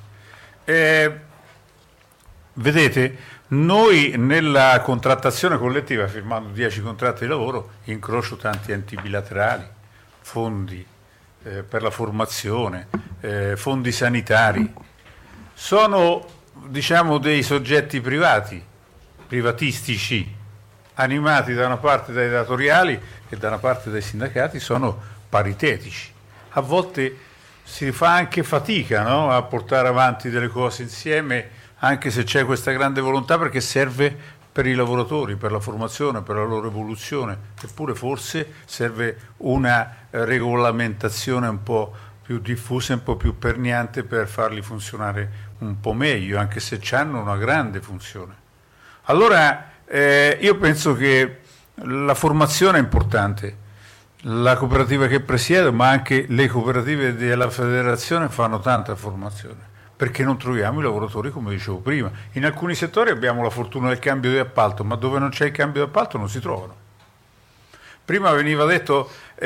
Vedete, noi nella contrattazione collettiva, firmando 10 contratti di lavoro, incrocio tanti enti bilaterali, fondi per la formazione, fondi sanitari, sono diciamo dei soggetti privatistici, animati da una parte dai datoriali e da una parte dai sindacati, sono paritetici. A volte si fa anche fatica, no? A portare avanti delle cose insieme, anche se c'è questa grande volontà, perché serve per i lavoratori, per la formazione, per la loro evoluzione, eppure forse serve una regolamentazione un po' più diffusa, un po' più permeante per farli funzionare un po' meglio, anche se hanno una grande funzione. Allora io penso che la formazione è importante. La cooperativa che presiedo, ma anche le cooperative della federazione fanno tanta formazione, perché non troviamo i lavoratori, come dicevo prima. In alcuni settori abbiamo la fortuna del cambio di appalto, ma dove non c'è il cambio di appalto non si trovano. Prima veniva detto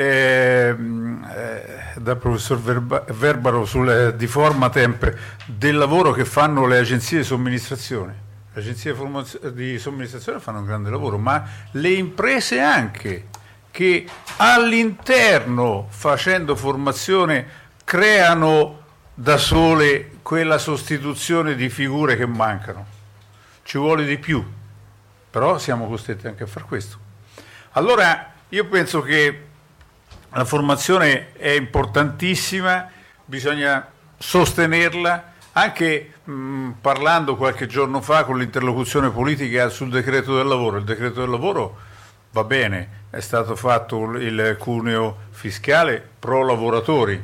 dal professor Verbaro di Formatemp del lavoro che fanno le agenzie di somministrazione. Le agenzie di somministrazione fanno un grande lavoro, ma le imprese anche, che all'interno, facendo formazione, creano da sole quella sostituzione di figure che mancano. Ci vuole di più, però siamo costretti anche a far questo. Allora io penso che la formazione è importantissima, bisogna sostenerla, anche parlando qualche giorno fa con l'interlocuzione politica sul decreto del lavoro. Il decreto del lavoro va bene, è stato fatto il cuneo fiscale pro lavoratori,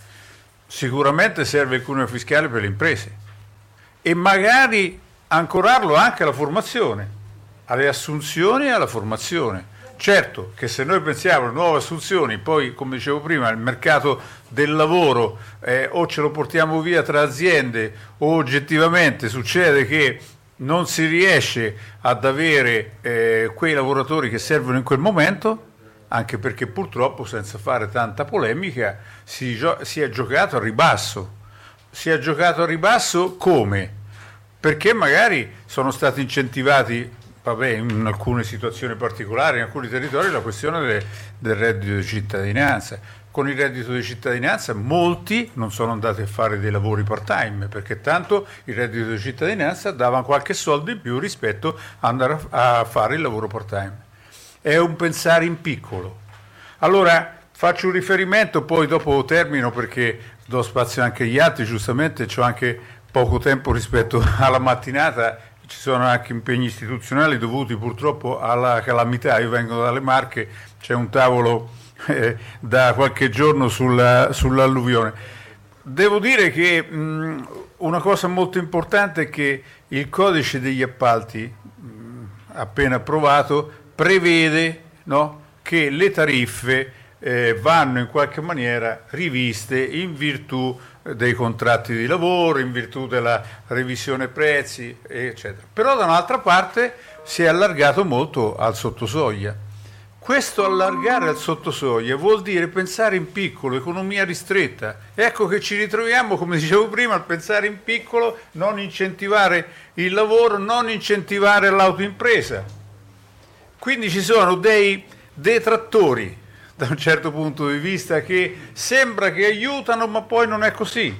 sicuramente serve il cuneo fiscale per le imprese e magari ancorarlo anche alla formazione, alle assunzioni e alla formazione. Certo che se noi pensiamo a nuove assunzioni, poi come dicevo prima il mercato del lavoro o ce lo portiamo via tra aziende o oggettivamente succede che non si riesce ad avere quei lavoratori che servono in quel momento, anche perché purtroppo, senza fare tanta polemica, si è giocato a ribasso. Si è giocato a ribasso come? Perché magari sono stati incentivati, in alcune situazioni particolari, in alcuni territori, la questione del reddito di cittadinanza. Con il reddito di cittadinanza molti non sono andati a fare dei lavori part-time, perché tanto il reddito di cittadinanza dava qualche soldo in più rispetto a andare a fare il lavoro part-time. È un pensare in piccolo. Allora faccio un riferimento, poi dopo termino perché do spazio anche agli altri, giustamente c'ho anche poco tempo rispetto alla mattinata, ci sono anche impegni istituzionali dovuti purtroppo alla calamità. Io vengo dalle Marche, c'è un tavolo da qualche giorno sull'alluvione. Devo dire che una cosa molto importante è che il codice degli appalti appena approvato prevede, no, che le tariffe vanno in qualche maniera riviste in virtù dei contratti di lavoro, in virtù della revisione prezzi, eccetera. Però da un'altra parte si è allargato molto al sottosoglia. Questo allargare al sottosoglia vuol dire pensare in piccolo, economia ristretta. Ecco che ci ritroviamo, come dicevo prima, al pensare in piccolo, non incentivare il lavoro, non incentivare l'autoimpresa. Quindi ci sono dei detrattori, da un certo punto di vista, che sembra che aiutano, ma poi non è così.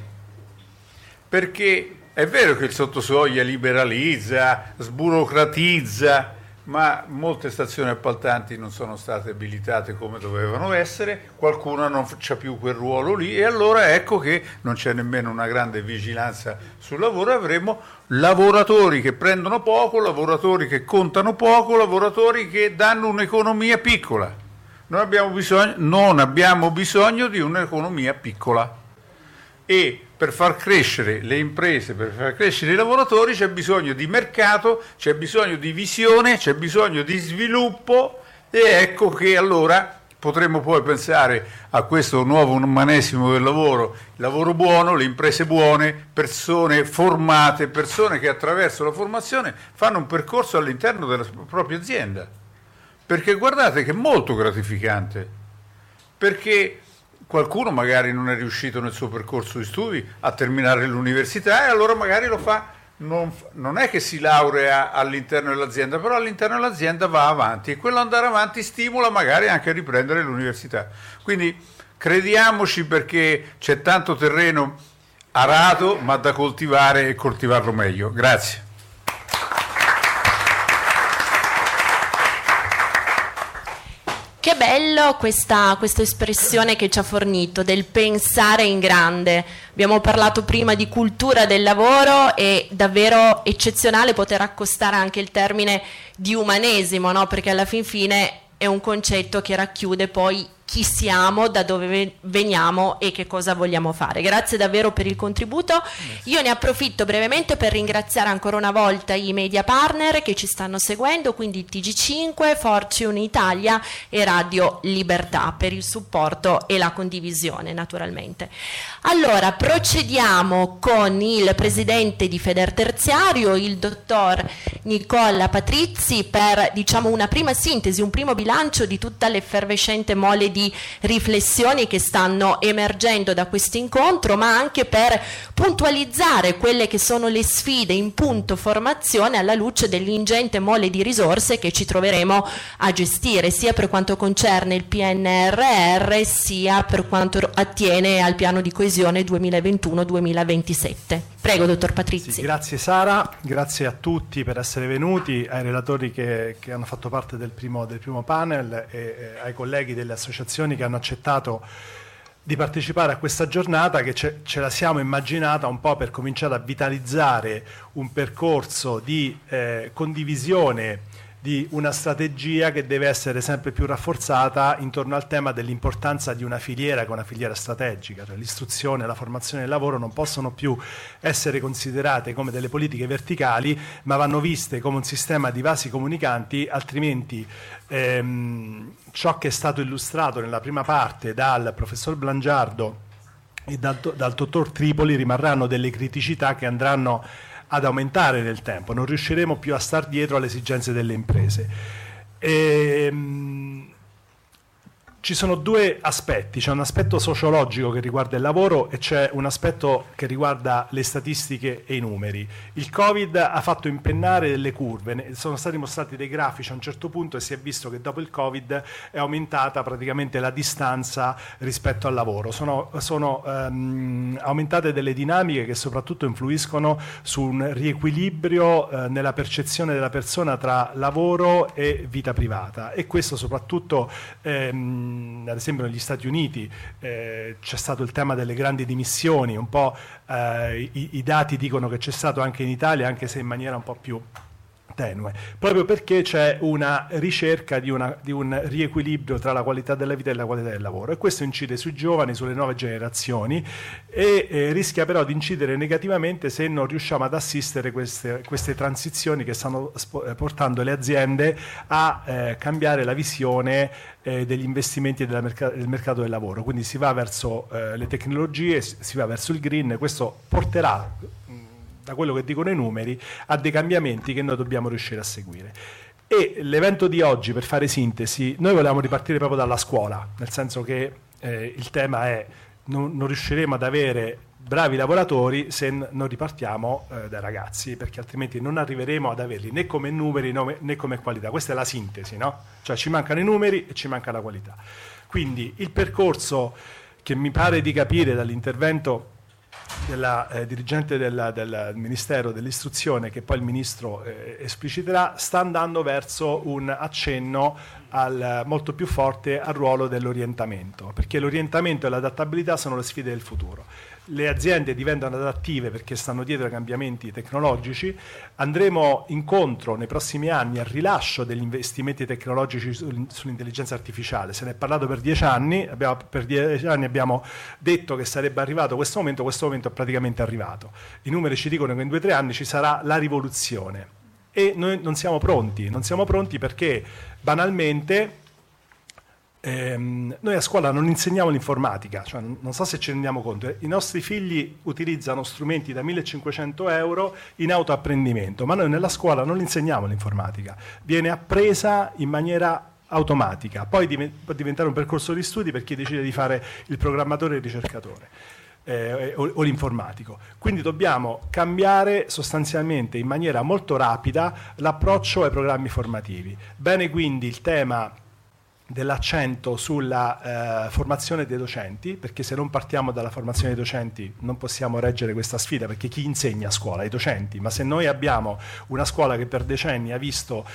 Perché è vero che il sottosoglia liberalizza, sburocratizza, ma molte stazioni appaltanti non sono state abilitate come dovevano essere, qualcuna non c'ha più quel ruolo lì e allora ecco che non c'è nemmeno una grande vigilanza sul lavoro e avremo lavoratori che prendono poco, lavoratori che contano poco, lavoratori che danno un'economia piccola. Non abbiamo bisogno di un'economia piccola e per far crescere le imprese, per far crescere i lavoratori c'è bisogno di mercato, c'è bisogno di visione, c'è bisogno di sviluppo e ecco che allora potremmo poi pensare a questo nuovo umanesimo del lavoro, il lavoro buono, le imprese buone, persone formate, persone che attraverso la formazione fanno un percorso all'interno della propria azienda. Perché guardate che è molto gratificante, perché qualcuno magari non è riuscito nel suo percorso di studi a terminare l'università e allora magari lo fa, non è che si laurea all'interno dell'azienda, però all'interno dell'azienda va avanti e quello andare avanti stimola magari anche a riprendere l'università. Quindi crediamoci, perché c'è tanto terreno arato ma da coltivare e coltivarlo meglio. Grazie. Che bello questa espressione che ci ha fornito del pensare in grande. Abbiamo parlato prima di cultura del lavoro, è davvero eccezionale poter accostare anche il termine di umanesimo, no? Perché alla fin fine è un concetto che racchiude poi chi siamo, da dove veniamo e che cosa vogliamo fare. Grazie davvero per il contributo. Io ne approfitto brevemente per ringraziare ancora una volta i media partner che ci stanno seguendo, quindi TG5, Fortune Italia e Radio Libertà, per il supporto e la condivisione naturalmente. Allora procediamo con il presidente di Federterziario, il dottor Nicola Patrizi, per una prima sintesi, un primo bilancio di tutta l'effervescente mole di riflessioni che stanno emergendo da questo incontro, ma anche per puntualizzare quelle che sono le sfide in punto formazione alla luce dell'ingente mole di risorse che ci troveremo a gestire, sia per quanto concerne il PNRR sia per quanto attiene al piano di coesione 2021-2027. Prego, dottor Patrizi. Sì, grazie Sara, grazie a tutti per essere venuti, ai relatori che hanno fatto parte del primo panel e ai colleghi delle associazioni che hanno accettato di partecipare a questa giornata che ce la siamo immaginata un po' per cominciare a vitalizzare un percorso di condivisione di una strategia che deve essere sempre più rafforzata intorno al tema dell'importanza di una filiera, che è una filiera strategica, cioè l'istruzione, la formazione e il lavoro non possono più essere considerate come delle politiche verticali, ma vanno viste come un sistema di vasi comunicanti, altrimenti ciò che è stato illustrato nella prima parte dal professor Blangiardo e dal dottor Tripoli rimarranno delle criticità che andranno ad aumentare nel tempo, non riusciremo più a star dietro alle esigenze delle imprese. Ci sono due aspetti, c'è un aspetto sociologico che riguarda il lavoro e c'è un aspetto che riguarda le statistiche e i numeri. Il Covid ha fatto impennare delle curve, sono stati mostrati dei grafici a un certo punto e si è visto che dopo il Covid è aumentata praticamente la distanza rispetto al lavoro. Sono aumentate delle dinamiche che soprattutto influiscono su un riequilibrio nella percezione della persona tra lavoro e vita privata, e questo soprattutto ad esempio negli Stati Uniti c'è stato il tema delle grandi dimissioni, un po' i dati dicono che c'è stato anche in Italia, anche se in maniera un po' più tenue, proprio perché c'è una ricerca di un riequilibrio tra la qualità della vita e la qualità del lavoro, e questo incide sui giovani, sulle nuove generazioni e rischia però di incidere negativamente se non riusciamo ad assistere queste transizioni che stanno portando le aziende a cambiare la visione degli investimenti del mercato del lavoro. Quindi si va verso le tecnologie, si va verso il green, questo porterà, da quello che dicono i numeri, a dei cambiamenti che noi dobbiamo riuscire a seguire. E l'evento di oggi, per fare sintesi, noi volevamo ripartire proprio dalla scuola, nel senso che il tema è non riusciremo ad avere bravi lavoratori se non ripartiamo dai ragazzi, perché altrimenti non arriveremo ad averli né come numeri né come qualità. Questa è la sintesi, no? Cioè ci mancano i numeri e ci manca la qualità. Quindi il percorso che mi pare di capire dall'intervento della dirigente del Ministero dell'Istruzione, che poi il Ministro espliciterà, sta andando verso un accenno molto più forte al ruolo dell'orientamento, perché l'orientamento e l'adattabilità sono le sfide del futuro. Le aziende diventano adattive perché stanno dietro ai cambiamenti tecnologici. Andremo incontro nei prossimi anni al rilascio degli investimenti tecnologici sull'intelligenza artificiale. Se ne è parlato per 10 anni, per 10 anni abbiamo detto che sarebbe arrivato questo momento è praticamente arrivato. I numeri ci dicono che in 2 o 3 anni ci sarà la rivoluzione e noi non siamo pronti perché banalmente noi a scuola non insegniamo l'informatica, cioè non so se ci rendiamo conto, i nostri figli utilizzano strumenti da 1.500 euro in autoapprendimento, ma noi nella scuola non insegniamo l'informatica, viene appresa in maniera automatica, poi può diventare un percorso di studi per chi decide di fare il programmatore e il ricercatore. O l'informatico. Quindi dobbiamo cambiare sostanzialmente in maniera molto rapida l'approccio ai programmi formativi. Bene quindi il tema dell'accento sulla formazione dei docenti, perché se non partiamo dalla formazione dei docenti non possiamo reggere questa sfida, perché chi insegna a scuola? I docenti. Ma se noi abbiamo una scuola che per decenni ha visto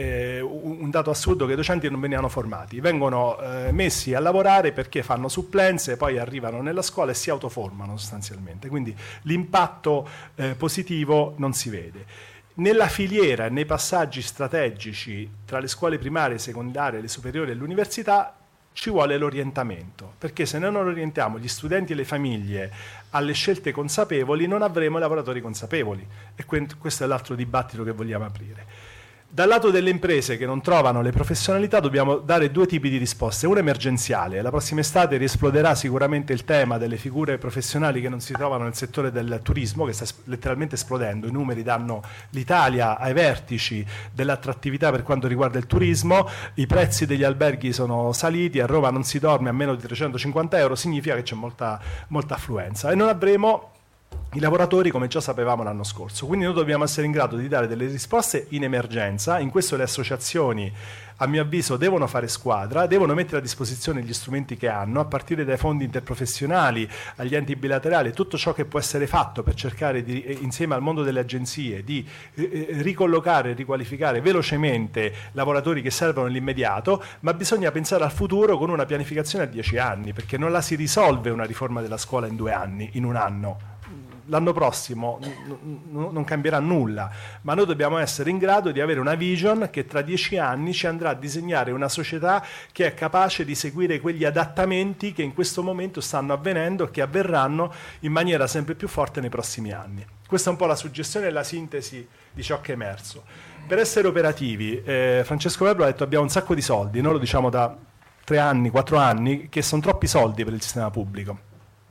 un dato assurdo, che i docenti non venivano formati, vengono messi a lavorare perché fanno supplenze, poi arrivano nella scuola e si autoformano sostanzialmente, quindi l'impatto positivo non si vede. Nella filiera, nei passaggi strategici tra le scuole primarie, secondarie, le superiori e l'università ci vuole l'orientamento, perché se noi non orientiamo gli studenti e le famiglie alle scelte consapevoli non avremo lavoratori consapevoli, e questo è l'altro dibattito che vogliamo aprire. Dal lato delle imprese che non trovano le professionalità dobbiamo dare due tipi di risposte, una emergenziale. La prossima estate riesploderà sicuramente il tema delle figure professionali che non si trovano nel settore del turismo, che sta letteralmente esplodendo. I numeri danno l'Italia ai vertici dell'attrattività per quanto riguarda il turismo, i prezzi degli alberghi sono saliti, a Roma non si dorme a meno di 350 euro, significa che c'è molta affluenza e non avremo i lavoratori come già sapevamo l'anno scorso. Quindi noi dobbiamo essere in grado di dare delle risposte in emergenza. In questo le associazioni, a mio avviso, devono fare squadra, devono mettere a disposizione gli strumenti che hanno, a partire dai fondi interprofessionali agli enti bilaterali, tutto ciò che può essere fatto per cercare di, insieme al mondo delle agenzie, di ricollocare e riqualificare velocemente lavoratori che servono nell'immediato, ma bisogna pensare al futuro con una pianificazione a 10 anni, perché non la si risolve una riforma della scuola in 2 anni, in 1 anno. L'anno prossimo non cambierà nulla, ma noi dobbiamo essere in grado di avere una vision che tra 10 anni ci andrà a disegnare una società che è capace di seguire quegli adattamenti che in questo momento stanno avvenendo e che avverranno in maniera sempre più forte nei prossimi anni. Questa è un po' la suggestione e la sintesi di ciò che è emerso. Per essere operativi, Francesco Weber ha detto abbiamo un sacco di soldi, noi lo diciamo da 3 anni, 4 anni, che sono troppi soldi per il sistema pubblico.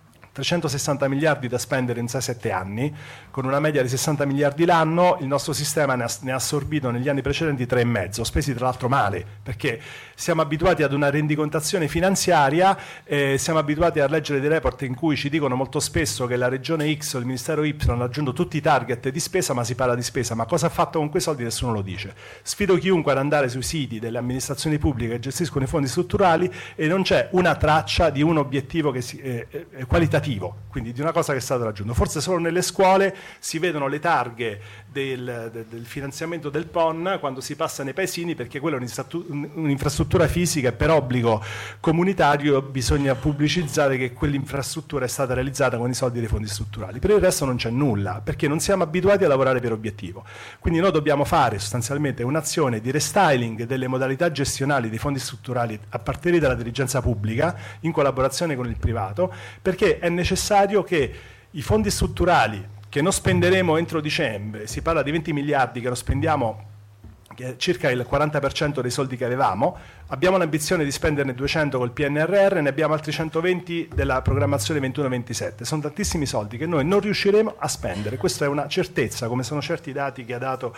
360 miliardi da spendere in 6-7 anni, con una media di 60 miliardi l'anno, il nostro sistema ne ha assorbito negli anni precedenti 3,5, spesi tra l'altro male, perché siamo abituati ad una rendicontazione finanziaria, siamo abituati a leggere dei report in cui ci dicono molto spesso che la regione X o il ministero Y hanno raggiunto tutti i target di spesa, ma si parla di spesa, ma cosa ha fatto con quei soldi nessuno lo dice. Sfido chiunque ad andare sui siti delle amministrazioni pubbliche che gestiscono i fondi strutturali e non c'è una traccia di un obiettivo che qualitativo, quindi di una cosa che è stata raggiunta. Forse solo nelle scuole si vedono le targhe del finanziamento del PON quando si passa nei paesini, perché quella è un'infrastruttura fisica e per obbligo comunitario bisogna pubblicizzare che quell'infrastruttura è stata realizzata con i soldi dei fondi strutturali. Per il resto non c'è nulla, perché non siamo abituati a lavorare per obiettivo. Quindi noi dobbiamo fare sostanzialmente un'azione di restyling delle modalità gestionali dei fondi strutturali a partire dalla dirigenza pubblica in collaborazione con il privato, perché è necessario che i fondi strutturali che non spenderemo entro dicembre, si parla di 20 miliardi che non spendiamo, che è circa il 40% dei soldi che avevamo, abbiamo l'ambizione di spenderne 200 col PNRR, ne abbiamo altri 120 della programmazione 21-27, sono tantissimi soldi che noi non riusciremo a spendere, questa è una certezza, come sono certi i dati che ha dato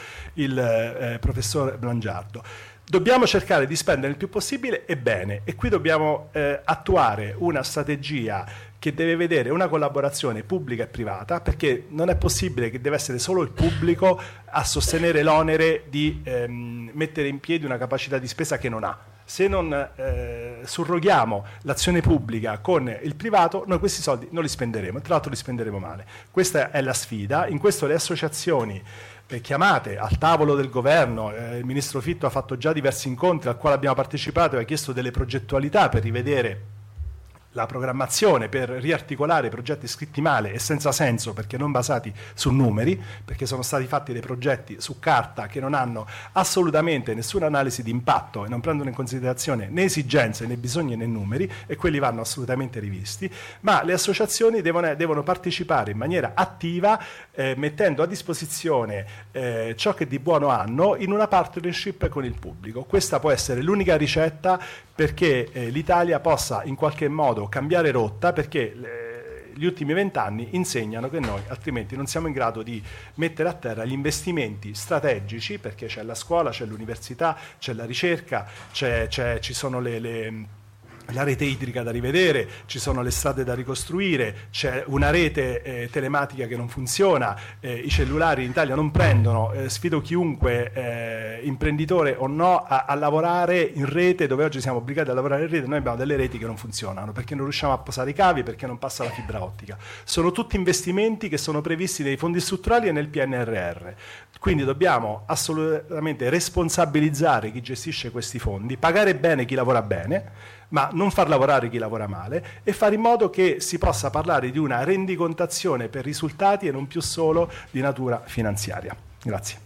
il professor Blangiardo. Dobbiamo cercare di spendere il più possibile e bene, e qui dobbiamo attuare una strategia che deve vedere una collaborazione pubblica e privata, perché non è possibile che deve essere solo il pubblico a sostenere l'onere di mettere in piedi una capacità di spesa che non ha. Se non surroghiamo l'azione pubblica con il privato, noi questi soldi non li spenderemo, e tra l'altro li spenderemo male. Questa è la sfida, in questo le associazioni chiamate al tavolo del governo, il ministro Fitto ha fatto già diversi incontri al quale abbiamo partecipato e ha chiesto delle progettualità per rivedere la programmazione, per riarticolare progetti scritti male e senza senso, perché non basati su numeri, perché sono stati fatti dei progetti su carta che non hanno assolutamente nessuna analisi di impatto e non prendono in considerazione né esigenze né bisogni né numeri, e quelli vanno assolutamente rivisti. Ma le associazioni devono partecipare in maniera attiva, mettendo a disposizione ciò che di buono hanno in una partnership con il pubblico. Questa può essere l'unica ricetta perché l'Italia possa in qualche modo cambiare rotta, perché gli ultimi 20 anni insegnano che noi altrimenti non siamo in grado di mettere a terra gli investimenti strategici, perché c'è la scuola, c'è l'università, c'è la ricerca, ci sono la rete idrica da rivedere, ci sono le strade da ricostruire, c'è una rete telematica che non funziona, i cellulari in Italia non prendono, sfido chiunque, imprenditore o no, a lavorare in rete, dove oggi siamo obbligati a lavorare in rete. Noi abbiamo delle reti che non funzionano, perché non riusciamo a posare i cavi, perché non passa la fibra ottica. Sono tutti investimenti che sono previsti nei fondi strutturali e nel PNRR. Quindi dobbiamo assolutamente responsabilizzare chi gestisce questi fondi, pagare bene chi lavora bene, ma non far lavorare chi lavora male, e fare in modo che si possa parlare di una rendicontazione per risultati e non più solo di natura finanziaria. Grazie.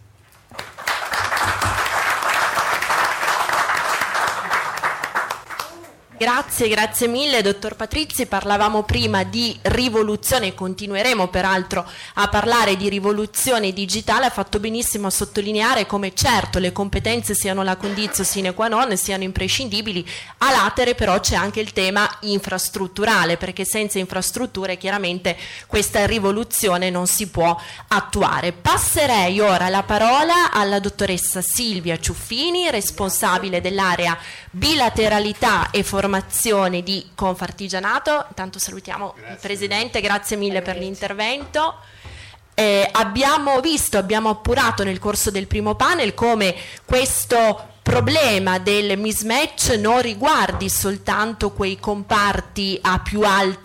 Grazie mille dottor Patrizzi. Parlavamo prima di rivoluzione, continueremo peraltro a parlare di rivoluzione digitale. Ha fatto benissimo a sottolineare come certo le competenze siano la condizio sine qua non, siano imprescindibili, a latere però c'è anche il tema infrastrutturale, perché senza infrastrutture chiaramente questa rivoluzione non si può attuare. Passerei ora la parola alla dottoressa Silvia Ciuffini, responsabile dell'area bilateralità e formazione di Confartigianato. Intanto salutiamo il Presidente, grazie mille per l'intervento. Abbiamo appurato nel corso del primo panel come questo problema del mismatch non riguardi soltanto quei comparti a più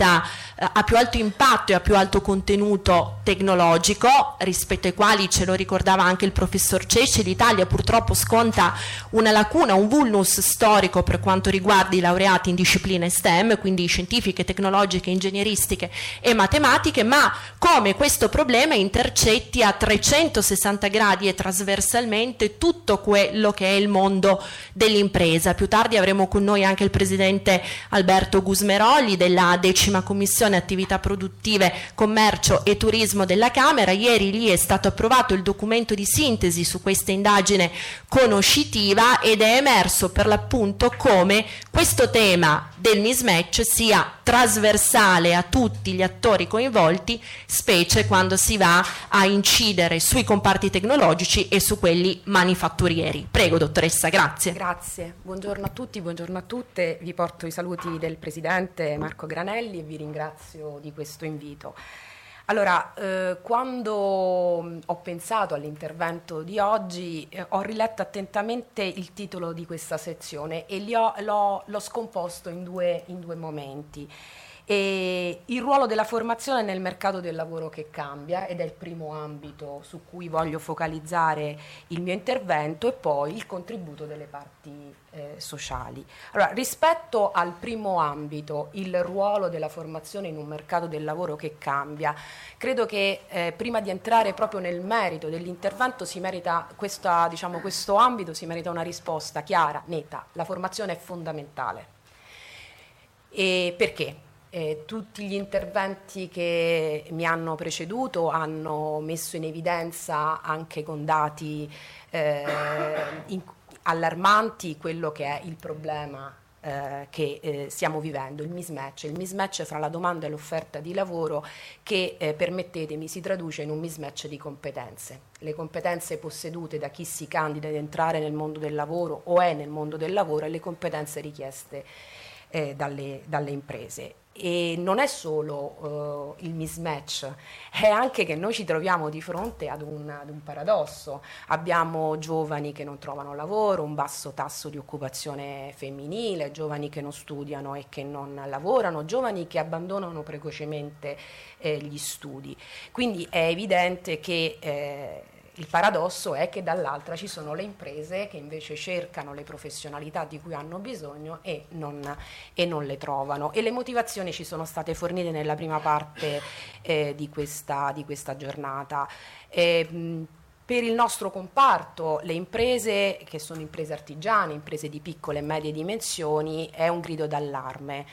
alto impatto e a più alto contenuto tecnologico, rispetto ai quali, ce lo ricordava anche il professor Cecci, l'Italia purtroppo sconta una lacuna, un vulnus storico per quanto riguarda i laureati in discipline STEM, quindi scientifiche, tecnologiche, ingegneristiche e matematiche, ma come questo problema intercetti a 360 gradi e trasversalmente tutto quello che è il mondo dell'impresa. Più tardi avremo con noi anche il presidente Alberto Gusmeroli della 10ª Commissione Attività Produttive, Commercio e Turismo della Camera. Ieri lì è stato approvato il documento di sintesi su questa indagine conoscitiva ed è emerso per l'appunto come questo tema del mismatch sia trasversale a tutti gli attori coinvolti, specie quando si va a incidere sui comparti tecnologici e su quelli manifatturieri. Prego dottoressa, grazie. Grazie, buongiorno a tutti, buongiorno a tutte, vi porto i saluti del Presidente Marco Granelli e vi ringrazio di questo invito. Allora, quando ho pensato all'intervento di oggi ho riletto attentamente il titolo di questa sezione e l'ho scomposto in due momenti. E il ruolo della formazione nel mercato del lavoro che cambia, ed è il primo ambito su cui voglio focalizzare il mio intervento, e poi il contributo delle parti sociali. Allora, rispetto al primo ambito, il ruolo della formazione in un mercato del lavoro che cambia, credo che prima di entrare proprio nel merito dell'intervento questo ambito si merita una risposta chiara, netta. La formazione è fondamentale. E perché? Tutti gli interventi che mi hanno preceduto hanno messo in evidenza, anche con dati allarmanti, quello che è il problema che stiamo vivendo, il mismatch fra la domanda e l'offerta di lavoro che, permettetemi, si traduce in un mismatch di competenze. Le competenze possedute da chi si candida ad entrare nel mondo del lavoro o è nel mondo del lavoro e le competenze richieste dalle imprese. E non è solo il mismatch, è anche che noi ci troviamo di fronte ad un paradosso. Abbiamo giovani che non trovano lavoro, un basso tasso di occupazione femminile, giovani che non studiano e che non lavorano, giovani che abbandonano precocemente gli studi. Quindi è evidente che il paradosso è che dall'altra ci sono le imprese che invece cercano le professionalità di cui hanno bisogno e non le trovano. E le motivazioni ci sono state fornite nella prima parte di questa giornata. Per il nostro comparto, le imprese che sono imprese artigiane, imprese di piccole e medie dimensioni, è un grido d'allarme.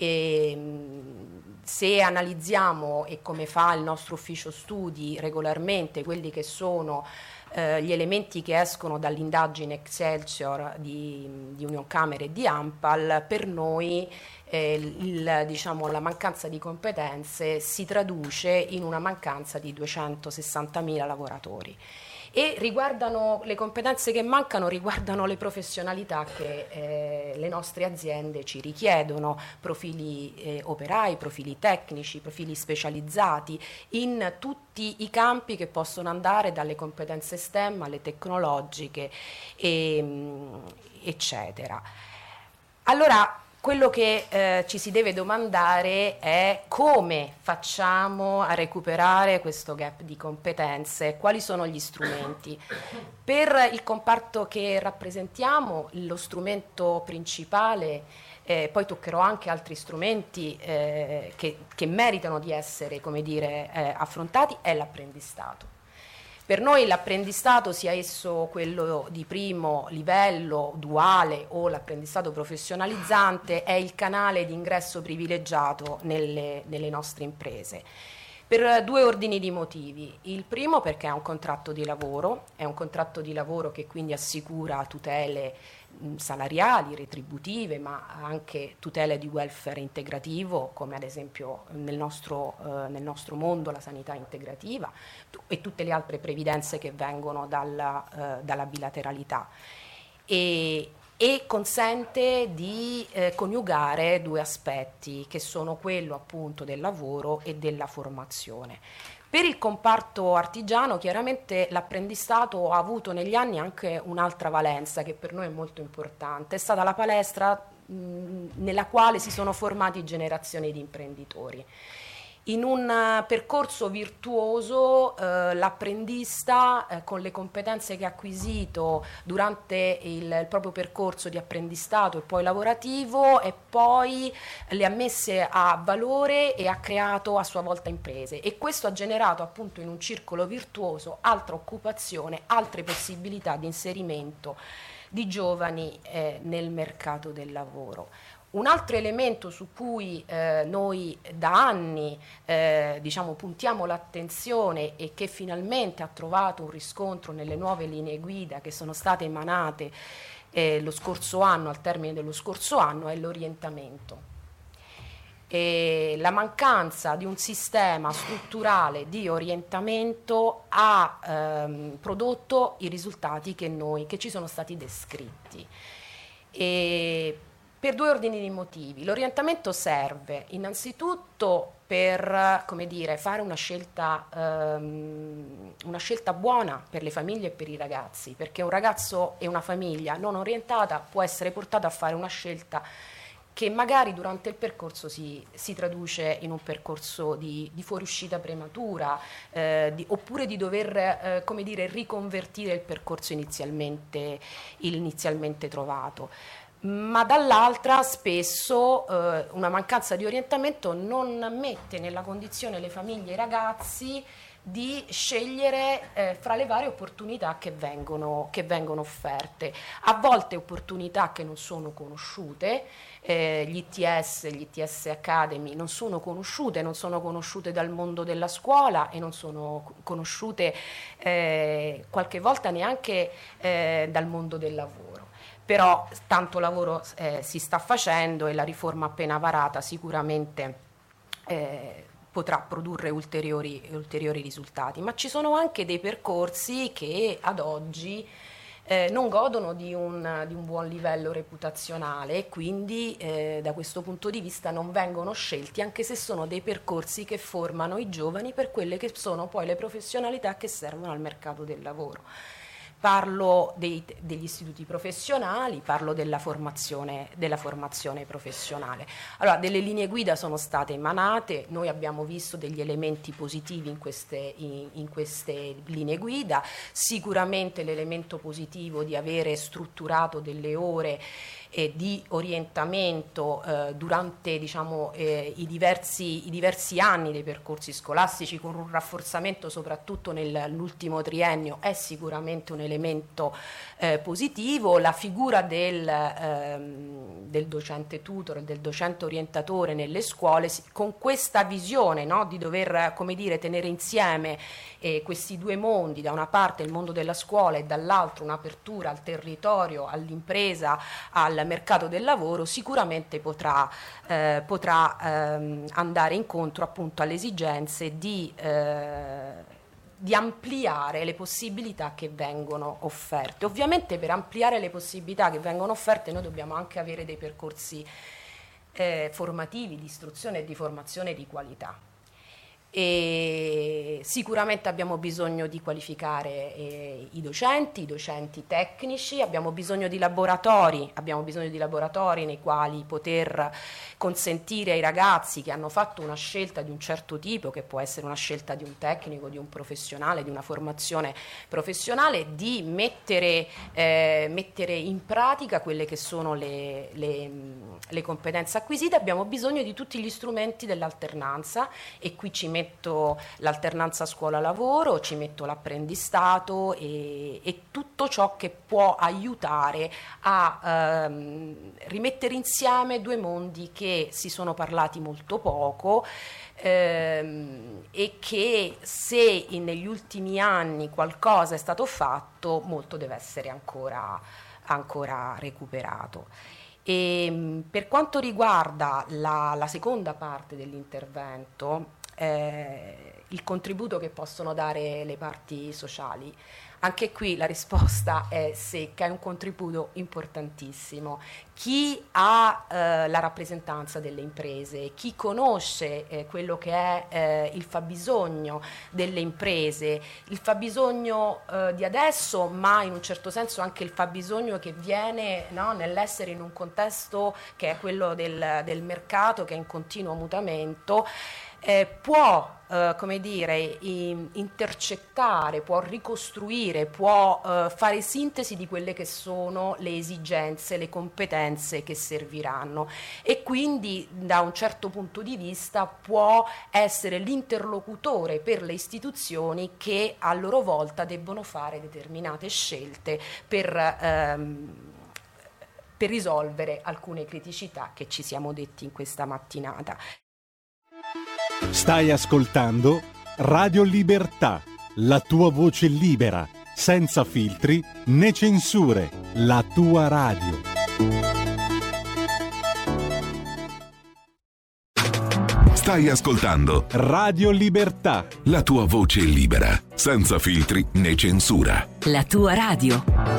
Se analizziamo, e come fa il nostro ufficio studi regolarmente, quelli che sono gli elementi che escono dall'indagine Excelsior di Unioncamere e di ANPAL, per noi la mancanza di competenze si traduce in una mancanza di 260.000 lavoratori. E le competenze che mancano riguardano le professionalità che le nostre aziende ci richiedono, profili operai, profili tecnici, profili specializzati in tutti i campi che possono andare dalle competenze STEM alle tecnologiche, eccetera. Allora, quello che ci si deve domandare è come facciamo a recuperare questo gap di competenze, quali sono gli strumenti. Per il comparto che rappresentiamo, lo strumento principale, poi toccherò anche altri strumenti che meritano di essere, affrontati, è l'apprendistato. Per noi l'apprendistato, sia esso quello di primo livello, duale, o l'apprendistato professionalizzante, è il canale di ingresso privilegiato nelle nostre imprese. Per due ordini di motivi. Il primo perché è un contratto di lavoro che quindi assicura tutele salariali, retributive, ma anche tutele di welfare integrativo, come ad esempio nel nostro mondo la sanità integrativa e tutte le altre previdenze che vengono dalla bilateralità. E consente di coniugare due aspetti, che sono quello appunto del lavoro e della formazione. Per il comparto artigiano, chiaramente l'apprendistato ha avuto negli anni anche un'altra valenza che per noi è molto importante, è stata la palestra nella quale si sono formati generazioni di imprenditori. In un percorso virtuoso l'apprendista, con le competenze che ha acquisito durante il proprio percorso di apprendistato e poi lavorativo, e poi le ha messe a valore e ha creato a sua volta imprese, e questo ha generato appunto in un circolo virtuoso altra occupazione, altre possibilità di inserimento di giovani nel mercato del lavoro. Un altro elemento su cui noi da anni puntiamo l'attenzione e che finalmente ha trovato un riscontro nelle nuove linee guida che sono state emanate lo scorso anno, al termine dello scorso anno, è l'orientamento. La mancanza di un sistema strutturale di orientamento ha prodotto i risultati che ci sono stati descritti. Per due ordini di motivi. L'orientamento serve innanzitutto per fare una scelta buona per le famiglie e per i ragazzi, perché un ragazzo e una famiglia non orientata può essere portata a fare una scelta che magari durante il percorso si traduce in un percorso di fuoriuscita prematura, oppure di dover riconvertire il percorso inizialmente trovato. Ma dall'altra spesso una mancanza di orientamento non mette nella condizione le famiglie e i ragazzi di scegliere fra le varie opportunità che vengono offerte. A volte opportunità che non sono conosciute, gli ITS Academy non sono conosciute dal mondo della scuola e non sono conosciute qualche volta neanche dal mondo del lavoro. Però tanto lavoro si sta facendo e la riforma appena varata sicuramente potrà produrre ulteriori risultati, ma ci sono anche dei percorsi che ad oggi non godono di un buon livello reputazionale e quindi da questo punto di vista non vengono scelti, anche se sono dei percorsi che formano i giovani per quelle che sono poi le professionalità che servono al mercato del lavoro. Parlo degli istituti professionali, parlo della formazione professionale. Allora, delle linee guida sono state emanate, noi abbiamo visto degli elementi positivi in queste linee guida, sicuramente l'elemento positivo di avere strutturato delle ore di orientamento durante, diciamo, i diversi anni dei percorsi scolastici, con un rafforzamento soprattutto nell'ultimo triennio, è sicuramente un elemento positivo. La figura del docente tutor, del docente orientatore nelle scuole, con questa visione, no, di dover, come dire, tenere insieme questi due mondi, da una parte il mondo della scuola e dall'altro un'apertura al territorio, all'impresa, al mercato del lavoro, sicuramente potrà andare incontro appunto alle esigenze di ampliare le possibilità che vengono offerte. Ovviamente per ampliare le possibilità che vengono offerte noi dobbiamo anche avere dei percorsi formativi, di istruzione e di formazione di qualità. E sicuramente abbiamo bisogno di qualificare i docenti tecnici, abbiamo bisogno di laboratori nei quali poter consentire ai ragazzi che hanno fatto una scelta di un certo tipo, che può essere una scelta di un tecnico, di un professionale, di una formazione professionale, di mettere in pratica quelle che sono le competenze acquisite. Abbiamo bisogno di tutti gli strumenti dell'alternanza, e qui ci metto l'alternanza scuola-lavoro, ci metto l'apprendistato e tutto ciò che può aiutare a rimettere insieme due mondi che si sono parlati molto poco, e che, se negli ultimi anni qualcosa è stato fatto, molto deve essere ancora recuperato. E per quanto riguarda la seconda parte dell'intervento, il contributo che possono dare le parti sociali, anche qui la risposta è secca, è un contributo importantissimo. Chi ha la rappresentanza delle imprese, chi conosce quello che è il fabbisogno delle imprese, il fabbisogno di adesso, ma in un certo senso anche il fabbisogno che viene, no, nell'essere in un contesto che è quello del mercato, che è in continuo mutamento, può come dire, intercettare, può ricostruire, può fare sintesi di quelle che sono le esigenze, le competenze che serviranno, e quindi da un certo punto di vista può essere l'interlocutore per le istituzioni che a loro volta debbono fare determinate scelte per risolvere alcune criticità che ci siamo detti in questa mattinata. Stai ascoltando Radio Libertà, la tua voce libera, senza filtri né censure, la tua radio. Stai ascoltando Radio Libertà, la tua voce libera, senza filtri né censura. La tua radio.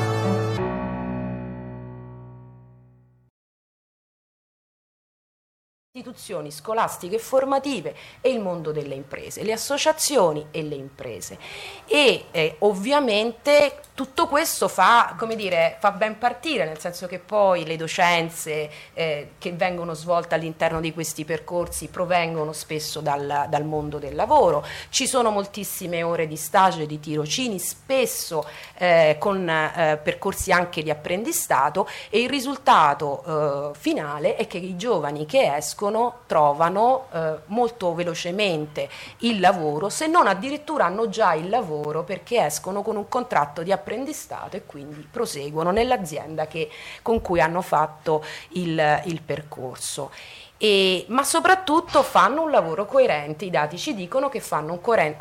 Istituzioni scolastiche e formative e il mondo delle imprese, le associazioni e le imprese, e ovviamente tutto questo fa ben partire, nel senso che poi le docenze che vengono svolte all'interno di questi percorsi provengono spesso dal mondo del lavoro. Ci sono moltissime ore di stage e di tirocini, spesso con percorsi anche di apprendistato, e il risultato finale è che i giovani che escono trovano molto velocemente il lavoro, se non addirittura hanno già il lavoro, perché escono con un contratto di apprendistato e quindi proseguono nell'azienda con cui hanno fatto il percorso. Ma soprattutto fanno un lavoro coerente. I dati ci dicono che fanno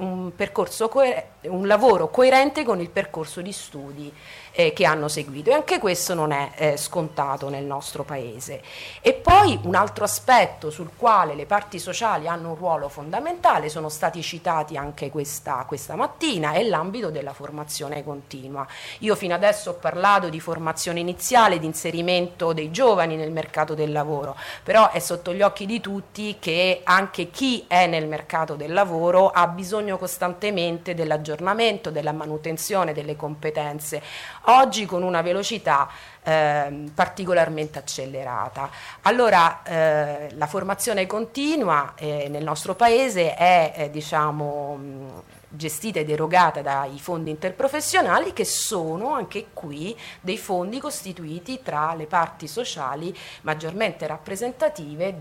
un lavoro coerente con il percorso di studi che hanno seguito, e anche questo non è scontato nel nostro paese. E poi un altro aspetto sul quale le parti sociali hanno un ruolo fondamentale, sono stati citati anche questa mattina, è l'ambito della formazione continua. Io fino adesso ho parlato di formazione iniziale, di inserimento dei giovani nel mercato del lavoro, però è sotto gli occhi di tutti che anche chi è nel mercato del lavoro ha bisogno costantemente dell'aggiornamento dell'aggiornamento, della manutenzione delle competenze, oggi con una velocità particolarmente accelerata. Allora la formazione continua nel nostro Paese è gestita ed erogata dai fondi interprofessionali, che sono anche qui dei fondi costituiti tra le parti sociali maggiormente rappresentative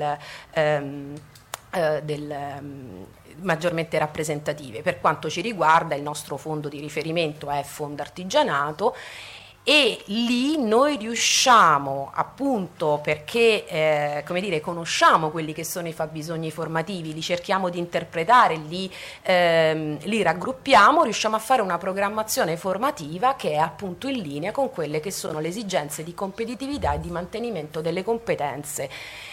maggiormente rappresentative. Per quanto ci riguarda, il nostro fondo di riferimento è Fondo Artigianato, e lì noi riusciamo, appunto perché conosciamo quelli che sono i fabbisogni formativi, li cerchiamo di interpretare, li raggruppiamo, riusciamo a fare una programmazione formativa che è appunto in linea con quelle che sono le esigenze di competitività e di mantenimento delle competenze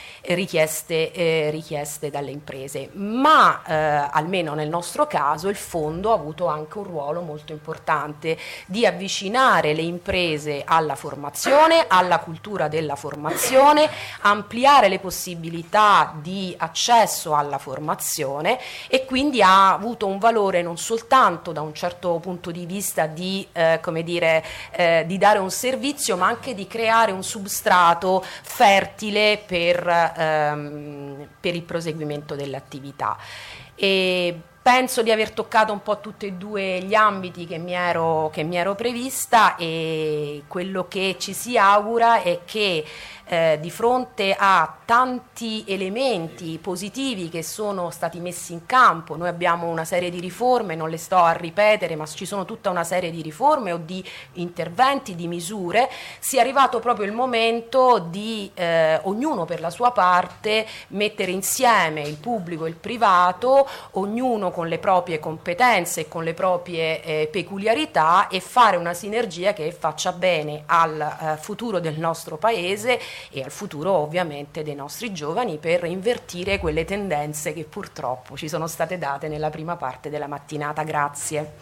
richieste dalle imprese. Ma almeno nel nostro caso il fondo ha avuto anche un ruolo molto importante di avvicinare le imprese alla formazione, alla cultura della formazione, ampliare le possibilità di accesso alla formazione, e quindi ha avuto un valore non soltanto da un certo punto di vista di dare un servizio, ma anche di creare un substrato fertile per il proseguimento dell'attività. E penso di aver toccato un po' tutti e due gli ambiti che mi ero prevista, e quello che ci si augura è che di fronte a tanti elementi positivi che sono stati messi in campo, noi abbiamo una serie di riforme, non le sto a ripetere, ma ci sono tutta una serie di riforme o di interventi, di misure, sia arrivato proprio il momento di ognuno per la sua parte mettere insieme il pubblico e il privato, ognuno con le proprie competenze e con le proprie peculiarità, e fare una sinergia che faccia bene al futuro del nostro Paese e al futuro ovviamente dei nostri giovani, per invertire quelle tendenze che purtroppo ci sono state date nella prima parte della mattinata. Grazie.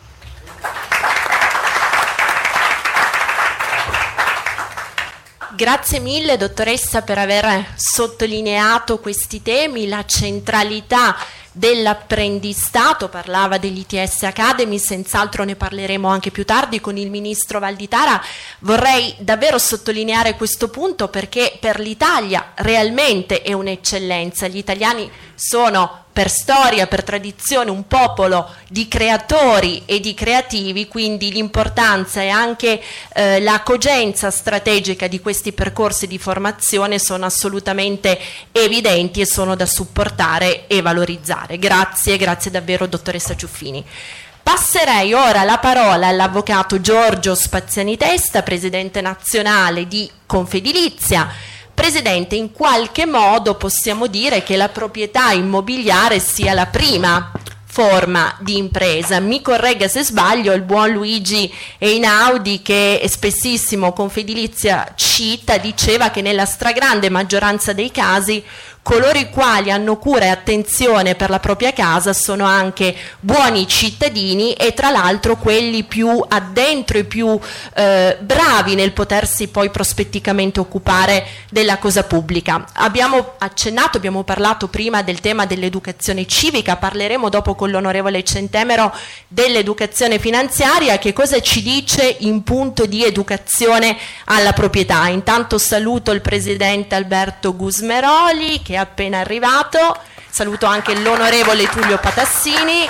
Grazie mille dottoressa per aver sottolineato questi temi, la centralità dell'apprendistato. Parlava degli ITS Academy, senz'altro ne parleremo anche più tardi con il ministro Valditara. Vorrei davvero sottolineare questo punto, perché per l'Italia realmente è un'eccellenza. Gli italiani sono per storia, per tradizione, un popolo di creatori e di creativi, quindi l'importanza e anche la cogenza strategica di questi percorsi di formazione sono assolutamente evidenti e sono da supportare e valorizzare. Grazie davvero dottoressa Ciuffini. Passerei ora la parola all'avvocato Giorgio Spaziani Testa, presidente nazionale di Confedilizia. Presidente, in qualche modo possiamo dire che la proprietà immobiliare sia la prima forma di impresa. Mi corregga se sbaglio il buon Luigi Einaudi, che spessissimo Confedilizia cita, diceva che nella stragrande maggioranza dei casi coloro i quali hanno cura e attenzione per la propria casa sono anche buoni cittadini, e tra l'altro quelli più addentro e più bravi nel potersi poi prospetticamente occupare della cosa pubblica. Abbiamo accennato, abbiamo parlato prima del tema dell'educazione civica, parleremo dopo con l'onorevole Centemero dell'educazione finanziaria. Che cosa ci dice in punto di educazione alla proprietà? Intanto saluto il presidente Alberto Gusmeroli, che è appena arrivato, saluto anche l'onorevole Tullio Patassini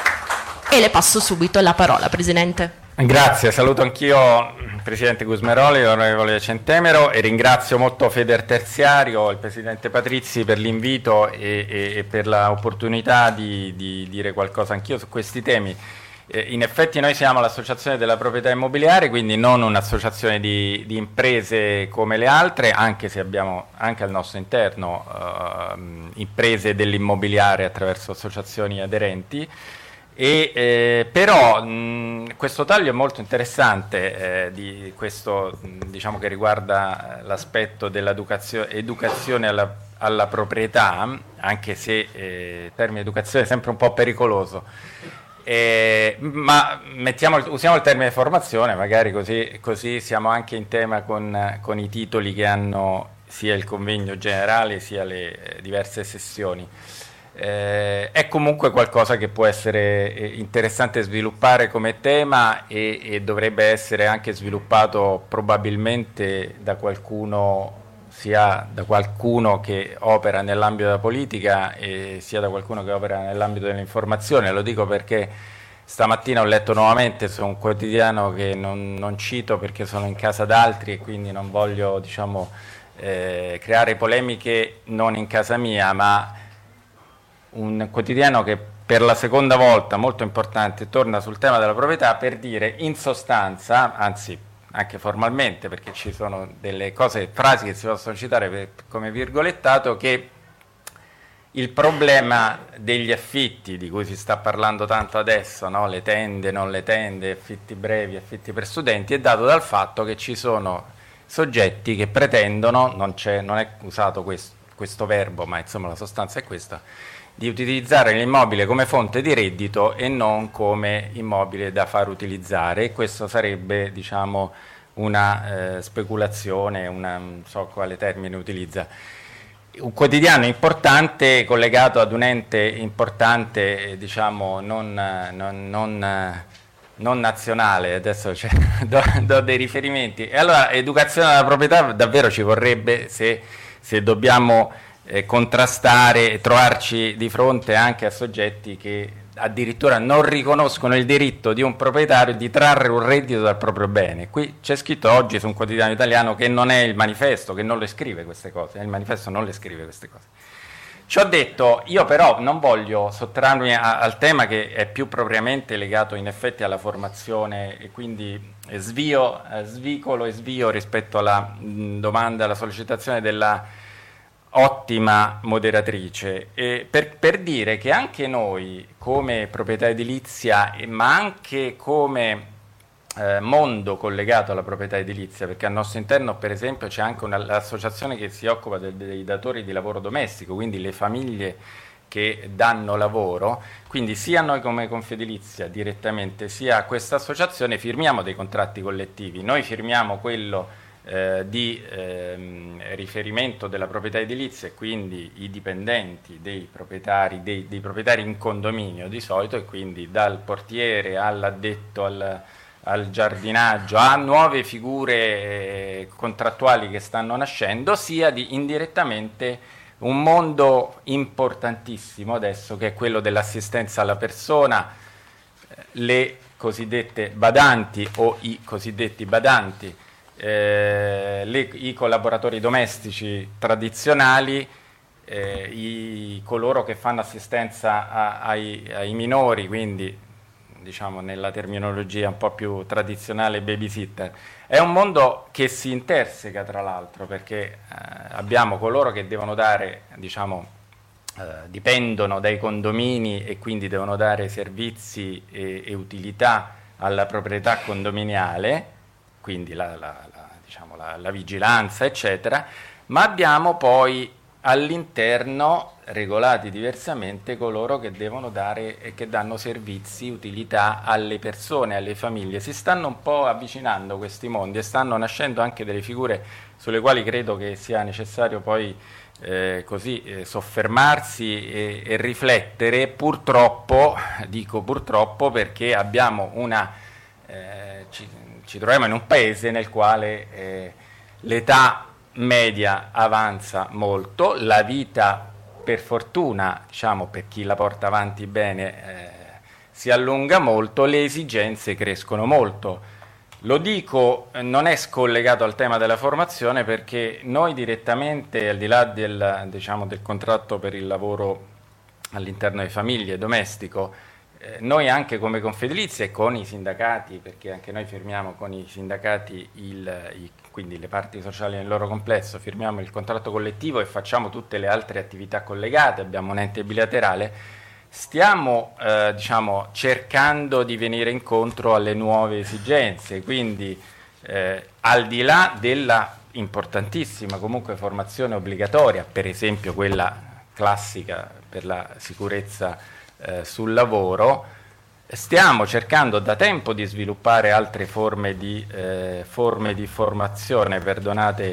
e le passo subito la parola, Presidente. Grazie, saluto anch'io il Presidente Gusmeroli, l'onorevole Centemero, e ringrazio molto Federterziario, il Presidente Patrizzi, per l'invito e per l'opportunità di dire qualcosa anch'io su questi temi. In effetti noi siamo l'associazione della proprietà immobiliare, quindi non un'associazione di imprese come le altre, anche se abbiamo anche al nostro interno imprese dell'immobiliare attraverso associazioni aderenti. Però questo taglio è molto interessante, di questo diciamo che riguarda l'aspetto dell'educazione alla proprietà, anche se il termine educazione è sempre un po' pericoloso. Ma usiamo il termine formazione, magari così siamo anche in tema con i titoli che hanno sia il convegno generale sia le diverse sessioni. È comunque qualcosa che può essere interessante sviluppare come tema e dovrebbe essere anche sviluppato probabilmente da qualcuno, sia da qualcuno che opera nell'ambito della politica e sia da qualcuno che opera nell'ambito dell'informazione. Lo dico perché stamattina ho letto nuovamente su un quotidiano che non cito perché sono in casa d'altri e quindi non voglio, diciamo, creare polemiche non in casa mia, ma un quotidiano che per la seconda volta, molto importante, torna sul tema della proprietà per dire in sostanza, anzi anche formalmente, perché ci sono delle cose, frasi che si possono citare come virgolettato, che il problema degli affitti di cui si sta parlando tanto adesso, no? Le tende, non le tende, affitti brevi, affitti per studenti, è dato dal fatto che ci sono soggetti che pretendono, non è usato questo verbo, ma insomma la sostanza è questa, di utilizzare l'immobile come fonte di reddito e non come immobile da far utilizzare, e questo sarebbe, diciamo, una speculazione, non so quale termine utilizza. Un quotidiano importante collegato ad un ente importante, diciamo, non nazionale, adesso do dei riferimenti. E allora educazione alla proprietà davvero ci vorrebbe se dobbiamo contrastare e trovarci di fronte anche a soggetti che addirittura non riconoscono il diritto di un proprietario di trarre un reddito dal proprio bene. Qui c'è scritto oggi su un quotidiano italiano che non è il Manifesto, che non le scrive queste cose, il Manifesto non le scrive queste cose. Ci ho detto, io però non voglio sottrarmi al tema che è più propriamente legato in effetti alla formazione e quindi svicolo e svio rispetto alla domanda, alla sollecitazione della ottima moderatrice, per dire che anche noi come proprietà edilizia, ma anche come mondo collegato alla proprietà edilizia, perché al nostro interno per esempio c'è anche l'associazione che si occupa dei datori di lavoro domestico, quindi le famiglie che danno lavoro, quindi sia noi come Confedilizia direttamente sia questa associazione firmiamo dei contratti collettivi. Noi firmiamo quello di riferimento della proprietà edilizia e quindi i dipendenti dei proprietari in condominio di solito, e quindi dal portiere all'addetto al giardinaggio a nuove figure contrattuali che stanno nascendo, sia indirettamente un mondo importantissimo adesso che è quello dell'assistenza alla persona, le cosiddette badanti o i cosiddetti badanti, i collaboratori domestici tradizionali, coloro che fanno assistenza ai minori, quindi diciamo nella terminologia un po' più tradizionale babysitter. È un mondo che si interseca tra l'altro, perché abbiamo coloro che devono dare, diciamo, dipendono dai condomini e quindi devono dare servizi e utilità alla proprietà condominiale, quindi la vigilanza eccetera, ma abbiamo poi all'interno, regolati diversamente, coloro che devono dare e che danno servizi, utilità alle persone, alle famiglie. Si stanno un po' avvicinando questi mondi e stanno nascendo anche delle figure sulle quali credo che sia necessario poi soffermarsi e riflettere. Purtroppo, dico purtroppo, perché abbiamo ci troviamo in un paese nel quale l'età media avanza molto, la vita per fortuna, diciamo, per chi la porta avanti bene, si allunga molto, le esigenze crescono molto. Lo dico, non è scollegato al tema della formazione, perché noi direttamente, al di là del contratto per il lavoro all'interno di famiglie, domestico, noi anche come Confedilizia e con i sindacati, perché anche noi firmiamo con i sindacati, quindi le parti sociali nel loro complesso, firmiamo il contratto collettivo e facciamo tutte le altre attività collegate, abbiamo un ente bilaterale, stiamo cercando di venire incontro alle nuove esigenze, quindi al di là della importantissima comunque formazione obbligatoria, per esempio quella classica per la sicurezza sul lavoro, stiamo cercando da tempo di sviluppare altre forme di formazione, perdonate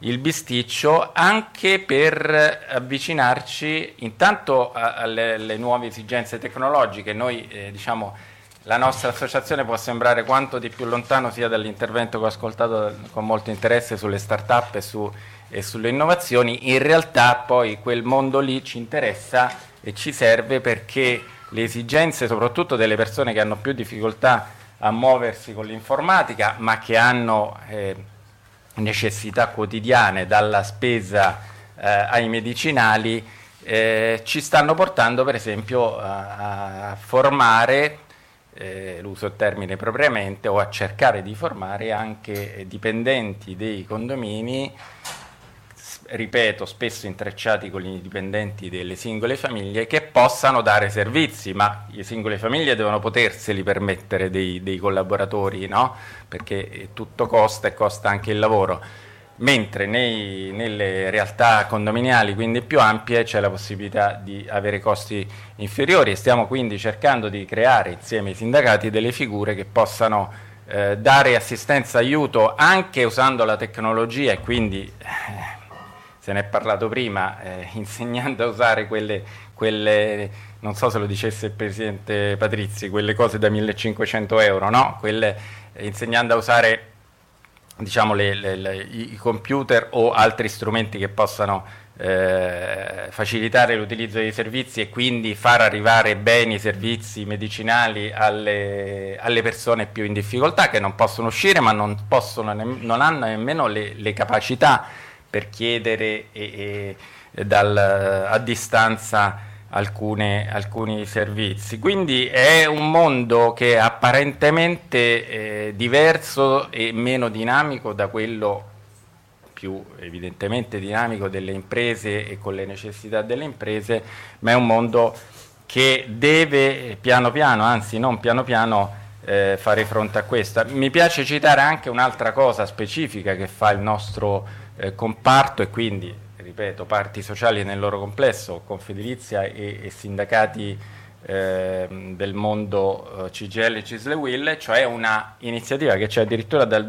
il bisticcio, anche per avvicinarci intanto alle nuove esigenze tecnologiche. Noi diciamo, la nostra associazione può sembrare quanto di più lontano sia dall'intervento che ho ascoltato con molto interesse sulle start-up e sulle innovazioni. In realtà poi quel mondo lì ci interessa e ci serve, perché le esigenze soprattutto delle persone che hanno più difficoltà a muoversi con l'informatica, ma che hanno necessità quotidiane, dalla spesa ai medicinali, ci stanno portando per esempio a formare, l'uso il termine propriamente, o a cercare di formare anche dipendenti dei condomini, ripeto, spesso intrecciati con i dipendenti delle singole famiglie, che possano dare servizi, ma le singole famiglie devono poterseli permettere dei collaboratori, no? Perché tutto costa e costa anche il lavoro, mentre nelle realtà condominiali, quindi più ampie, c'è la possibilità di avere costi inferiori, e stiamo quindi cercando di creare insieme ai sindacati delle figure che possano dare assistenza, aiuto, anche usando la tecnologia, e quindi se ne è parlato prima, insegnando a usare quelle, non so se lo dicesse il Presidente Patrizzi, quelle cose da 1.500 euro, no? Insegnando a usare, diciamo, i computer o altri strumenti che possano facilitare l'utilizzo dei servizi, e quindi far arrivare beni, servizi medicinali alle persone più in difficoltà, che non possono uscire, ma non hanno nemmeno le capacità per chiedere a distanza alcuni servizi. Quindi è un mondo che è apparentemente diverso e meno dinamico da quello più evidentemente dinamico delle imprese e con le necessità delle imprese, ma è un mondo che deve piano piano, anzi non piano piano, fare fronte a questa. Mi piace citare anche un'altra cosa specifica che fa il nostro comparto, e quindi, ripeto, parti sociali nel loro complesso, Confedilizia e sindacati del mondo CGIL, CISL e UIL, cioè una iniziativa che c'è addirittura dal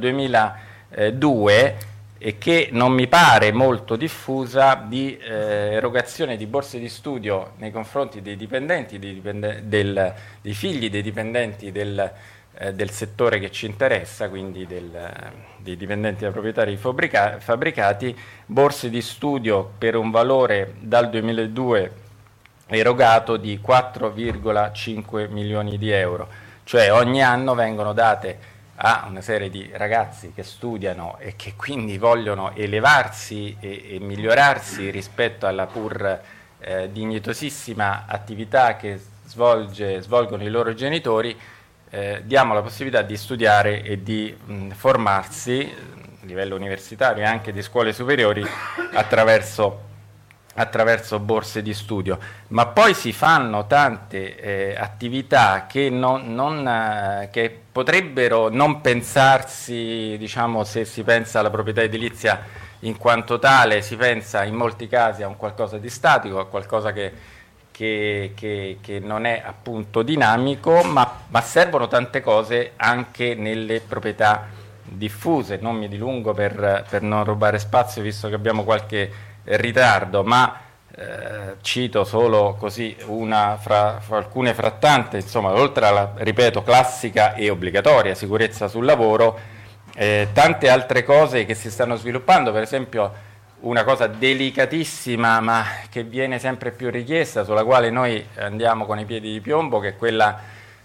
2002 e che non mi pare molto diffusa, di erogazione di borse di studio nei confronti dei dipendenti, dei figli dei dipendenti del settore che ci interessa, quindi dei dipendenti da proprietari di fabbricati, borse di studio per un valore dal 2002 erogato di 4,5 milioni di euro, cioè ogni anno vengono date a una serie di ragazzi che studiano e che quindi vogliono elevarsi e migliorarsi rispetto alla pur dignitosissima attività che svolgono i loro genitori. Diamo la possibilità di studiare e di formarsi a livello universitario e anche di scuole superiori attraverso borse di studio, ma poi si fanno tante attività che, che potrebbero non pensarsi, diciamo, se si pensa alla proprietà edilizia in quanto tale, si pensa in molti casi a un qualcosa di statico, a qualcosa che non è appunto dinamico, ma servono tante cose anche nelle proprietà diffuse. Non mi dilungo per non rubare spazio, visto che abbiamo qualche ritardo, ma cito solo così una fra alcune fra tante, insomma, oltre alla, ripeto, classica e obbligatoria sicurezza sul lavoro, tante altre cose che si stanno sviluppando. Per esempio, una cosa delicatissima ma che viene sempre più richiesta, sulla quale noi andiamo con i piedi di piombo, che è quella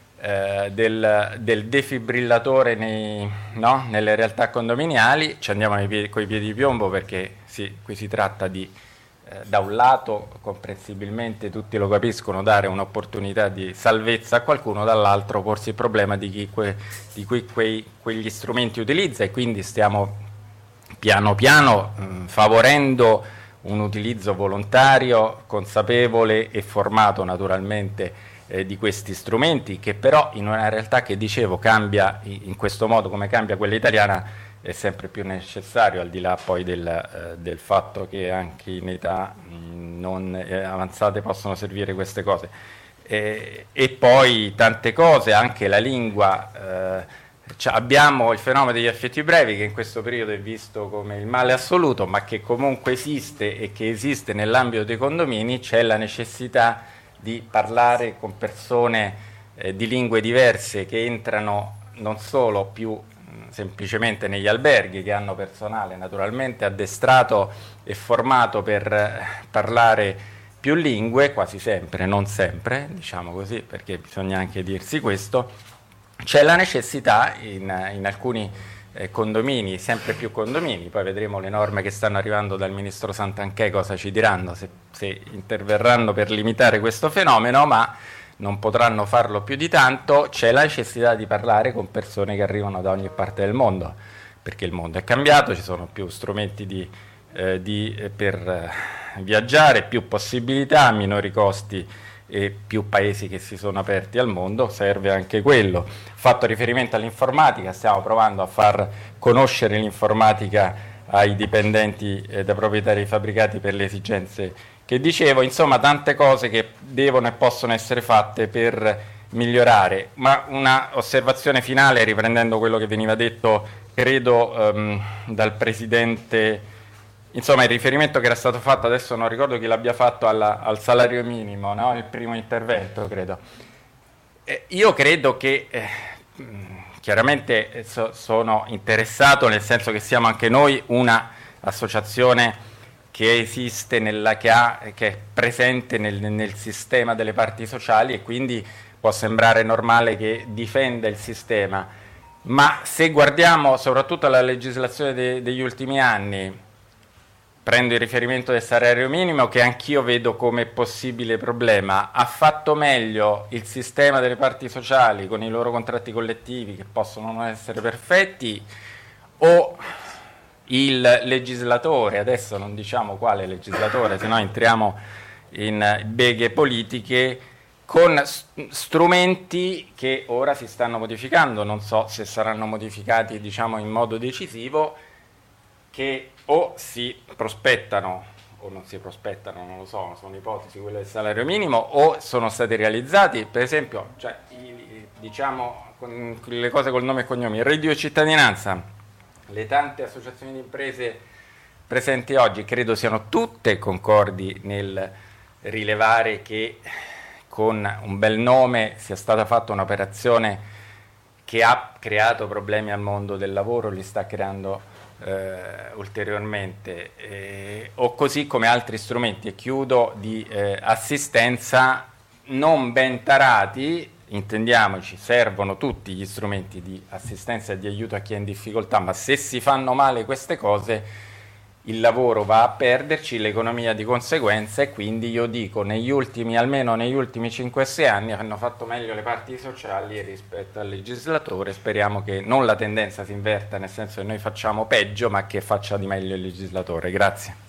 del defibrillatore nelle realtà condominiali. Ci andiamo con i piedi di piombo perché qui si tratta di, da un lato, comprensibilmente tutti lo capiscono, dare un'opportunità di salvezza a qualcuno, dall'altro porsi il problema di chi quegli strumenti utilizza, e quindi stiamo piano piano favorendo un utilizzo volontario, consapevole e formato naturalmente di questi strumenti, che però in una realtà che, dicevo, cambia in questo modo come cambia quella italiana, è sempre più necessario, al di là poi del fatto che anche in età non avanzate possono servire queste cose. E poi tante cose, anche la lingua Abbiamo il fenomeno degli affitti brevi, che in questo periodo è visto come il male assoluto, ma che comunque esiste e che esiste nell'ambito dei condomini. C'è la necessità di parlare con persone di lingue diverse, che entrano non solo più semplicemente negli alberghi, che hanno personale naturalmente addestrato e formato per parlare più lingue, quasi sempre, non sempre, diciamo così, perché bisogna anche dirsi questo. C'è la necessità in alcuni condomini, sempre più condomini, poi vedremo le norme che stanno arrivando dal ministro Santanchè cosa ci diranno, se interverranno per limitare questo fenomeno, ma non potranno farlo più di tanto. C'è la necessità di parlare con persone che arrivano da ogni parte del mondo, perché il mondo è cambiato, ci sono più strumenti per viaggiare, più possibilità, minori costi e più paesi che si sono aperti al mondo. Serve anche quello. Fatto riferimento all'informatica, stiamo provando a far conoscere l'informatica ai dipendenti da proprietari di fabbricati per le esigenze che dicevo. Insomma, tante cose che devono e possono essere fatte per migliorare. Ma una osservazione finale, riprendendo quello che veniva detto, credo dal Presidente. Insomma, il riferimento che era stato fatto, adesso non ricordo chi l'abbia fatto, al salario minimo, no? Il primo intervento, credo. Io credo che chiaramente sono interessato, nel senso che siamo anche noi una associazione che esiste, che è presente nel sistema delle parti sociali, e quindi può sembrare normale che difenda il sistema. Ma se guardiamo soprattutto alla legislazione degli ultimi anni, prendo il riferimento del salario minimo, che anch'io vedo come possibile problema. Ha fatto meglio il sistema delle parti sociali con i loro contratti collettivi, che possono non essere perfetti, o il legislatore, adesso non diciamo quale legislatore, se no entriamo in beghe politiche, con strumenti che ora si stanno modificando, non so se saranno modificati, diciamo, in modo decisivo, che o si prospettano o non si prospettano, non lo so, sono ipotesi quelle del salario minimo, o sono stati realizzati. Per esempio, diciamo con le cose col nome e cognomi, il reddito di cittadinanza, le tante associazioni di imprese presenti oggi credo siano tutte concordi nel rilevare che con un bel nome sia stata fatta un'operazione che ha creato problemi al mondo del lavoro, li sta creando ulteriormente, o così come altri strumenti, e chiudo, di assistenza non ben tarati. Intendiamoci, servono tutti gli strumenti di assistenza e di aiuto a chi è in difficoltà, ma se si fanno male queste cose il lavoro va a perderci, l'economia di conseguenza, e quindi io dico, almeno negli ultimi 5-6 anni hanno fatto meglio le parti sociali rispetto al legislatore. Speriamo che non la tendenza si inverta, nel senso che noi facciamo peggio, ma che faccia di meglio il legislatore. Grazie.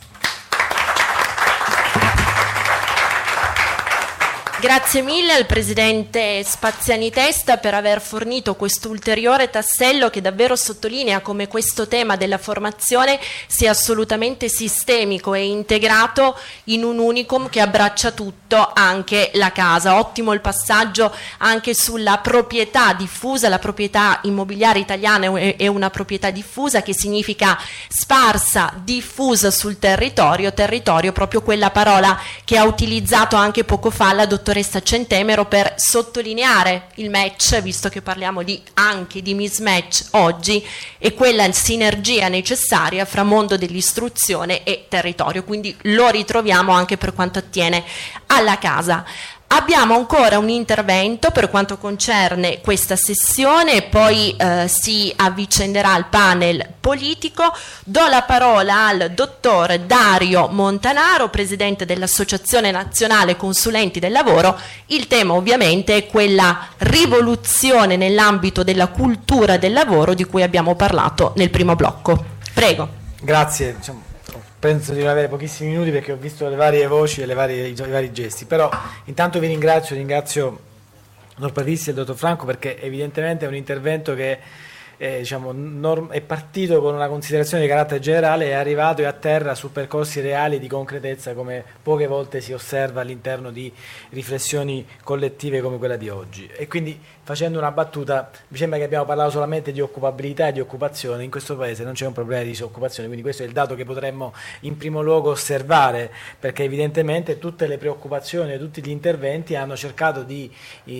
Grazie mille al Presidente Spaziani Testa per aver fornito questo ulteriore tassello che davvero sottolinea come questo tema della formazione sia assolutamente sistemico e integrato in un unicum che abbraccia tutto, anche la casa. Ottimo il passaggio anche sulla proprietà diffusa. La proprietà immobiliare italiana è una proprietà diffusa, che significa sparsa, diffusa sul territorio, proprio quella parola che ha utilizzato anche poco fa la dottoressa Centemero per sottolineare il match, visto che parliamo anche di mismatch oggi, e quella sinergia necessaria fra mondo dell'istruzione e territorio, quindi lo ritroviamo anche per quanto attiene alla casa. Abbiamo ancora un intervento per quanto concerne questa sessione, poi si avvicenderà al panel politico. Do la parola al dottor Dario Montanaro, presidente dell'Associazione Nazionale Consulenti del Lavoro. Il tema ovviamente è quella rivoluzione nell'ambito della cultura del lavoro di cui abbiamo parlato nel primo blocco. Prego. Grazie. Penso di non avere pochissimi minuti perché ho visto le varie voci e i vari gesti, però intanto vi ringrazio il dottor Patrizia e il dottor Franco, perché evidentemente è un intervento che è partito con una considerazione di carattere generale e è arrivato e atterra su percorsi reali di concretezza, come poche volte si osserva all'interno di riflessioni collettive come quella di oggi. E quindi, facendo una battuta, mi sembra che abbiamo parlato solamente di occupabilità e di occupazione. In questo paese non c'è un problema di disoccupazione, quindi questo è il dato che potremmo in primo luogo osservare, perché evidentemente tutte le preoccupazioni e tutti gli interventi hanno cercato di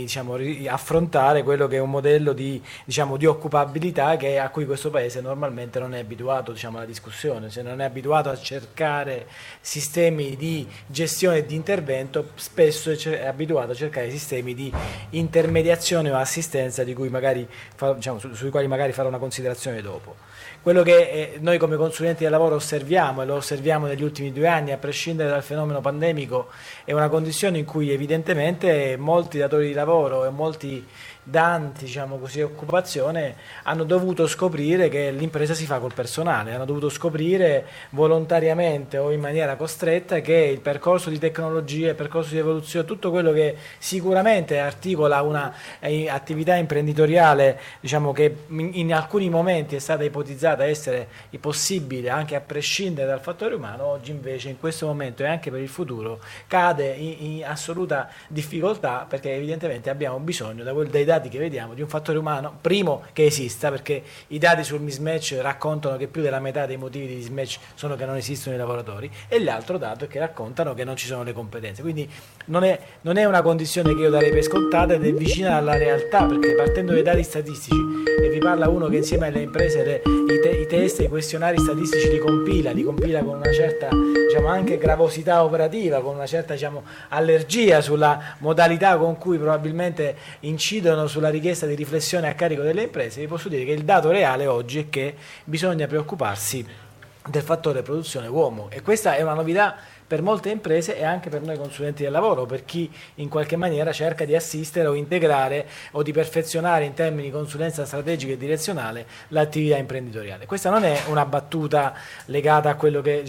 affrontare quello che è un modello di occupabilità a cui questo paese normalmente non è abituato alla discussione, se non è abituato a cercare sistemi di gestione e di intervento, spesso è abituato a cercare sistemi di intermediazione o assistenza di cui magari sui quali magari farò una considerazione dopo. Quello che noi come consulenti del lavoro osserviamo, e lo osserviamo negli ultimi 2 anni, a prescindere dal fenomeno pandemico, è una condizione in cui evidentemente molti datori di lavoro e molti danti occupazione hanno dovuto scoprire che l'impresa si fa col personale, hanno dovuto scoprire volontariamente o in maniera costretta che il percorso di tecnologia, il percorso di evoluzione, tutto quello che sicuramente articola una attività imprenditoriale che in alcuni momenti è stata ipotizzata essere possibile anche a prescindere dal fattore umano, oggi invece in questo momento e anche per il futuro cade in assoluta difficoltà, perché evidentemente abbiamo bisogno dai dati che vediamo di un fattore umano, primo, che esista, perché i dati sul mismatch raccontano che più della metà dei motivi di mismatch sono che non esistono i lavoratori, e l'altro dato è che raccontano che non ci sono le competenze. Quindi non è una condizione che io darei per scontata ed è vicina alla realtà, perché partendo dai dati statistici, e vi parla uno che insieme alle imprese i test e i questionari statistici li compila con una certa anche gravosità operativa, con una certa allergia sulla modalità con cui probabilmente incidono sulla richiesta di riflessione a carico delle imprese, vi posso dire che il dato reale oggi è che bisogna preoccuparsi del fattore produzione uomo, e questa è una novità per molte imprese e anche per noi consulenti del lavoro, per chi in qualche maniera cerca di assistere o integrare o di perfezionare in termini di consulenza strategica e direzionale l'attività imprenditoriale. Questa non è una battuta legata a quello che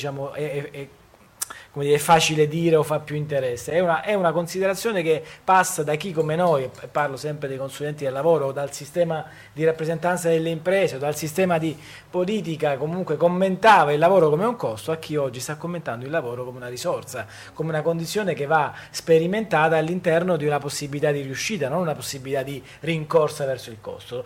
è facile dire o fa più interesse, è una considerazione che passa da chi come noi, e parlo sempre dei consulenti del lavoro, o dal sistema di rappresentanza delle imprese o dal sistema di politica, comunque commentava il lavoro come un costo, a chi oggi sta commentando il lavoro come una risorsa, come una condizione che va sperimentata all'interno di una possibilità di riuscita, non una possibilità di rincorsa verso il costo.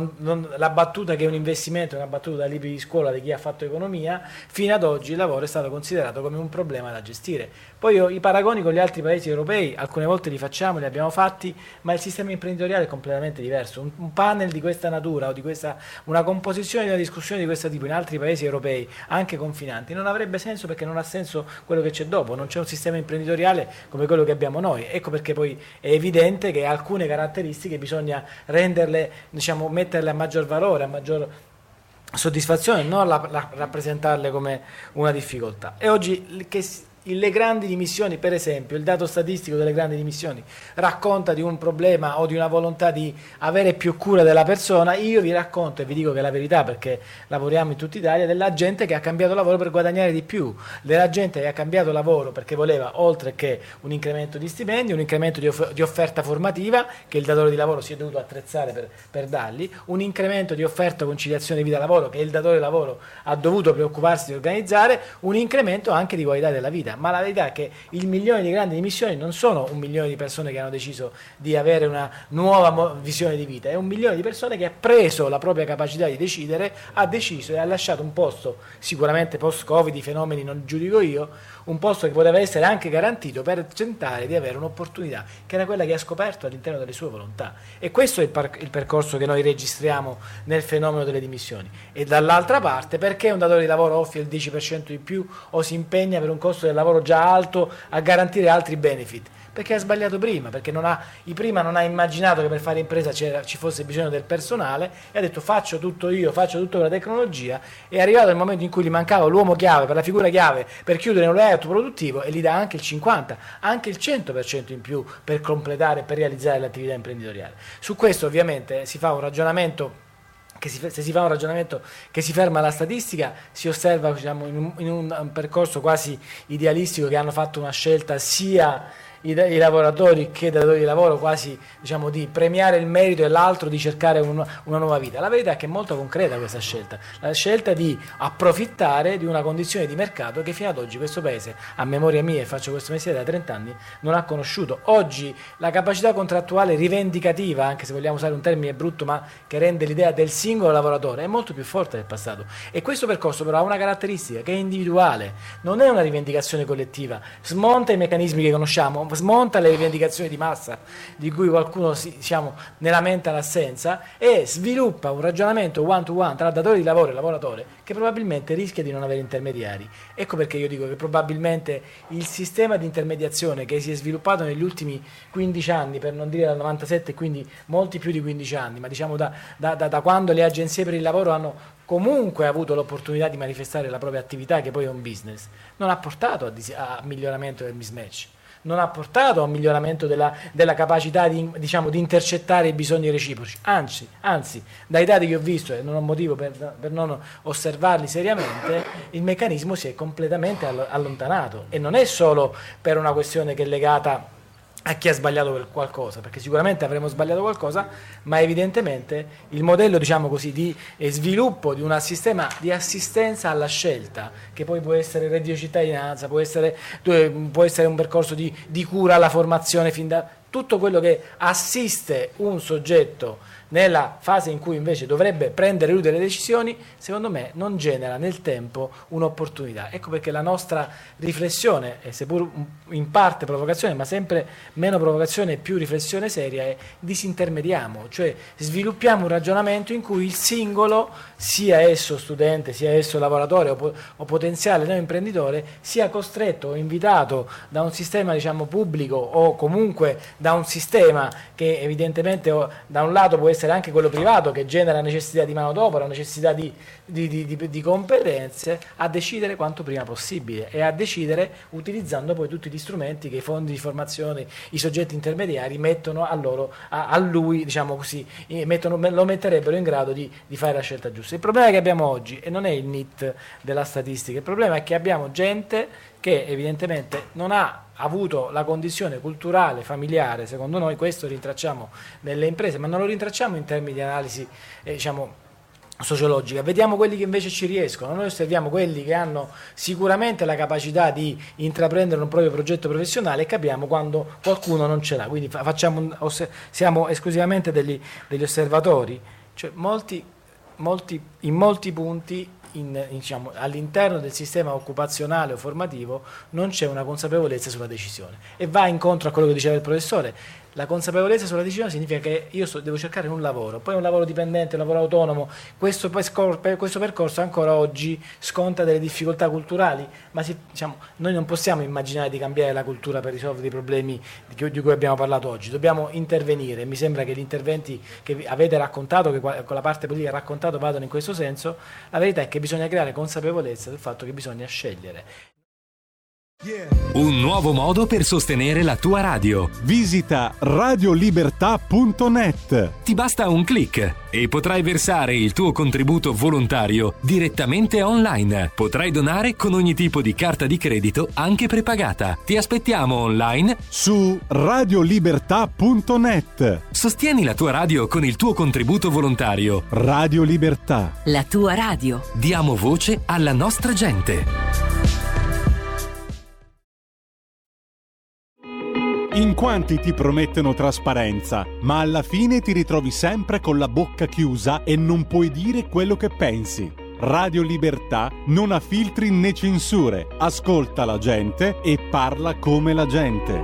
La battuta che è un investimento è una battuta da libri di scuola di chi ha fatto economia. Fino ad oggi il lavoro è stato considerato come un problema da gestire. Poi i paragoni con gli altri paesi europei alcune volte li facciamo, li abbiamo fatti, ma il sistema imprenditoriale è completamente diverso. Un panel di questa natura o una composizione di una discussione di questo tipo in altri paesi europei, anche confinanti, non avrebbe senso, perché non ha senso quello che c'è dopo, non c'è un sistema imprenditoriale come quello che abbiamo noi. Ecco perché poi è evidente che alcune caratteristiche bisogna renderle, metterle a maggior valore, a maggior soddisfazione, non rappresentarle come una difficoltà. E oggi le grandi dimissioni, per esempio, il dato statistico delle grandi dimissioni racconta di un problema o di una volontà di avere più cura della persona. Io vi racconto, e vi dico che è la verità perché lavoriamo in tutta Italia, della gente che ha cambiato lavoro per guadagnare di più, della gente che ha cambiato lavoro perché voleva, oltre che un incremento di stipendi, un incremento di offerta formativa che il datore di lavoro si è dovuto attrezzare per dargli, un incremento di offerta conciliazione vita-lavoro che il datore di lavoro ha dovuto preoccuparsi di organizzare, un incremento anche di qualità della vita. Ma la verità è che il milione di grandi dimissioni non sono 1 milione di persone che hanno deciso di avere una nuova visione di vita, è 1 milione di persone che ha preso la propria capacità di decidere, ha deciso e ha lasciato un posto, sicuramente post-Covid, i fenomeni non giudico io, un posto che poteva essere anche garantito per tentare di avere un'opportunità che era quella che ha scoperto all'interno delle sue volontà. E questo è il percorso che noi registriamo nel fenomeno delle dimissioni. E dall'altra parte, perché un datore di lavoro offre il 10% di più o si impegna per un costo del lavoro già alto a garantire altri benefit? Perché ha sbagliato prima, perché non ha immaginato che per fare impresa ci fosse bisogno del personale e ha detto faccio tutto io, faccio tutto con la tecnologia. È arrivato il momento in cui gli mancava l'uomo chiave, per la figura chiave, per chiudere un layout produttivo, e gli dà anche il 50%, anche il 100% in più per completare, per realizzare l'attività imprenditoriale. Su questo ovviamente si fa un ragionamento se si fa un ragionamento che si ferma alla statistica, si osserva in un percorso quasi idealistico che hanno fatto una scelta sia i lavoratori che datori di lavoro, quasi diciamo di premiare il merito e l'altro di cercare una nuova vita. La verità è che è molto concreta questa scelta, la scelta di approfittare di una condizione di mercato che fino ad oggi questo Paese, a memoria mia, e faccio questo mestiere da 30 anni, non ha conosciuto. Oggi la capacità contrattuale rivendicativa, anche se vogliamo usare un termine brutto ma che rende l'idea del singolo lavoratore, è molto più forte del passato, e questo percorso però ha una caratteristica che è individuale, non è una rivendicazione collettiva, smonta i meccanismi che conosciamo, smonta le rivendicazioni di massa di cui qualcuno ne lamenta l'assenza, e sviluppa un ragionamento one to one tra datore di lavoro e lavoratore che probabilmente rischia di non avere intermediari. Ecco perché io dico che probabilmente il sistema di intermediazione che si è sviluppato negli ultimi 15 anni, per non dire dal 97, quindi molti più di 15 anni, ma diciamo da quando le agenzie per il lavoro hanno comunque avuto l'opportunità di manifestare la propria attività, che poi è un business, non ha portato a miglioramento del mismatch, non ha portato a un miglioramento della capacità di intercettare i bisogni reciproci, anzi, dai dati che ho visto, e non ho motivo per non osservarli seriamente, il meccanismo si è completamente allontanato, e non è solo per una questione che è legata a chi ha sbagliato per qualcosa, perché sicuramente avremo sbagliato qualcosa, ma evidentemente il modello, diciamo così, di sviluppo di un sistema di assistenza alla scelta, che poi può essere reddito di cittadinanza, può essere un percorso di cura alla formazione, tutto quello che assiste un soggetto nella fase in cui invece dovrebbe prendere lui delle decisioni, secondo me non genera nel tempo un'opportunità. Ecco perché la nostra riflessione, seppur in parte provocazione, ma sempre meno provocazione e più riflessione seria, è disintermediamo, cioè sviluppiamo un ragionamento in cui il singolo, sia esso studente, sia esso lavoratore o potenziale neo imprenditore, sia costretto o invitato da un sistema, diciamo, pubblico, o comunque da un sistema che evidentemente da un lato può essere anche quello privato, che genera necessità di manodopera, necessità di competenze, a decidere quanto prima possibile, e a decidere utilizzando poi tutti gli strumenti che i fondi di formazione, i soggetti intermediari mettono a lui, diciamo così, lo metterebbero in grado di fare la scelta giusta. Il problema che abbiamo oggi, e non è il NEET della statistica, il problema è che abbiamo gente che evidentemente non ha avuto la condizione culturale, familiare, secondo noi, questo rintracciamo nelle imprese, ma non lo rintracciamo in termini di analisi sociologica. Vediamo quelli che invece ci riescono, noi osserviamo quelli che hanno sicuramente la capacità di intraprendere un proprio progetto professionale, e capiamo quando qualcuno non ce l'ha, quindi siamo esclusivamente degli osservatori, cioè in molti punti all'interno del sistema occupazionale o formativo non c'è una consapevolezza sulla decisione, e va incontro a quello che diceva il professore. La consapevolezza sulla decisione significa che io devo cercare un lavoro, poi un lavoro dipendente, un lavoro autonomo. Questo percorso ancora oggi sconta delle difficoltà culturali, ma noi non possiamo immaginare di cambiare la cultura per risolvere i problemi di cui abbiamo parlato oggi. Dobbiamo intervenire, e mi sembra che gli interventi che avete raccontato, che con la parte politica ha raccontato, vadano in questo senso. La verità è che bisogna creare consapevolezza del fatto che bisogna scegliere. Un nuovo modo per sostenere la tua radio. Visita radiolibertà.net. Ti basta un click e potrai versare il tuo contributo volontario direttamente online. Potrai donare con ogni tipo di carta di credito, anche prepagata. Ti aspettiamo online su radiolibertà.net. Sostieni la tua radio con il tuo contributo volontario. Radio Libertà. La tua radio. Diamo voce alla nostra gente. In quanti ti promettono trasparenza, ma alla fine ti ritrovi sempre con la bocca chiusa e non puoi dire quello che pensi. Radio Libertà non ha filtri né censure, ascolta la gente e parla come la gente.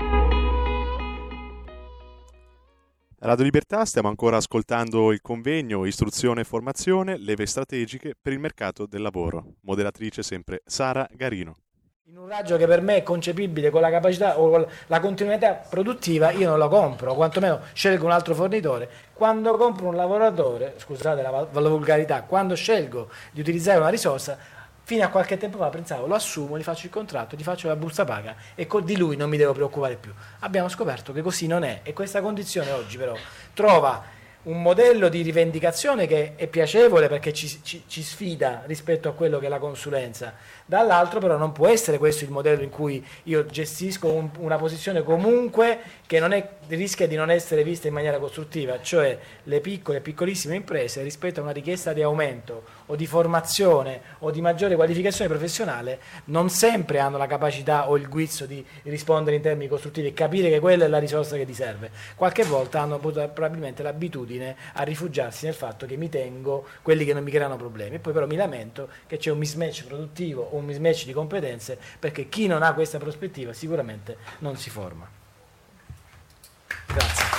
Radio Libertà, stiamo ancora ascoltando il convegno Istruzione e Formazione, leve strategiche per il mercato del lavoro. Moderatrice sempre Sara Garino. In un raggio che per me è concepibile, con la capacità o con la continuità produttiva, io non lo compro, o quantomeno scelgo un altro fornitore. Quando compro un lavoratore, scusate la volgarità, quando scelgo di utilizzare una risorsa, fino a qualche tempo fa pensavo, lo assumo, gli faccio il contratto, gli faccio la busta paga e di lui non mi devo preoccupare più. Abbiamo scoperto che così non è, e questa condizione oggi però trova un modello di rivendicazione che è piacevole perché ci sfida rispetto a quello che è la consulenza, dall'altro però non può essere questo il modello in cui io gestisco una posizione comunque che rischia di non essere vista in maniera costruttiva, cioè le piccole e piccolissime imprese rispetto a una richiesta di aumento o di formazione o di maggiore qualificazione professionale non sempre hanno la capacità o il guizzo di rispondere in termini costruttivi e capire che quella è la risorsa che ti serve. Qualche volta hanno probabilmente l'abitudine a rifugiarsi nel fatto che mi tengo quelli che non mi creano problemi e poi però mi lamento che c'è un mismatch produttivo o un mismatch di competenze perché chi non ha questa prospettiva sicuramente non si forma. Grazie.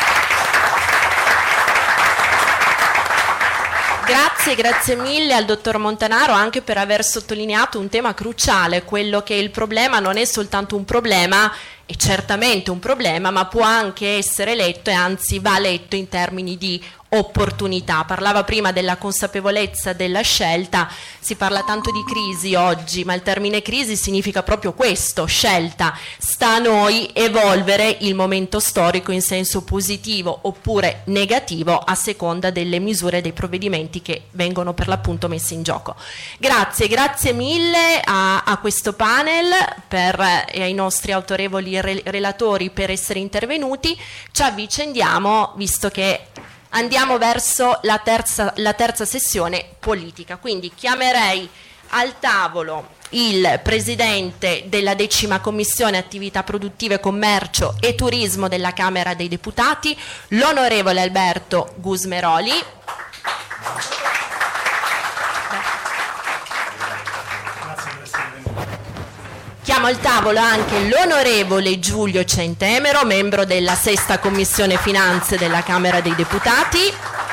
Grazie mille al dottor Montanaro anche per aver sottolineato un tema cruciale, quello che il problema non è soltanto un problema, è certamente un problema, ma può anche essere letto e anzi va letto in termini di opportunità. Parlava prima della consapevolezza della scelta, si parla tanto di crisi oggi, ma il termine crisi significa proprio questo, scelta. Sta a noi evolvere il momento storico in senso positivo oppure negativo a seconda delle misure e dei provvedimenti che vengono per l'appunto messi in gioco. Grazie mille a questo panel e ai nostri autorevoli relatori per essere intervenuti. Ci avvicendiamo, visto che andiamo verso la terza sessione politica, quindi chiamerei al tavolo il presidente della 10ª commissione attività produttive, commercio e turismo della Camera dei Deputati, l'onorevole Alberto Gusmeroli. Chiamo al tavolo anche l'onorevole Giulio Centemero, membro della 6ª Commissione Finanze della Camera dei Deputati,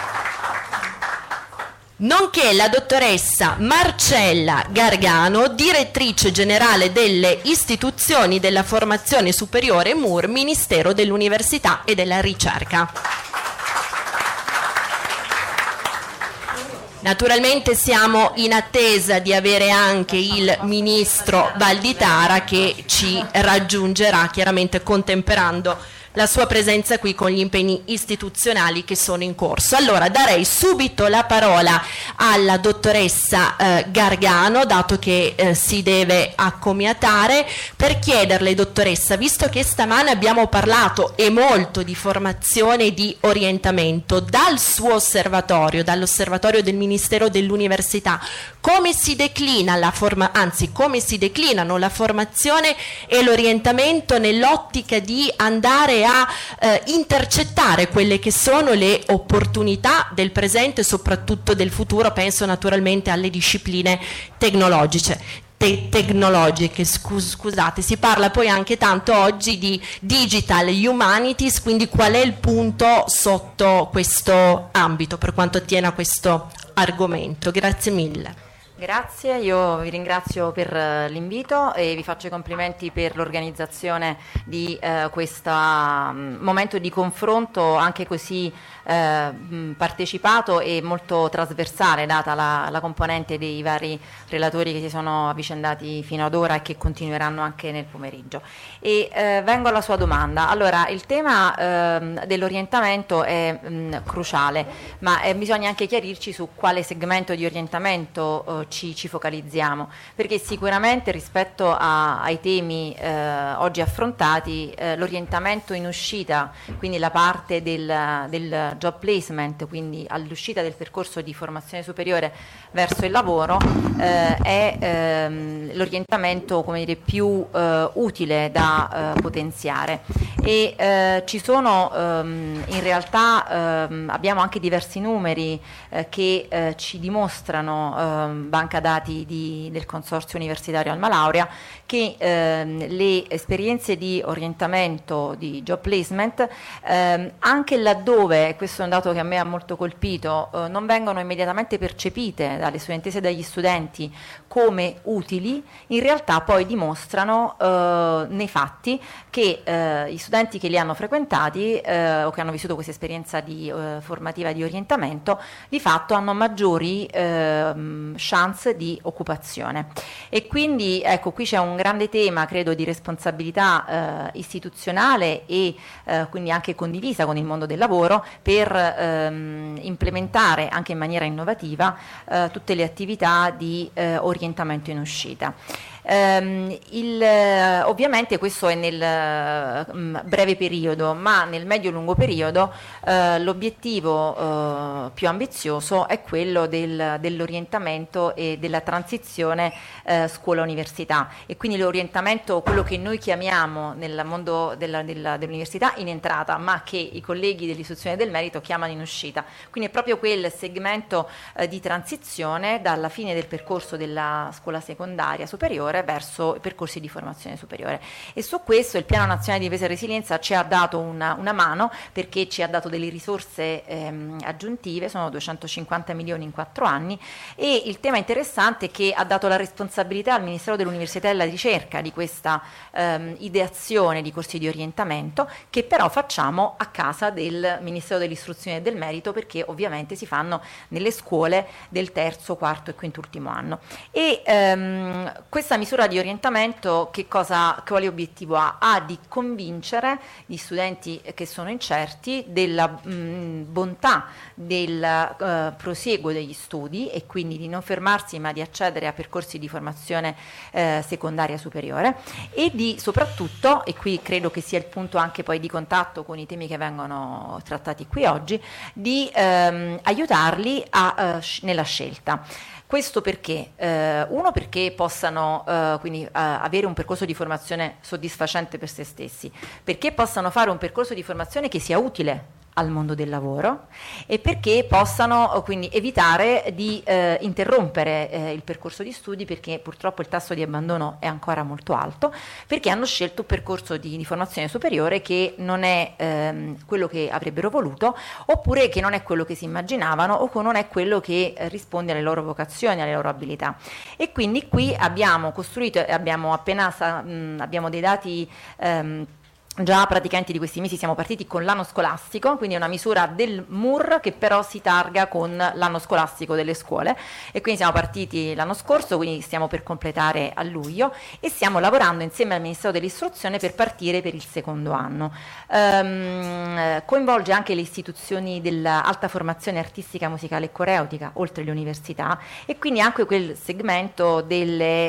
nonché la dottoressa Marcella Gargano, direttrice generale delle istituzioni della formazione superiore MUR, Ministero dell'Università e della Ricerca. Naturalmente siamo in attesa di avere anche il ministro Valditara che ci raggiungerà, chiaramente contemperando la sua presenza qui con gli impegni istituzionali che sono in corso. Allora darei subito la parola alla dottoressa Gargano, dato che si deve accomiatare, per chiederle, dottoressa, visto che stamane abbiamo parlato e molto di formazione e di orientamento, dal suo osservatorio, dall'osservatorio del Ministero dell'Università, come si declina come si declinano la formazione e l'orientamento nell'ottica di andare a intercettare quelle che sono le opportunità del presente e soprattutto del futuro. Penso naturalmente alle discipline tecnologiche. Scusate, si parla poi anche tanto oggi di digital humanities, quindi qual è il punto sotto questo ambito per quanto attiene a questo argomento? Grazie mille. Grazie, io vi ringrazio per l'invito e vi faccio i complimenti per l'organizzazione di questo momento di confronto anche così partecipato e molto trasversale, data la componente dei vari relatori che si sono avvicendati fino ad ora e che continueranno anche nel pomeriggio. E vengo alla sua domanda. Allora, il tema dell'orientamento è cruciale, ma bisogna anche chiarirci su quale segmento di orientamento ci focalizziamo, perché sicuramente rispetto ai temi oggi affrontati, l'orientamento in uscita, quindi la parte del job placement, quindi all'uscita del percorso di formazione superiore verso il lavoro, è l'orientamento, come dire, più utile da potenziare. E ci sono in realtà abbiamo anche diversi numeri che ci dimostrano, banca dati del Consorzio Universitario Alma Laurea, che le esperienze di orientamento, di job placement, anche laddove, questo è un dato che a me ha molto colpito, non vengono immediatamente percepite dalle studentesse e dagli studenti come utili, in realtà poi dimostrano nei fatti che gli studenti che li hanno frequentati o che hanno vissuto questa esperienza formativa di orientamento, di fatto hanno maggiori chance di occupazione. E quindi ecco, qui c'è un grande tema, credo, di responsabilità istituzionale e quindi anche condivisa con il mondo del lavoro per per implementare anche in maniera innovativa tutte le attività di orientamento in uscita. Ovviamente questo è nel breve periodo, ma nel medio-lungo periodo l'obiettivo più ambizioso è quello dell'orientamento e della transizione scuola-università, e quindi l'orientamento, quello che noi chiamiamo nel mondo dell'università in entrata, ma che i colleghi dell'istruzione del merito chiamano in uscita. Quindi è proprio quel segmento di transizione dalla fine del percorso della scuola secondaria superiore verso i percorsi di formazione superiore, e su questo il Piano Nazionale di Difesa e Resilienza ci ha dato una mano, perché ci ha dato delle risorse aggiuntive, sono 250 milioni in 4 anni, e il tema interessante è che ha dato la responsabilità al Ministero dell'Università e della Ricerca di questa ideazione di corsi di orientamento, che però facciamo a casa del Ministero dell'Istruzione e del Merito, perché ovviamente si fanno nelle scuole del terzo, quarto e quintultimo anno. E questa misura di orientamento quale obiettivo ha? Ha di convincere gli studenti che sono incerti della bontà del proseguo degli studi, e quindi di non fermarsi ma di accedere a percorsi di formazione secondaria superiore, e di soprattutto, e qui credo che sia il punto anche poi di contatto con i temi che vengono trattati qui oggi, di aiutarli nella scelta. Questo perché? Uno, perché possano avere un percorso di formazione soddisfacente per se stessi, perché possano fare un percorso di formazione che sia utile al mondo del lavoro, e perché possano quindi evitare di interrompere il percorso di studi, perché purtroppo il tasso di abbandono è ancora molto alto, perché hanno scelto un percorso di formazione superiore che non è quello che avrebbero voluto, oppure che non è quello che si immaginavano, o che non è quello che risponde alle loro vocazioni, alle loro abilità. E quindi qui abbiamo costruito, abbiamo dei dati già praticamente di questi mesi. Siamo partiti con l'anno scolastico, quindi è una misura del MUR che però si targa con l'anno scolastico delle scuole, e quindi siamo partiti l'anno scorso, quindi stiamo per completare a luglio, e stiamo lavorando insieme al Ministero dell'Istruzione per partire per il secondo anno. Coinvolge anche le istituzioni dell'alta formazione artistica, musicale e coreutica, oltre le università, e quindi anche quel segmento dei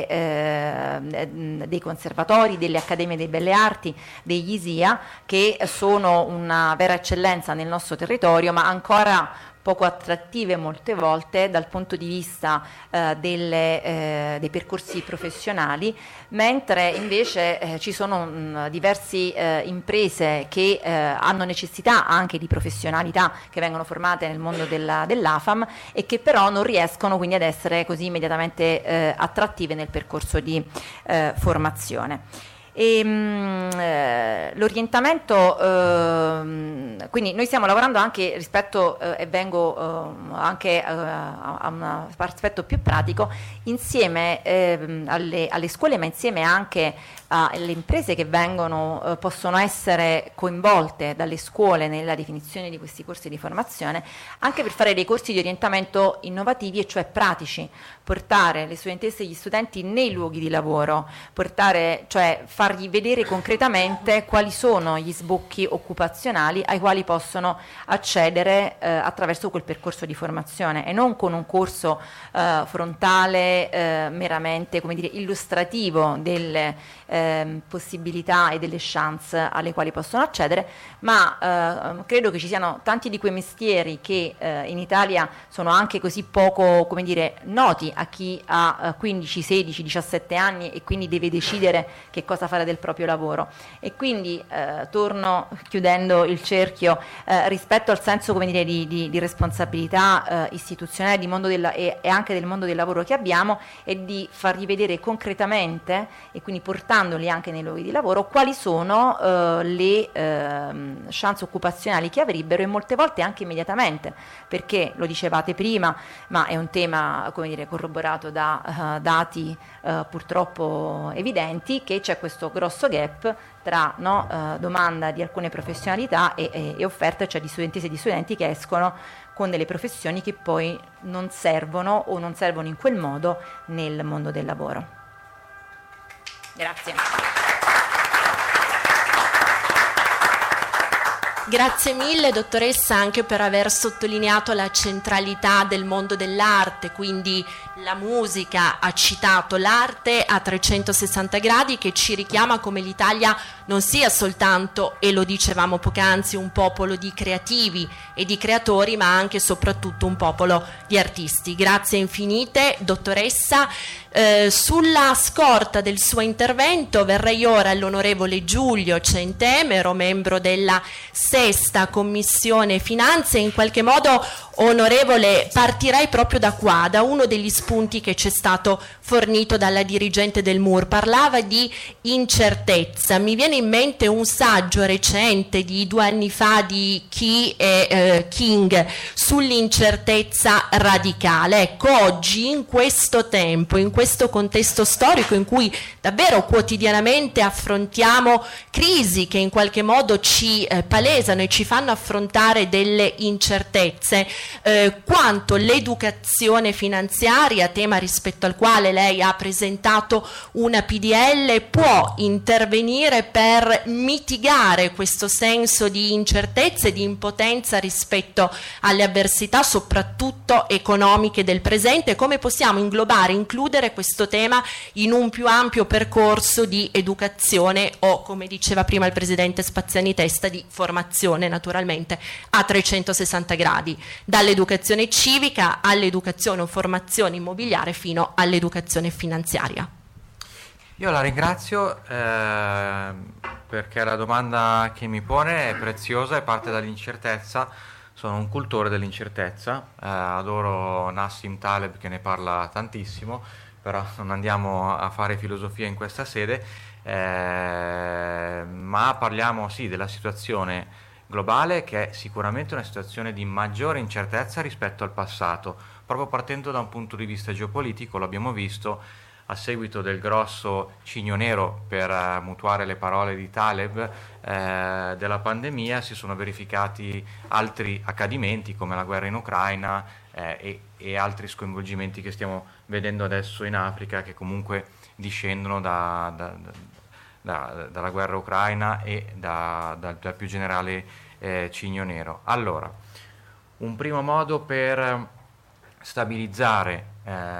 conservatori, delle accademie delle belle arti, degli ISIA, che sono una vera eccellenza nel nostro territorio, ma ancora poco attrattive molte volte dal punto di vista dei percorsi professionali, mentre invece ci sono diverse imprese che hanno necessità anche di professionalità che vengono formate nel mondo dell'AFAM, e che però non riescono quindi ad essere così immediatamente attrattive nel percorso di formazione. L'orientamento, quindi noi stiamo lavorando anche rispetto, e vengo anche a un aspetto più pratico, insieme alle scuole, ma insieme anche alle imprese che possono essere coinvolte dalle scuole nella definizione di questi corsi di formazione, anche per fare dei corsi di orientamento innovativi, e cioè pratici, portare le studentesse e gli studenti nei luoghi di lavoro, cioè fargli vedere concretamente quali sono gli sbocchi occupazionali ai quali possono accedere attraverso quel percorso di formazione, e non con un corso frontale meramente, come dire, illustrativo delle possibilità e delle chance alle quali possono accedere, ma credo che ci siano tanti di quei mestieri che in Italia sono anche così poco, come dire, noti a chi ha 15, 16, 17 anni e quindi deve decidere che cosa fare del proprio lavoro. E quindi torno, chiudendo il cerchio, rispetto al senso, come dire, di responsabilità istituzionale e anche del mondo del lavoro che abbiamo, e di fargli vedere concretamente, e quindi portandoli anche nei luoghi di lavoro, quali sono le chance occupazionali che avrebbero, e molte volte anche immediatamente, perché lo dicevate prima, ma è un tema, come dire, corroborato da dati purtroppo evidenti, che c'è questo grosso gap tra domanda di alcune professionalità e offerta, cioè di studentesse e di studenti che escono con delle professioni che poi non servono, o non servono in quel modo nel mondo del lavoro. Grazie. Grazie mille dottoressa anche per aver sottolineato la centralità del mondo dell'arte, quindi la musica, ha citato l'arte a 360 gradi che ci richiama come l'Italia non sia soltanto, e lo dicevamo poc'anzi, un popolo di creativi e di creatori, ma anche e soprattutto un popolo di artisti. Grazie infinite dottoressa. Sulla scorta del suo intervento verrei ora all'onorevole Giulio Centemero, membro della 6ª Commissione Finanze. In qualche modo, onorevole, partirei proprio da qua, da uno degli spunti che ci è stato fornito dalla dirigente del MUR. Parlava di incertezza. Mi viene in mente un saggio recente di 2 anni fa di Key e King sull'incertezza radicale. Ecco, oggi in questo tempo, in questo contesto storico in cui davvero quotidianamente affrontiamo crisi che in qualche modo ci palesano e ci fanno affrontare delle incertezze, quanto l'educazione finanziaria, tema rispetto al quale lei ha presentato una PDL, può intervenire per mitigare questo senso di incertezza e di impotenza rispetto alle avversità, soprattutto economiche del presente, e come possiamo inglobare, includere questo tema in un più ampio percorso di educazione o, come diceva prima il presidente Spaziani Testa, di formazione naturalmente a 360 gradi, dall'educazione civica all'educazione o formazione immobiliare fino all'educazione finanziaria. Io la ringrazio perché la domanda che mi pone è preziosa e parte dall'incertezza. Sono un cultore dell'incertezza, adoro Nassim Taleb che ne parla tantissimo, però non andiamo a fare filosofia in questa sede, ma parliamo sì della situazione globale, che è sicuramente una situazione di maggiore incertezza rispetto al passato, proprio partendo da un punto di vista geopolitico. Lo abbiamo visto a seguito del grosso cigno nero, per mutuare le parole di Taleb, della pandemia, si sono verificati altri accadimenti come la guerra in Ucraina e altri sconvolgimenti che stiamo vedendo adesso in Africa, che comunque discendono dalla guerra ucraina e dal più generale cigno nero. Allora, un primo modo per stabilizzare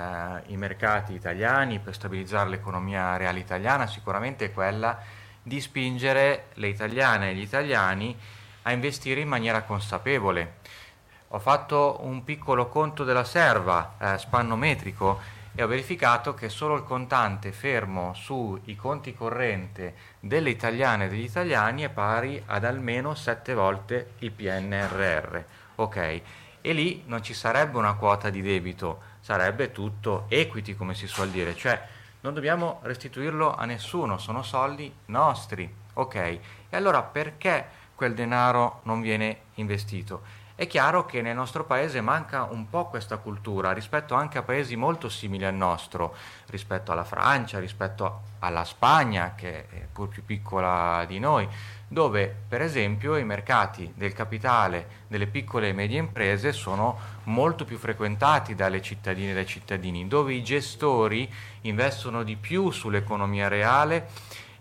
i mercati italiani, per stabilizzare l'economia reale italiana, sicuramente è quella di spingere le italiane e gli italiani a investire in maniera consapevole. Ho fatto un piccolo conto della serva spannometrico e ho verificato che solo il contante fermo sui conti corrente delle italiane e degli italiani è pari ad almeno 7 volte il PNRR. Ok, e lì non ci sarebbe una quota di debito, sarebbe tutto equity, come si suol dire, cioè non dobbiamo restituirlo a nessuno, sono soldi nostri. Ok, e allora perché quel denaro non viene investito? È chiaro che nel nostro paese manca un po' questa cultura rispetto anche a paesi molto simili al nostro, rispetto alla Francia, rispetto alla Spagna, che è pur più piccola di noi, dove per esempio i mercati del capitale delle piccole e medie imprese sono molto più frequentati dalle cittadine e dai cittadini, dove i gestori investono di più sull'economia reale,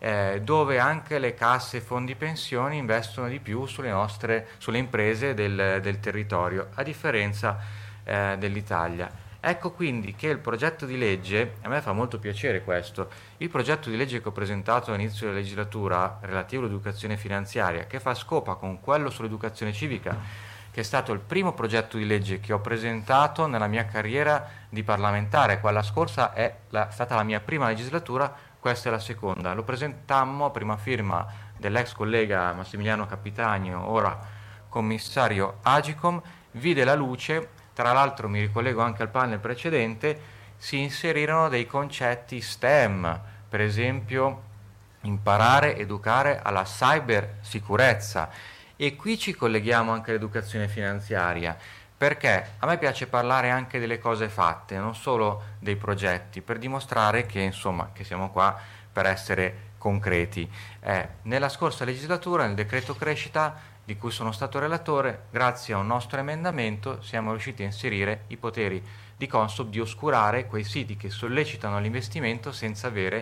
dove anche le casse e fondi pensioni investono di più sulle imprese del territorio, a differenza dell'Italia. Ecco quindi che il progetto di legge, a me fa molto piacere questo, il progetto di legge che ho presentato all'inizio della legislatura relativo all'educazione finanziaria, che fa scopa con quello sull'educazione civica, che è stato il primo progetto di legge che ho presentato nella mia carriera di parlamentare. Quella scorsa è stata la mia prima legislatura, questa è la seconda. Lo presentammo a prima firma dell'ex collega Massimiliano Capitagno, ora commissario Agicom, vide la luce. Tra l'altro mi ricollego anche al panel precedente, si inserirono dei concetti STEM, per esempio imparare, educare alla cybersicurezza, e qui ci colleghiamo anche all'educazione finanziaria, perché a me piace parlare anche delle cose fatte, non solo dei progetti, per dimostrare che insomma che siamo qua per essere concreti. Nella scorsa legislatura, nel decreto crescita, di cui sono stato relatore, grazie a un nostro emendamento siamo riusciti a inserire i poteri di Consob di oscurare quei siti che sollecitano l'investimento senza avere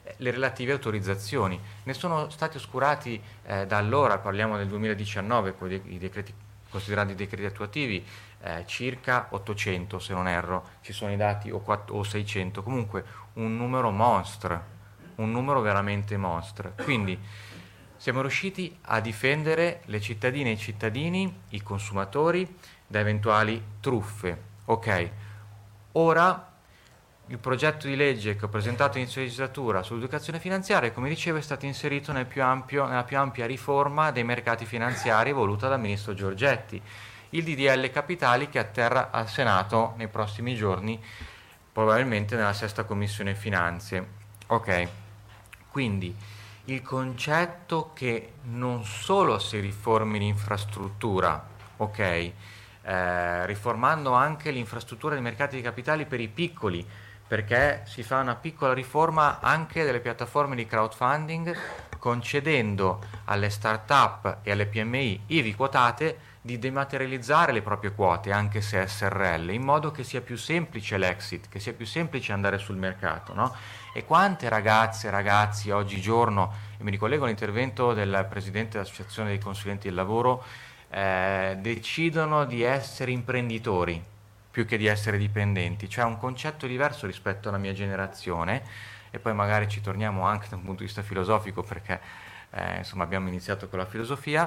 le relative autorizzazioni. Ne sono stati oscurati da allora, parliamo del 2019, con i decreti considerati decreti attuativi, circa 800 se non erro, ci sono i dati, o 600, comunque un numero monstre, un numero veramente monstre. Quindi siamo riusciti a difendere le cittadine e i cittadini, i consumatori, da eventuali truffe. Ok, ora il progetto di legge che ho presentato inizio legislatura sull'educazione finanziaria, come dicevo, è stato inserito nella più ampia riforma dei mercati finanziari voluta dal ministro Giorgetti, il DDL Capitali, che atterra al Senato nei prossimi giorni, probabilmente nella 6ª Commissione Finanze. Ok, quindi il concetto che non solo si riformi l'infrastruttura, ok, riformando anche l'infrastruttura dei mercati di capitali per i piccoli, perché si fa una piccola riforma anche delle piattaforme di crowdfunding, concedendo alle start-up e alle PMI ivi quotate di dematerializzare le proprie quote, anche se SRL, in modo che sia più semplice l'exit, che sia più semplice andare sul mercato, no? E quante ragazze e ragazzi oggigiorno, e mi ricollego all'intervento del Presidente dell'Associazione dei Consulenti del Lavoro, decidono di essere imprenditori più che di essere dipendenti, cioè un concetto diverso rispetto alla mia generazione, e poi magari ci torniamo anche da un punto di vista filosofico, perché insomma abbiamo iniziato con la filosofia,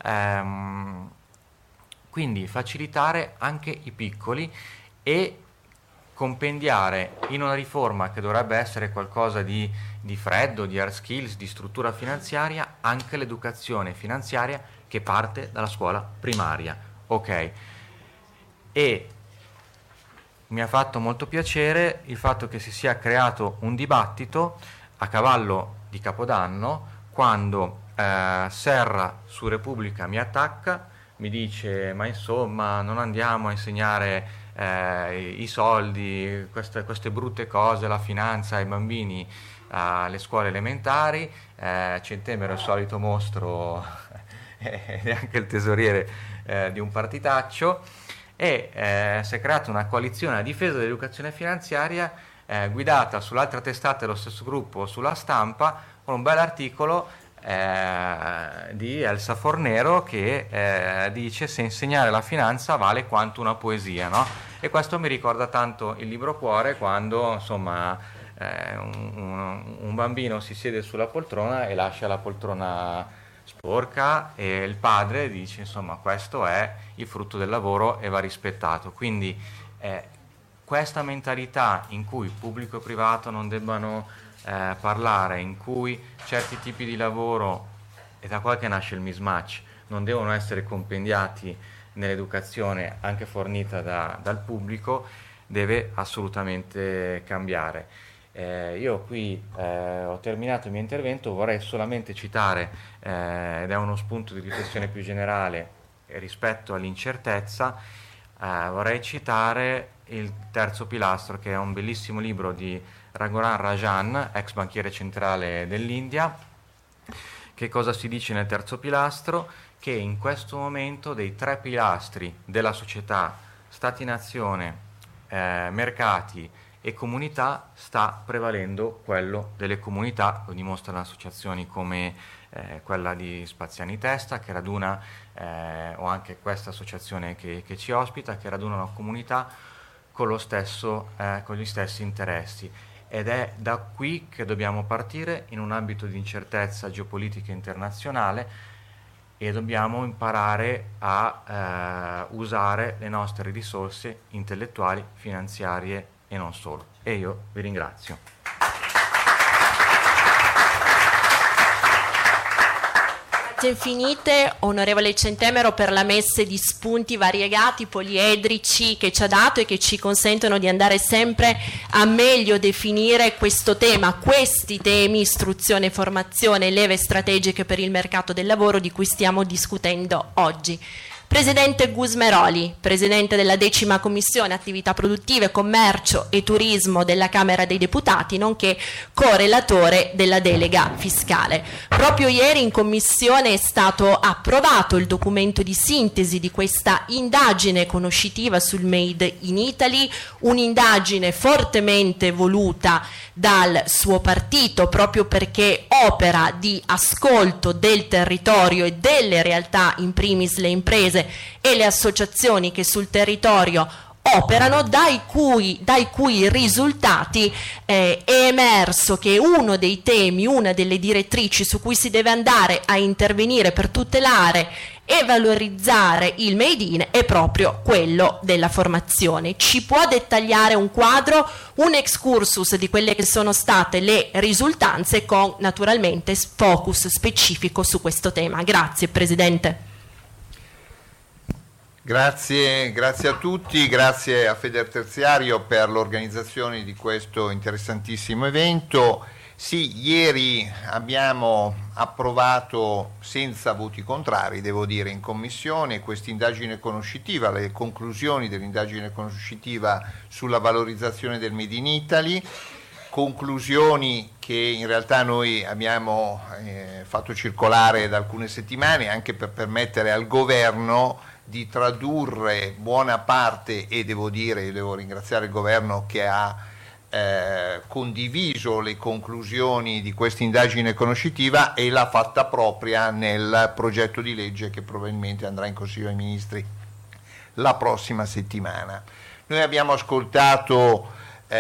quindi facilitare anche i piccoli e compendiare in una riforma che dovrebbe essere qualcosa di freddo, di hard skills, di struttura finanziaria, anche l'educazione finanziaria che parte dalla scuola primaria. Ok, e mi ha fatto molto piacere il fatto che si sia creato un dibattito a cavallo di Capodanno, quando Serra su Repubblica mi attacca, mi dice ma insomma non andiamo a insegnare i soldi, queste brutte cose, la finanza ai bambini alle scuole elementari. Centemero è il solito mostro ed è anche il tesoriere di un partitaccio, e si è creata una coalizione a difesa dell'educazione finanziaria guidata sull'altra testata dello stesso gruppo, sulla Stampa, con un bel articolo di Elsa Fornero che dice: se insegnare la finanza vale quanto una poesia, no? E questo mi ricorda tanto il libro Cuore, quando insomma un bambino si siede sulla poltrona e lascia la poltrona sporca, e il padre dice insomma questo è il frutto del lavoro e va rispettato. Quindi questa mentalità in cui pubblico e privato non debbano parlare, in cui certi tipi di lavoro, è da qua che nasce il mismatch, non devono essere compendiati nell'educazione anche fornita dal pubblico, deve assolutamente cambiare. Io qui ho terminato il mio intervento, vorrei solamente citare, ed è uno spunto di riflessione più generale rispetto all'incertezza, vorrei citare il Terzo Pilastro, che è un bellissimo libro di Raghuram Rajan, ex banchiere centrale dell'India. Che cosa si dice nel Terzo Pilastro? Che in questo momento dei 3 pilastri della società, Stati-nazione, mercati e comunità, sta prevalendo quello delle comunità. Lo dimostrano associazioni come quella di Spaziani Testa, che raduna, o anche questa associazione che ci ospita, che raduna una comunità con gli stessi interessi. Ed è da qui che dobbiamo partire, in un ambito di incertezza geopolitica internazionale, e dobbiamo imparare a usare le nostre risorse intellettuali, finanziarie e non solo. E io vi ringrazio. Grazie infinite, onorevole Centemero, per la messe di spunti variegati, poliedrici che ci ha dato e che ci consentono di andare sempre a meglio definire questo tema, questi temi, istruzione, formazione, leve strategiche per il mercato del lavoro, di cui stiamo discutendo oggi. Presidente Gusmeroli, Presidente della 10ª Commissione Attività Produttive, Commercio e Turismo della Camera dei Deputati, nonché correlatore della delega fiscale. Proprio ieri in Commissione è stato approvato il documento di sintesi di questa indagine conoscitiva sul Made in Italy, un'indagine fortemente voluta dal suo partito proprio perché opera di ascolto del territorio e delle realtà, in primis le imprese e le associazioni che sul territorio operano, dai cui risultati è emerso che uno dei temi, una delle direttrici su cui si deve andare a intervenire per tutelare e valorizzare il Made in è proprio quello della formazione. Ci può dettagliare un quadro, un excursus di quelle che sono state le risultanze con naturalmente focus specifico su questo tema? Grazie Presidente. Grazie a tutti, grazie a Federterziario per l'organizzazione di questo interessantissimo evento. Sì, ieri abbiamo approvato senza voti contrari, devo dire, in Commissione questa indagine conoscitiva, le conclusioni dell'indagine conoscitiva sulla valorizzazione del Made in Italy, conclusioni che in realtà noi abbiamo fatto circolare da alcune settimane anche per permettere al Governo di tradurre buona parte, e devo ringraziare il Governo che ha condiviso le conclusioni di questa indagine conoscitiva e l'ha fatta propria nel progetto di legge che probabilmente andrà in Consiglio dei Ministri la prossima settimana. Noi abbiamo ascoltato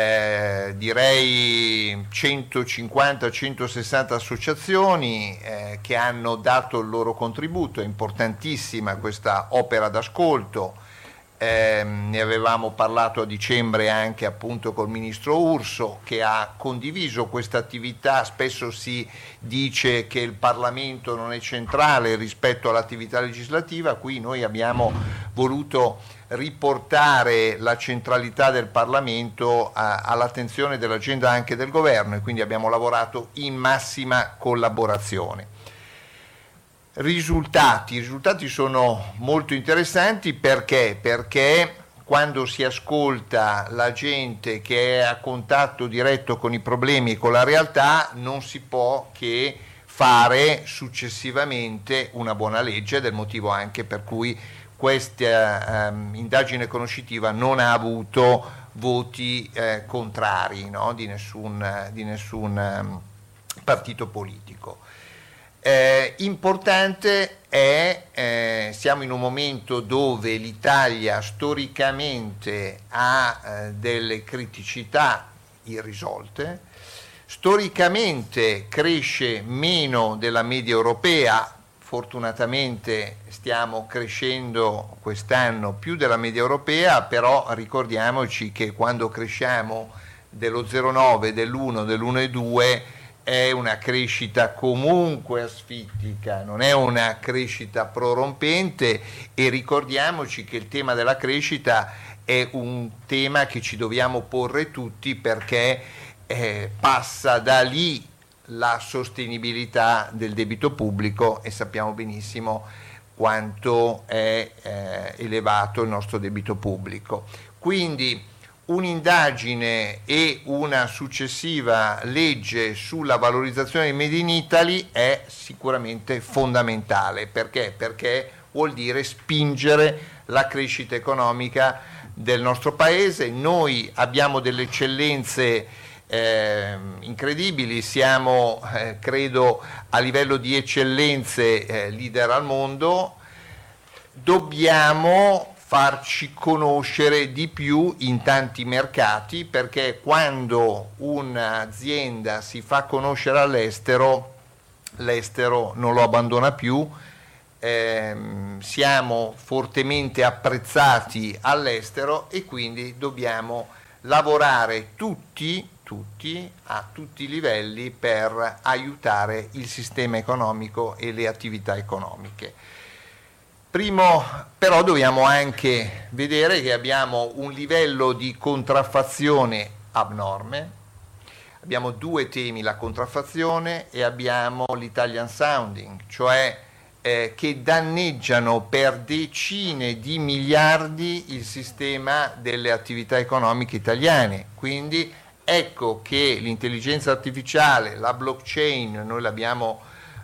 direi 150-160 associazioni che hanno dato il loro contributo. È importantissima questa opera d'ascolto. Ne avevamo parlato a dicembre anche appunto col Ministro Urso, che ha condiviso questa attività. Spesso si dice che il Parlamento non è centrale rispetto all'attività legislativa, qui noi abbiamo voluto riportare la centralità del Parlamento all'attenzione dell'agenda anche del Governo, e quindi abbiamo lavorato in massima collaborazione. I risultati sono molto interessanti perché quando si ascolta la gente che è a contatto diretto con i problemi e con la realtà non si può che fare successivamente una buona legge, ed è il motivo anche per cui questa indagine conoscitiva non ha avuto voti contrari, no? di nessun partito politico. Importante è, siamo in un momento dove l'Italia storicamente ha delle criticità irrisolte, storicamente cresce meno della media europea. Fortunatamente stiamo crescendo quest'anno più della media europea, però ricordiamoci che quando cresciamo dello 0,9, dell'1, dell'1,2 è una crescita comunque asfittica, non è una crescita prorompente, e ricordiamoci che il tema della crescita è un tema che ci dobbiamo porre tutti, perché passa da lì la sostenibilità del debito pubblico, e sappiamo benissimo quanto è elevato il nostro debito pubblico. Quindi un'indagine e una successiva legge sulla valorizzazione del Made in Italy è sicuramente fondamentale. Perché? Perché vuol dire spingere la crescita economica del nostro Paese. Noi abbiamo delle eccellenze incredibili, siamo credo a livello di eccellenze leader al mondo. Dobbiamo farci conoscere di più in tanti mercati, perché quando un'azienda si fa conoscere all'estero, l'estero non lo abbandona più. Siamo fortemente apprezzati all'estero, e quindi dobbiamo lavorare tutti a tutti i livelli per aiutare il sistema economico e le attività economiche. Primo, però dobbiamo anche vedere che abbiamo un livello di contraffazione abnorme. Abbiamo due temi, la contraffazione e abbiamo l'Italian sounding, cioè che danneggiano per decine di miliardi il sistema delle attività economiche italiane. Quindi ecco che l'intelligenza artificiale, la blockchain, noi l'abbiamo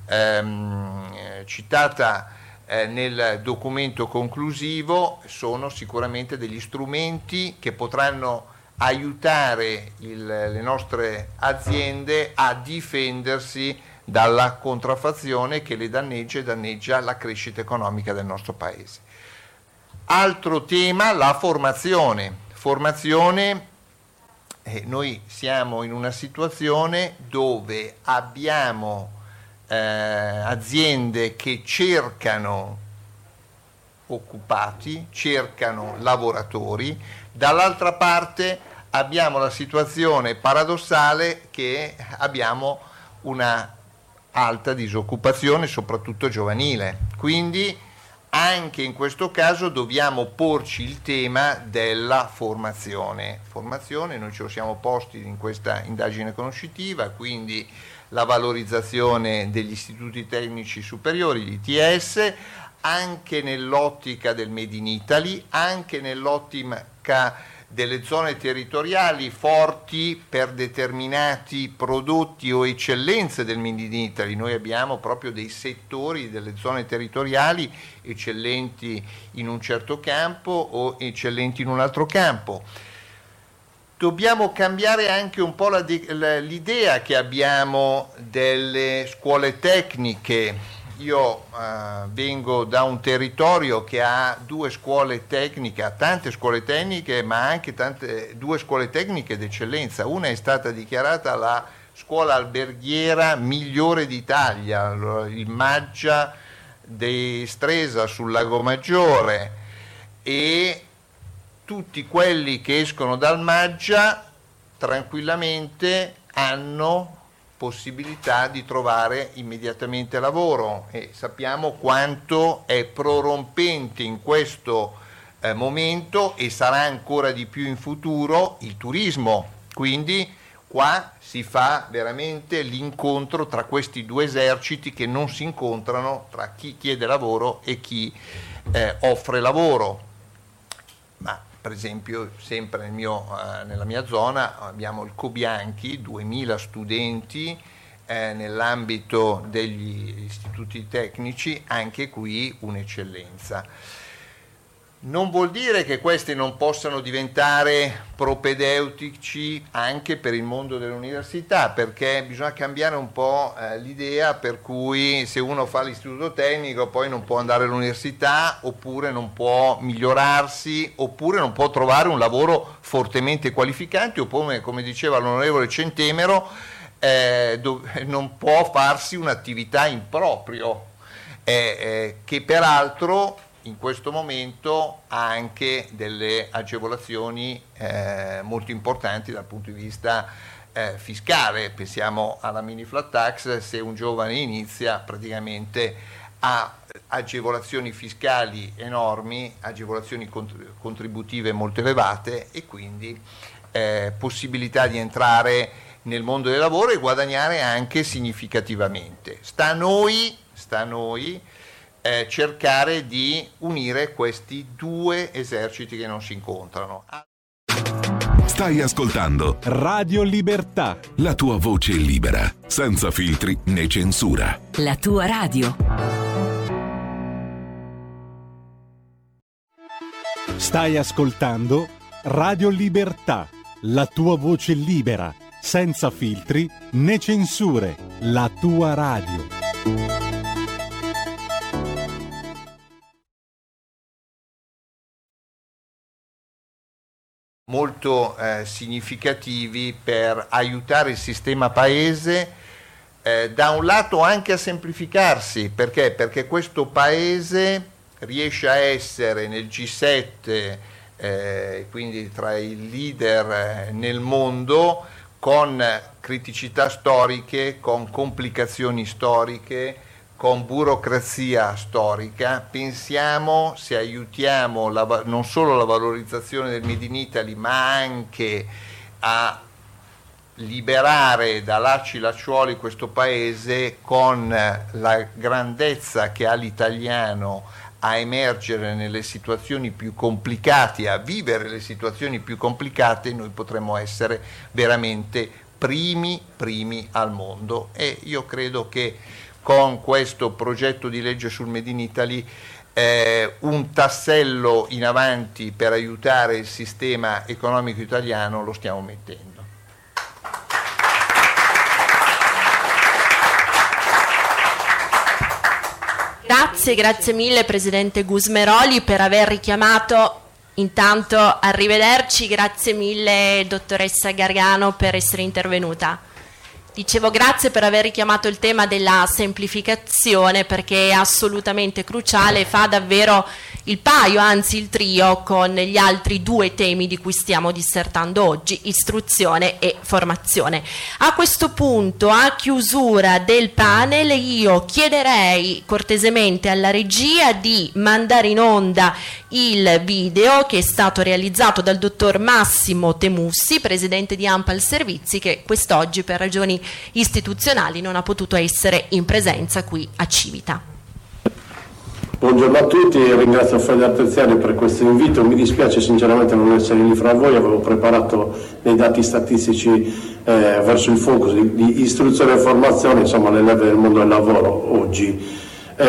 citata nel documento conclusivo, sono sicuramente degli strumenti che potranno aiutare le nostre aziende a difendersi dalla contraffazione che le danneggia e danneggia la crescita economica del nostro Paese. Altro tema, la formazione. Noi siamo in una situazione dove abbiamo aziende che cercano occupati, cercano lavoratori, dall'altra parte abbiamo la situazione paradossale che abbiamo una alta disoccupazione, soprattutto giovanile. Quindi anche in questo caso dobbiamo porci il tema della formazione. Noi ce lo siamo posti in questa indagine conoscitiva, quindi la valorizzazione degli istituti tecnici superiori, gli ITS, anche nell'ottica del Made in Italy, anche nell'ottica delle zone territoriali forti per determinati prodotti o eccellenze del Made in Italy. Noi abbiamo proprio dei settori delle zone territoriali eccellenti in un certo campo o eccellenti in un altro campo. Dobbiamo cambiare anche un po' l'idea che abbiamo delle scuole tecniche. Io vengo da un territorio che ha due scuole tecniche, ha tante scuole tecniche, ma anche due scuole tecniche d'eccellenza. Una è stata dichiarata la scuola alberghiera migliore d'Italia, il Maggia di Stresa sul Lago Maggiore, e tutti quelli che escono dal Maggia tranquillamente hanno possibilità di trovare immediatamente lavoro, e sappiamo quanto è prorompente in questo momento, e sarà ancora di più in futuro, il turismo. Quindi qua si fa veramente l'incontro tra questi due eserciti che non si incontrano, tra chi chiede lavoro e chi offre lavoro. Ma per esempio sempre nella mia zona abbiamo il Cobianchi, 2000 studenti nell'ambito degli istituti tecnici, anche qui un'eccellenza. Non vuol dire che questi non possano diventare propedeutici anche per il mondo dell'università, perché bisogna cambiare un po' l'idea per cui se uno fa l'istituto tecnico poi non può andare all'università, oppure non può migliorarsi, oppure non può trovare un lavoro fortemente qualificante, oppure, come diceva l'onorevole Centemero, non può farsi un'attività in proprio, che peraltro in questo momento ha anche delle agevolazioni molto importanti dal punto di vista fiscale. Pensiamo alla mini flat tax: se un giovane inizia, praticamente ha agevolazioni fiscali enormi, agevolazioni contributive molto elevate, e quindi possibilità di entrare nel mondo del lavoro e guadagnare anche significativamente. Sta a noi cercare di unire questi due eserciti che non si incontrano. Stai ascoltando Radio Libertà, la tua voce libera, senza filtri né censura. La tua radio. Stai ascoltando Radio Libertà, la tua voce libera, senza filtri né censure. La tua radio. Molto significativi per aiutare il sistema paese, da un lato anche a semplificarsi, perché questo paese riesce a essere nel G7, quindi tra i leader nel mondo, con criticità storiche, con complicazioni storiche, con burocrazia storica. Pensiamo, se aiutiamo non solo la valorizzazione del Made in Italy, ma anche a liberare da lacci lacciuoli questo paese con la grandezza che ha l'italiano a emergere nelle situazioni più complicate, a vivere le situazioni più complicate, noi potremmo essere veramente primi al mondo. E io credo che con questo progetto di legge sul Made in Italy un tassello in avanti per aiutare il sistema economico italiano lo stiamo mettendo. Grazie mille Presidente Gusmeroli per aver richiamato, intanto arrivederci, grazie mille dottoressa Gargano per essere intervenuta. Dicevo grazie per aver richiamato il tema della semplificazione, perché è assolutamente cruciale e fa davvero il paio, anzi il trio, con gli altri due temi di cui stiamo dissertando oggi, istruzione e formazione. A questo punto, a chiusura del panel, io chiederei cortesemente alla regia di mandare in onda il video che è stato realizzato dal dottor Massimo Temussi, presidente di ANPAL Servizi, che quest'oggi per ragioni istituzionali non ha potuto essere in presenza qui a Civita. Buongiorno a tutti e ringrazio Feder Terziani per questo invito. Mi dispiace sinceramente non essere lì fra voi, avevo preparato dei dati statistici verso il focus di istruzione e formazione, insomma le leve del mondo del lavoro oggi.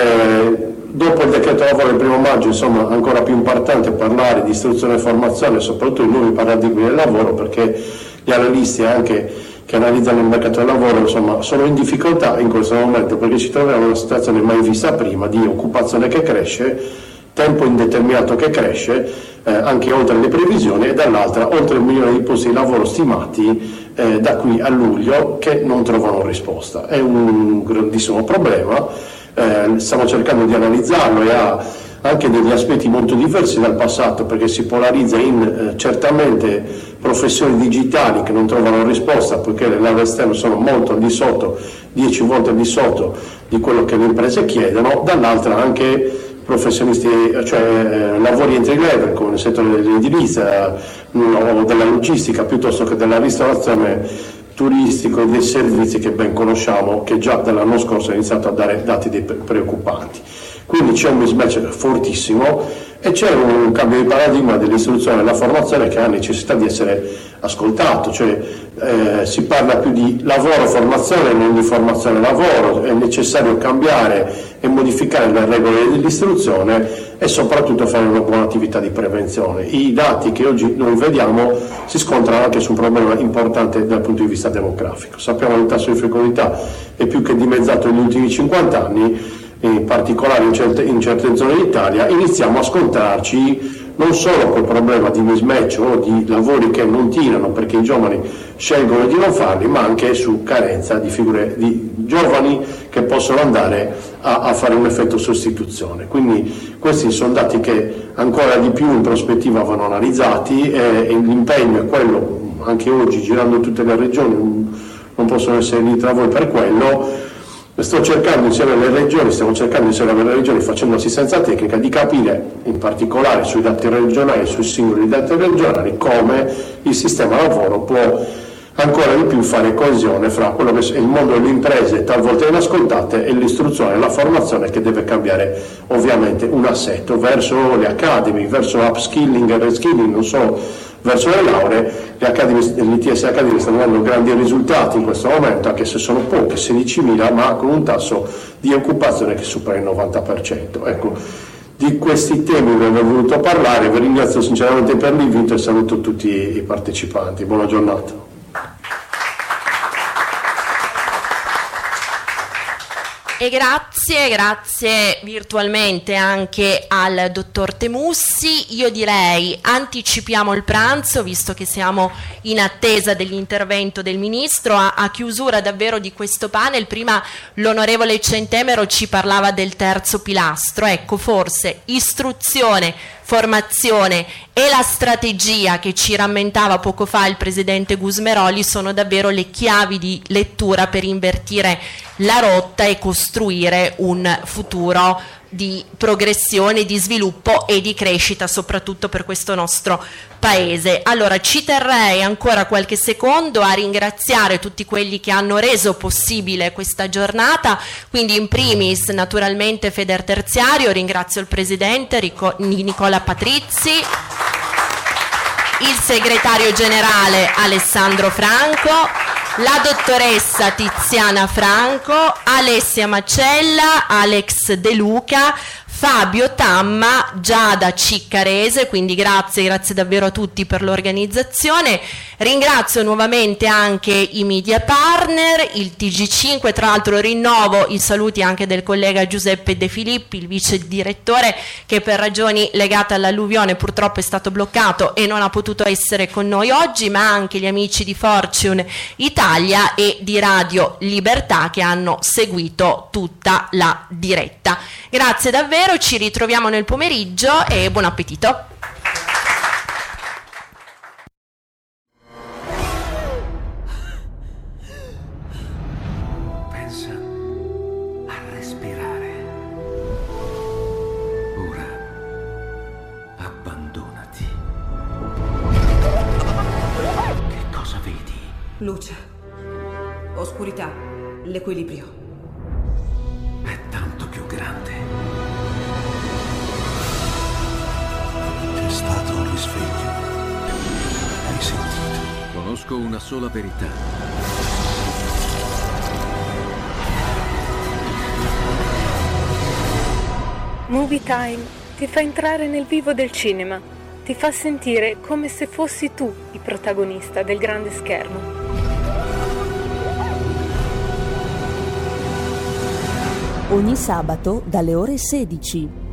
Dopo il decreto lavoro del 1 maggio, insomma, ancora più importante parlare di istruzione e formazione e soprattutto i nuovi paradigmi del lavoro, perché gli analisti anche che analizzano il mercato del lavoro, insomma, sono in difficoltà in questo momento perché ci troviamo in una situazione mai vista prima di occupazione che cresce, tempo indeterminato che cresce, anche oltre le previsioni, e dall'altra oltre 1 milione di posti di lavoro stimati da qui a luglio che non trovano risposta. È un grandissimo problema, stiamo cercando di analizzarlo e ha anche degli aspetti molto diversi dal passato, perché si polarizza in certamente professioni digitali che non trovano risposta poiché le laureate esterne sono molto al di sotto, 10 volte al di sotto di quello che le imprese chiedono, dall'altra anche professionisti, cioè lavori entry level come nel settore dell'edilizia o della logistica piuttosto che della ristorazione, turistico e dei servizi che ben conosciamo, che già dall'anno scorso ha iniziato a dare dati preoccupanti. Quindi c'è un mismatch fortissimo e c'è un cambio di paradigma dell'istruzione e della formazione che ha necessità di essere ascoltato, cioè si parla più di lavoro-formazione e non di formazione-lavoro, è necessario cambiare e modificare le regole dell'istruzione e soprattutto fare una buona attività di prevenzione. I dati che oggi noi vediamo si scontrano anche su un problema importante dal punto di vista demografico. Sappiamo che il tasso di fecondità è più che dimezzato negli ultimi 50 anni, in particolare in certe zone d'Italia. Iniziamo a scontrarci non solo col problema di mismatch o di lavori che non tirano perché i giovani scelgono di non farli, ma anche su carenza di figure di giovani che possono andare a fare un effetto sostituzione. Quindi questi sono dati che ancora di più in prospettiva vanno analizzati e l'impegno è quello, anche oggi girando tutte le regioni, non possono essere lì tra voi per quello. Stiamo cercando insieme alle regioni, facendo assistenza tecnica, di capire in particolare sui dati regionali, sui singoli dati regionali, come il sistema lavoro può ancora di più fare coesione fra quello che è il mondo delle imprese talvolta inascoltate e l'istruzione e la formazione, che deve cambiare ovviamente un assetto verso le academy, verso upskilling e reskilling, non solo verso le lauree. L'ITS Academy stanno dando grandi risultati in questo momento, anche se sono poche, 16.000, ma con un tasso di occupazione che supera il 90%. Ecco, di questi temi vi avrei voluto parlare, vi ringrazio sinceramente per l'invito e saluto tutti i partecipanti. Buona giornata. E grazie virtualmente anche al dottor Temussi. Io direi anticipiamo il pranzo, visto che siamo in attesa dell'intervento del Ministro. A chiusura davvero di questo panel, prima l'onorevole Centemero ci parlava del terzo pilastro. Ecco, forse istruzione, formazione e la strategia che ci rammentava poco fa il Presidente Gusmeroli sono davvero le chiavi di lettura per invertire la rotta e costruire un futuro di progressione, di sviluppo e di crescita, soprattutto per questo nostro Paese. Allora, ci terrei ancora qualche secondo a ringraziare tutti quelli che hanno reso possibile questa giornata, quindi in primis naturalmente Federterziario, ringrazio il Presidente Nicola Patrizzi, il Segretario Generale Alessandro Franco, la Dottoressa Tiziana Franco, Alessia Macella, Alex De Luca, Fabio Tamma, Giada Ciccarese, quindi grazie davvero a tutti per l'organizzazione. Ringrazio nuovamente anche i media partner, il TG5, tra l'altro rinnovo i saluti anche del collega Giuseppe De Filippi, il vice direttore che per ragioni legate all'alluvione purtroppo è stato bloccato e non ha potuto essere con noi oggi, ma anche gli amici di Fortune Italia e di Radio Libertà che hanno seguito tutta la diretta. Grazie davvero, ci ritroviamo nel pomeriggio e buon appetito. Pensa a respirare. Ora abbandonati. Che cosa vedi? Luce, oscurità, l'equilibrio. È tanto più grande. È stato un risveglio. Hai sentito? Conosco una sola verità. Movie Time ti fa entrare nel vivo del cinema, ti fa sentire come se fossi tu il protagonista del grande schermo. Ogni sabato dalle ore 16.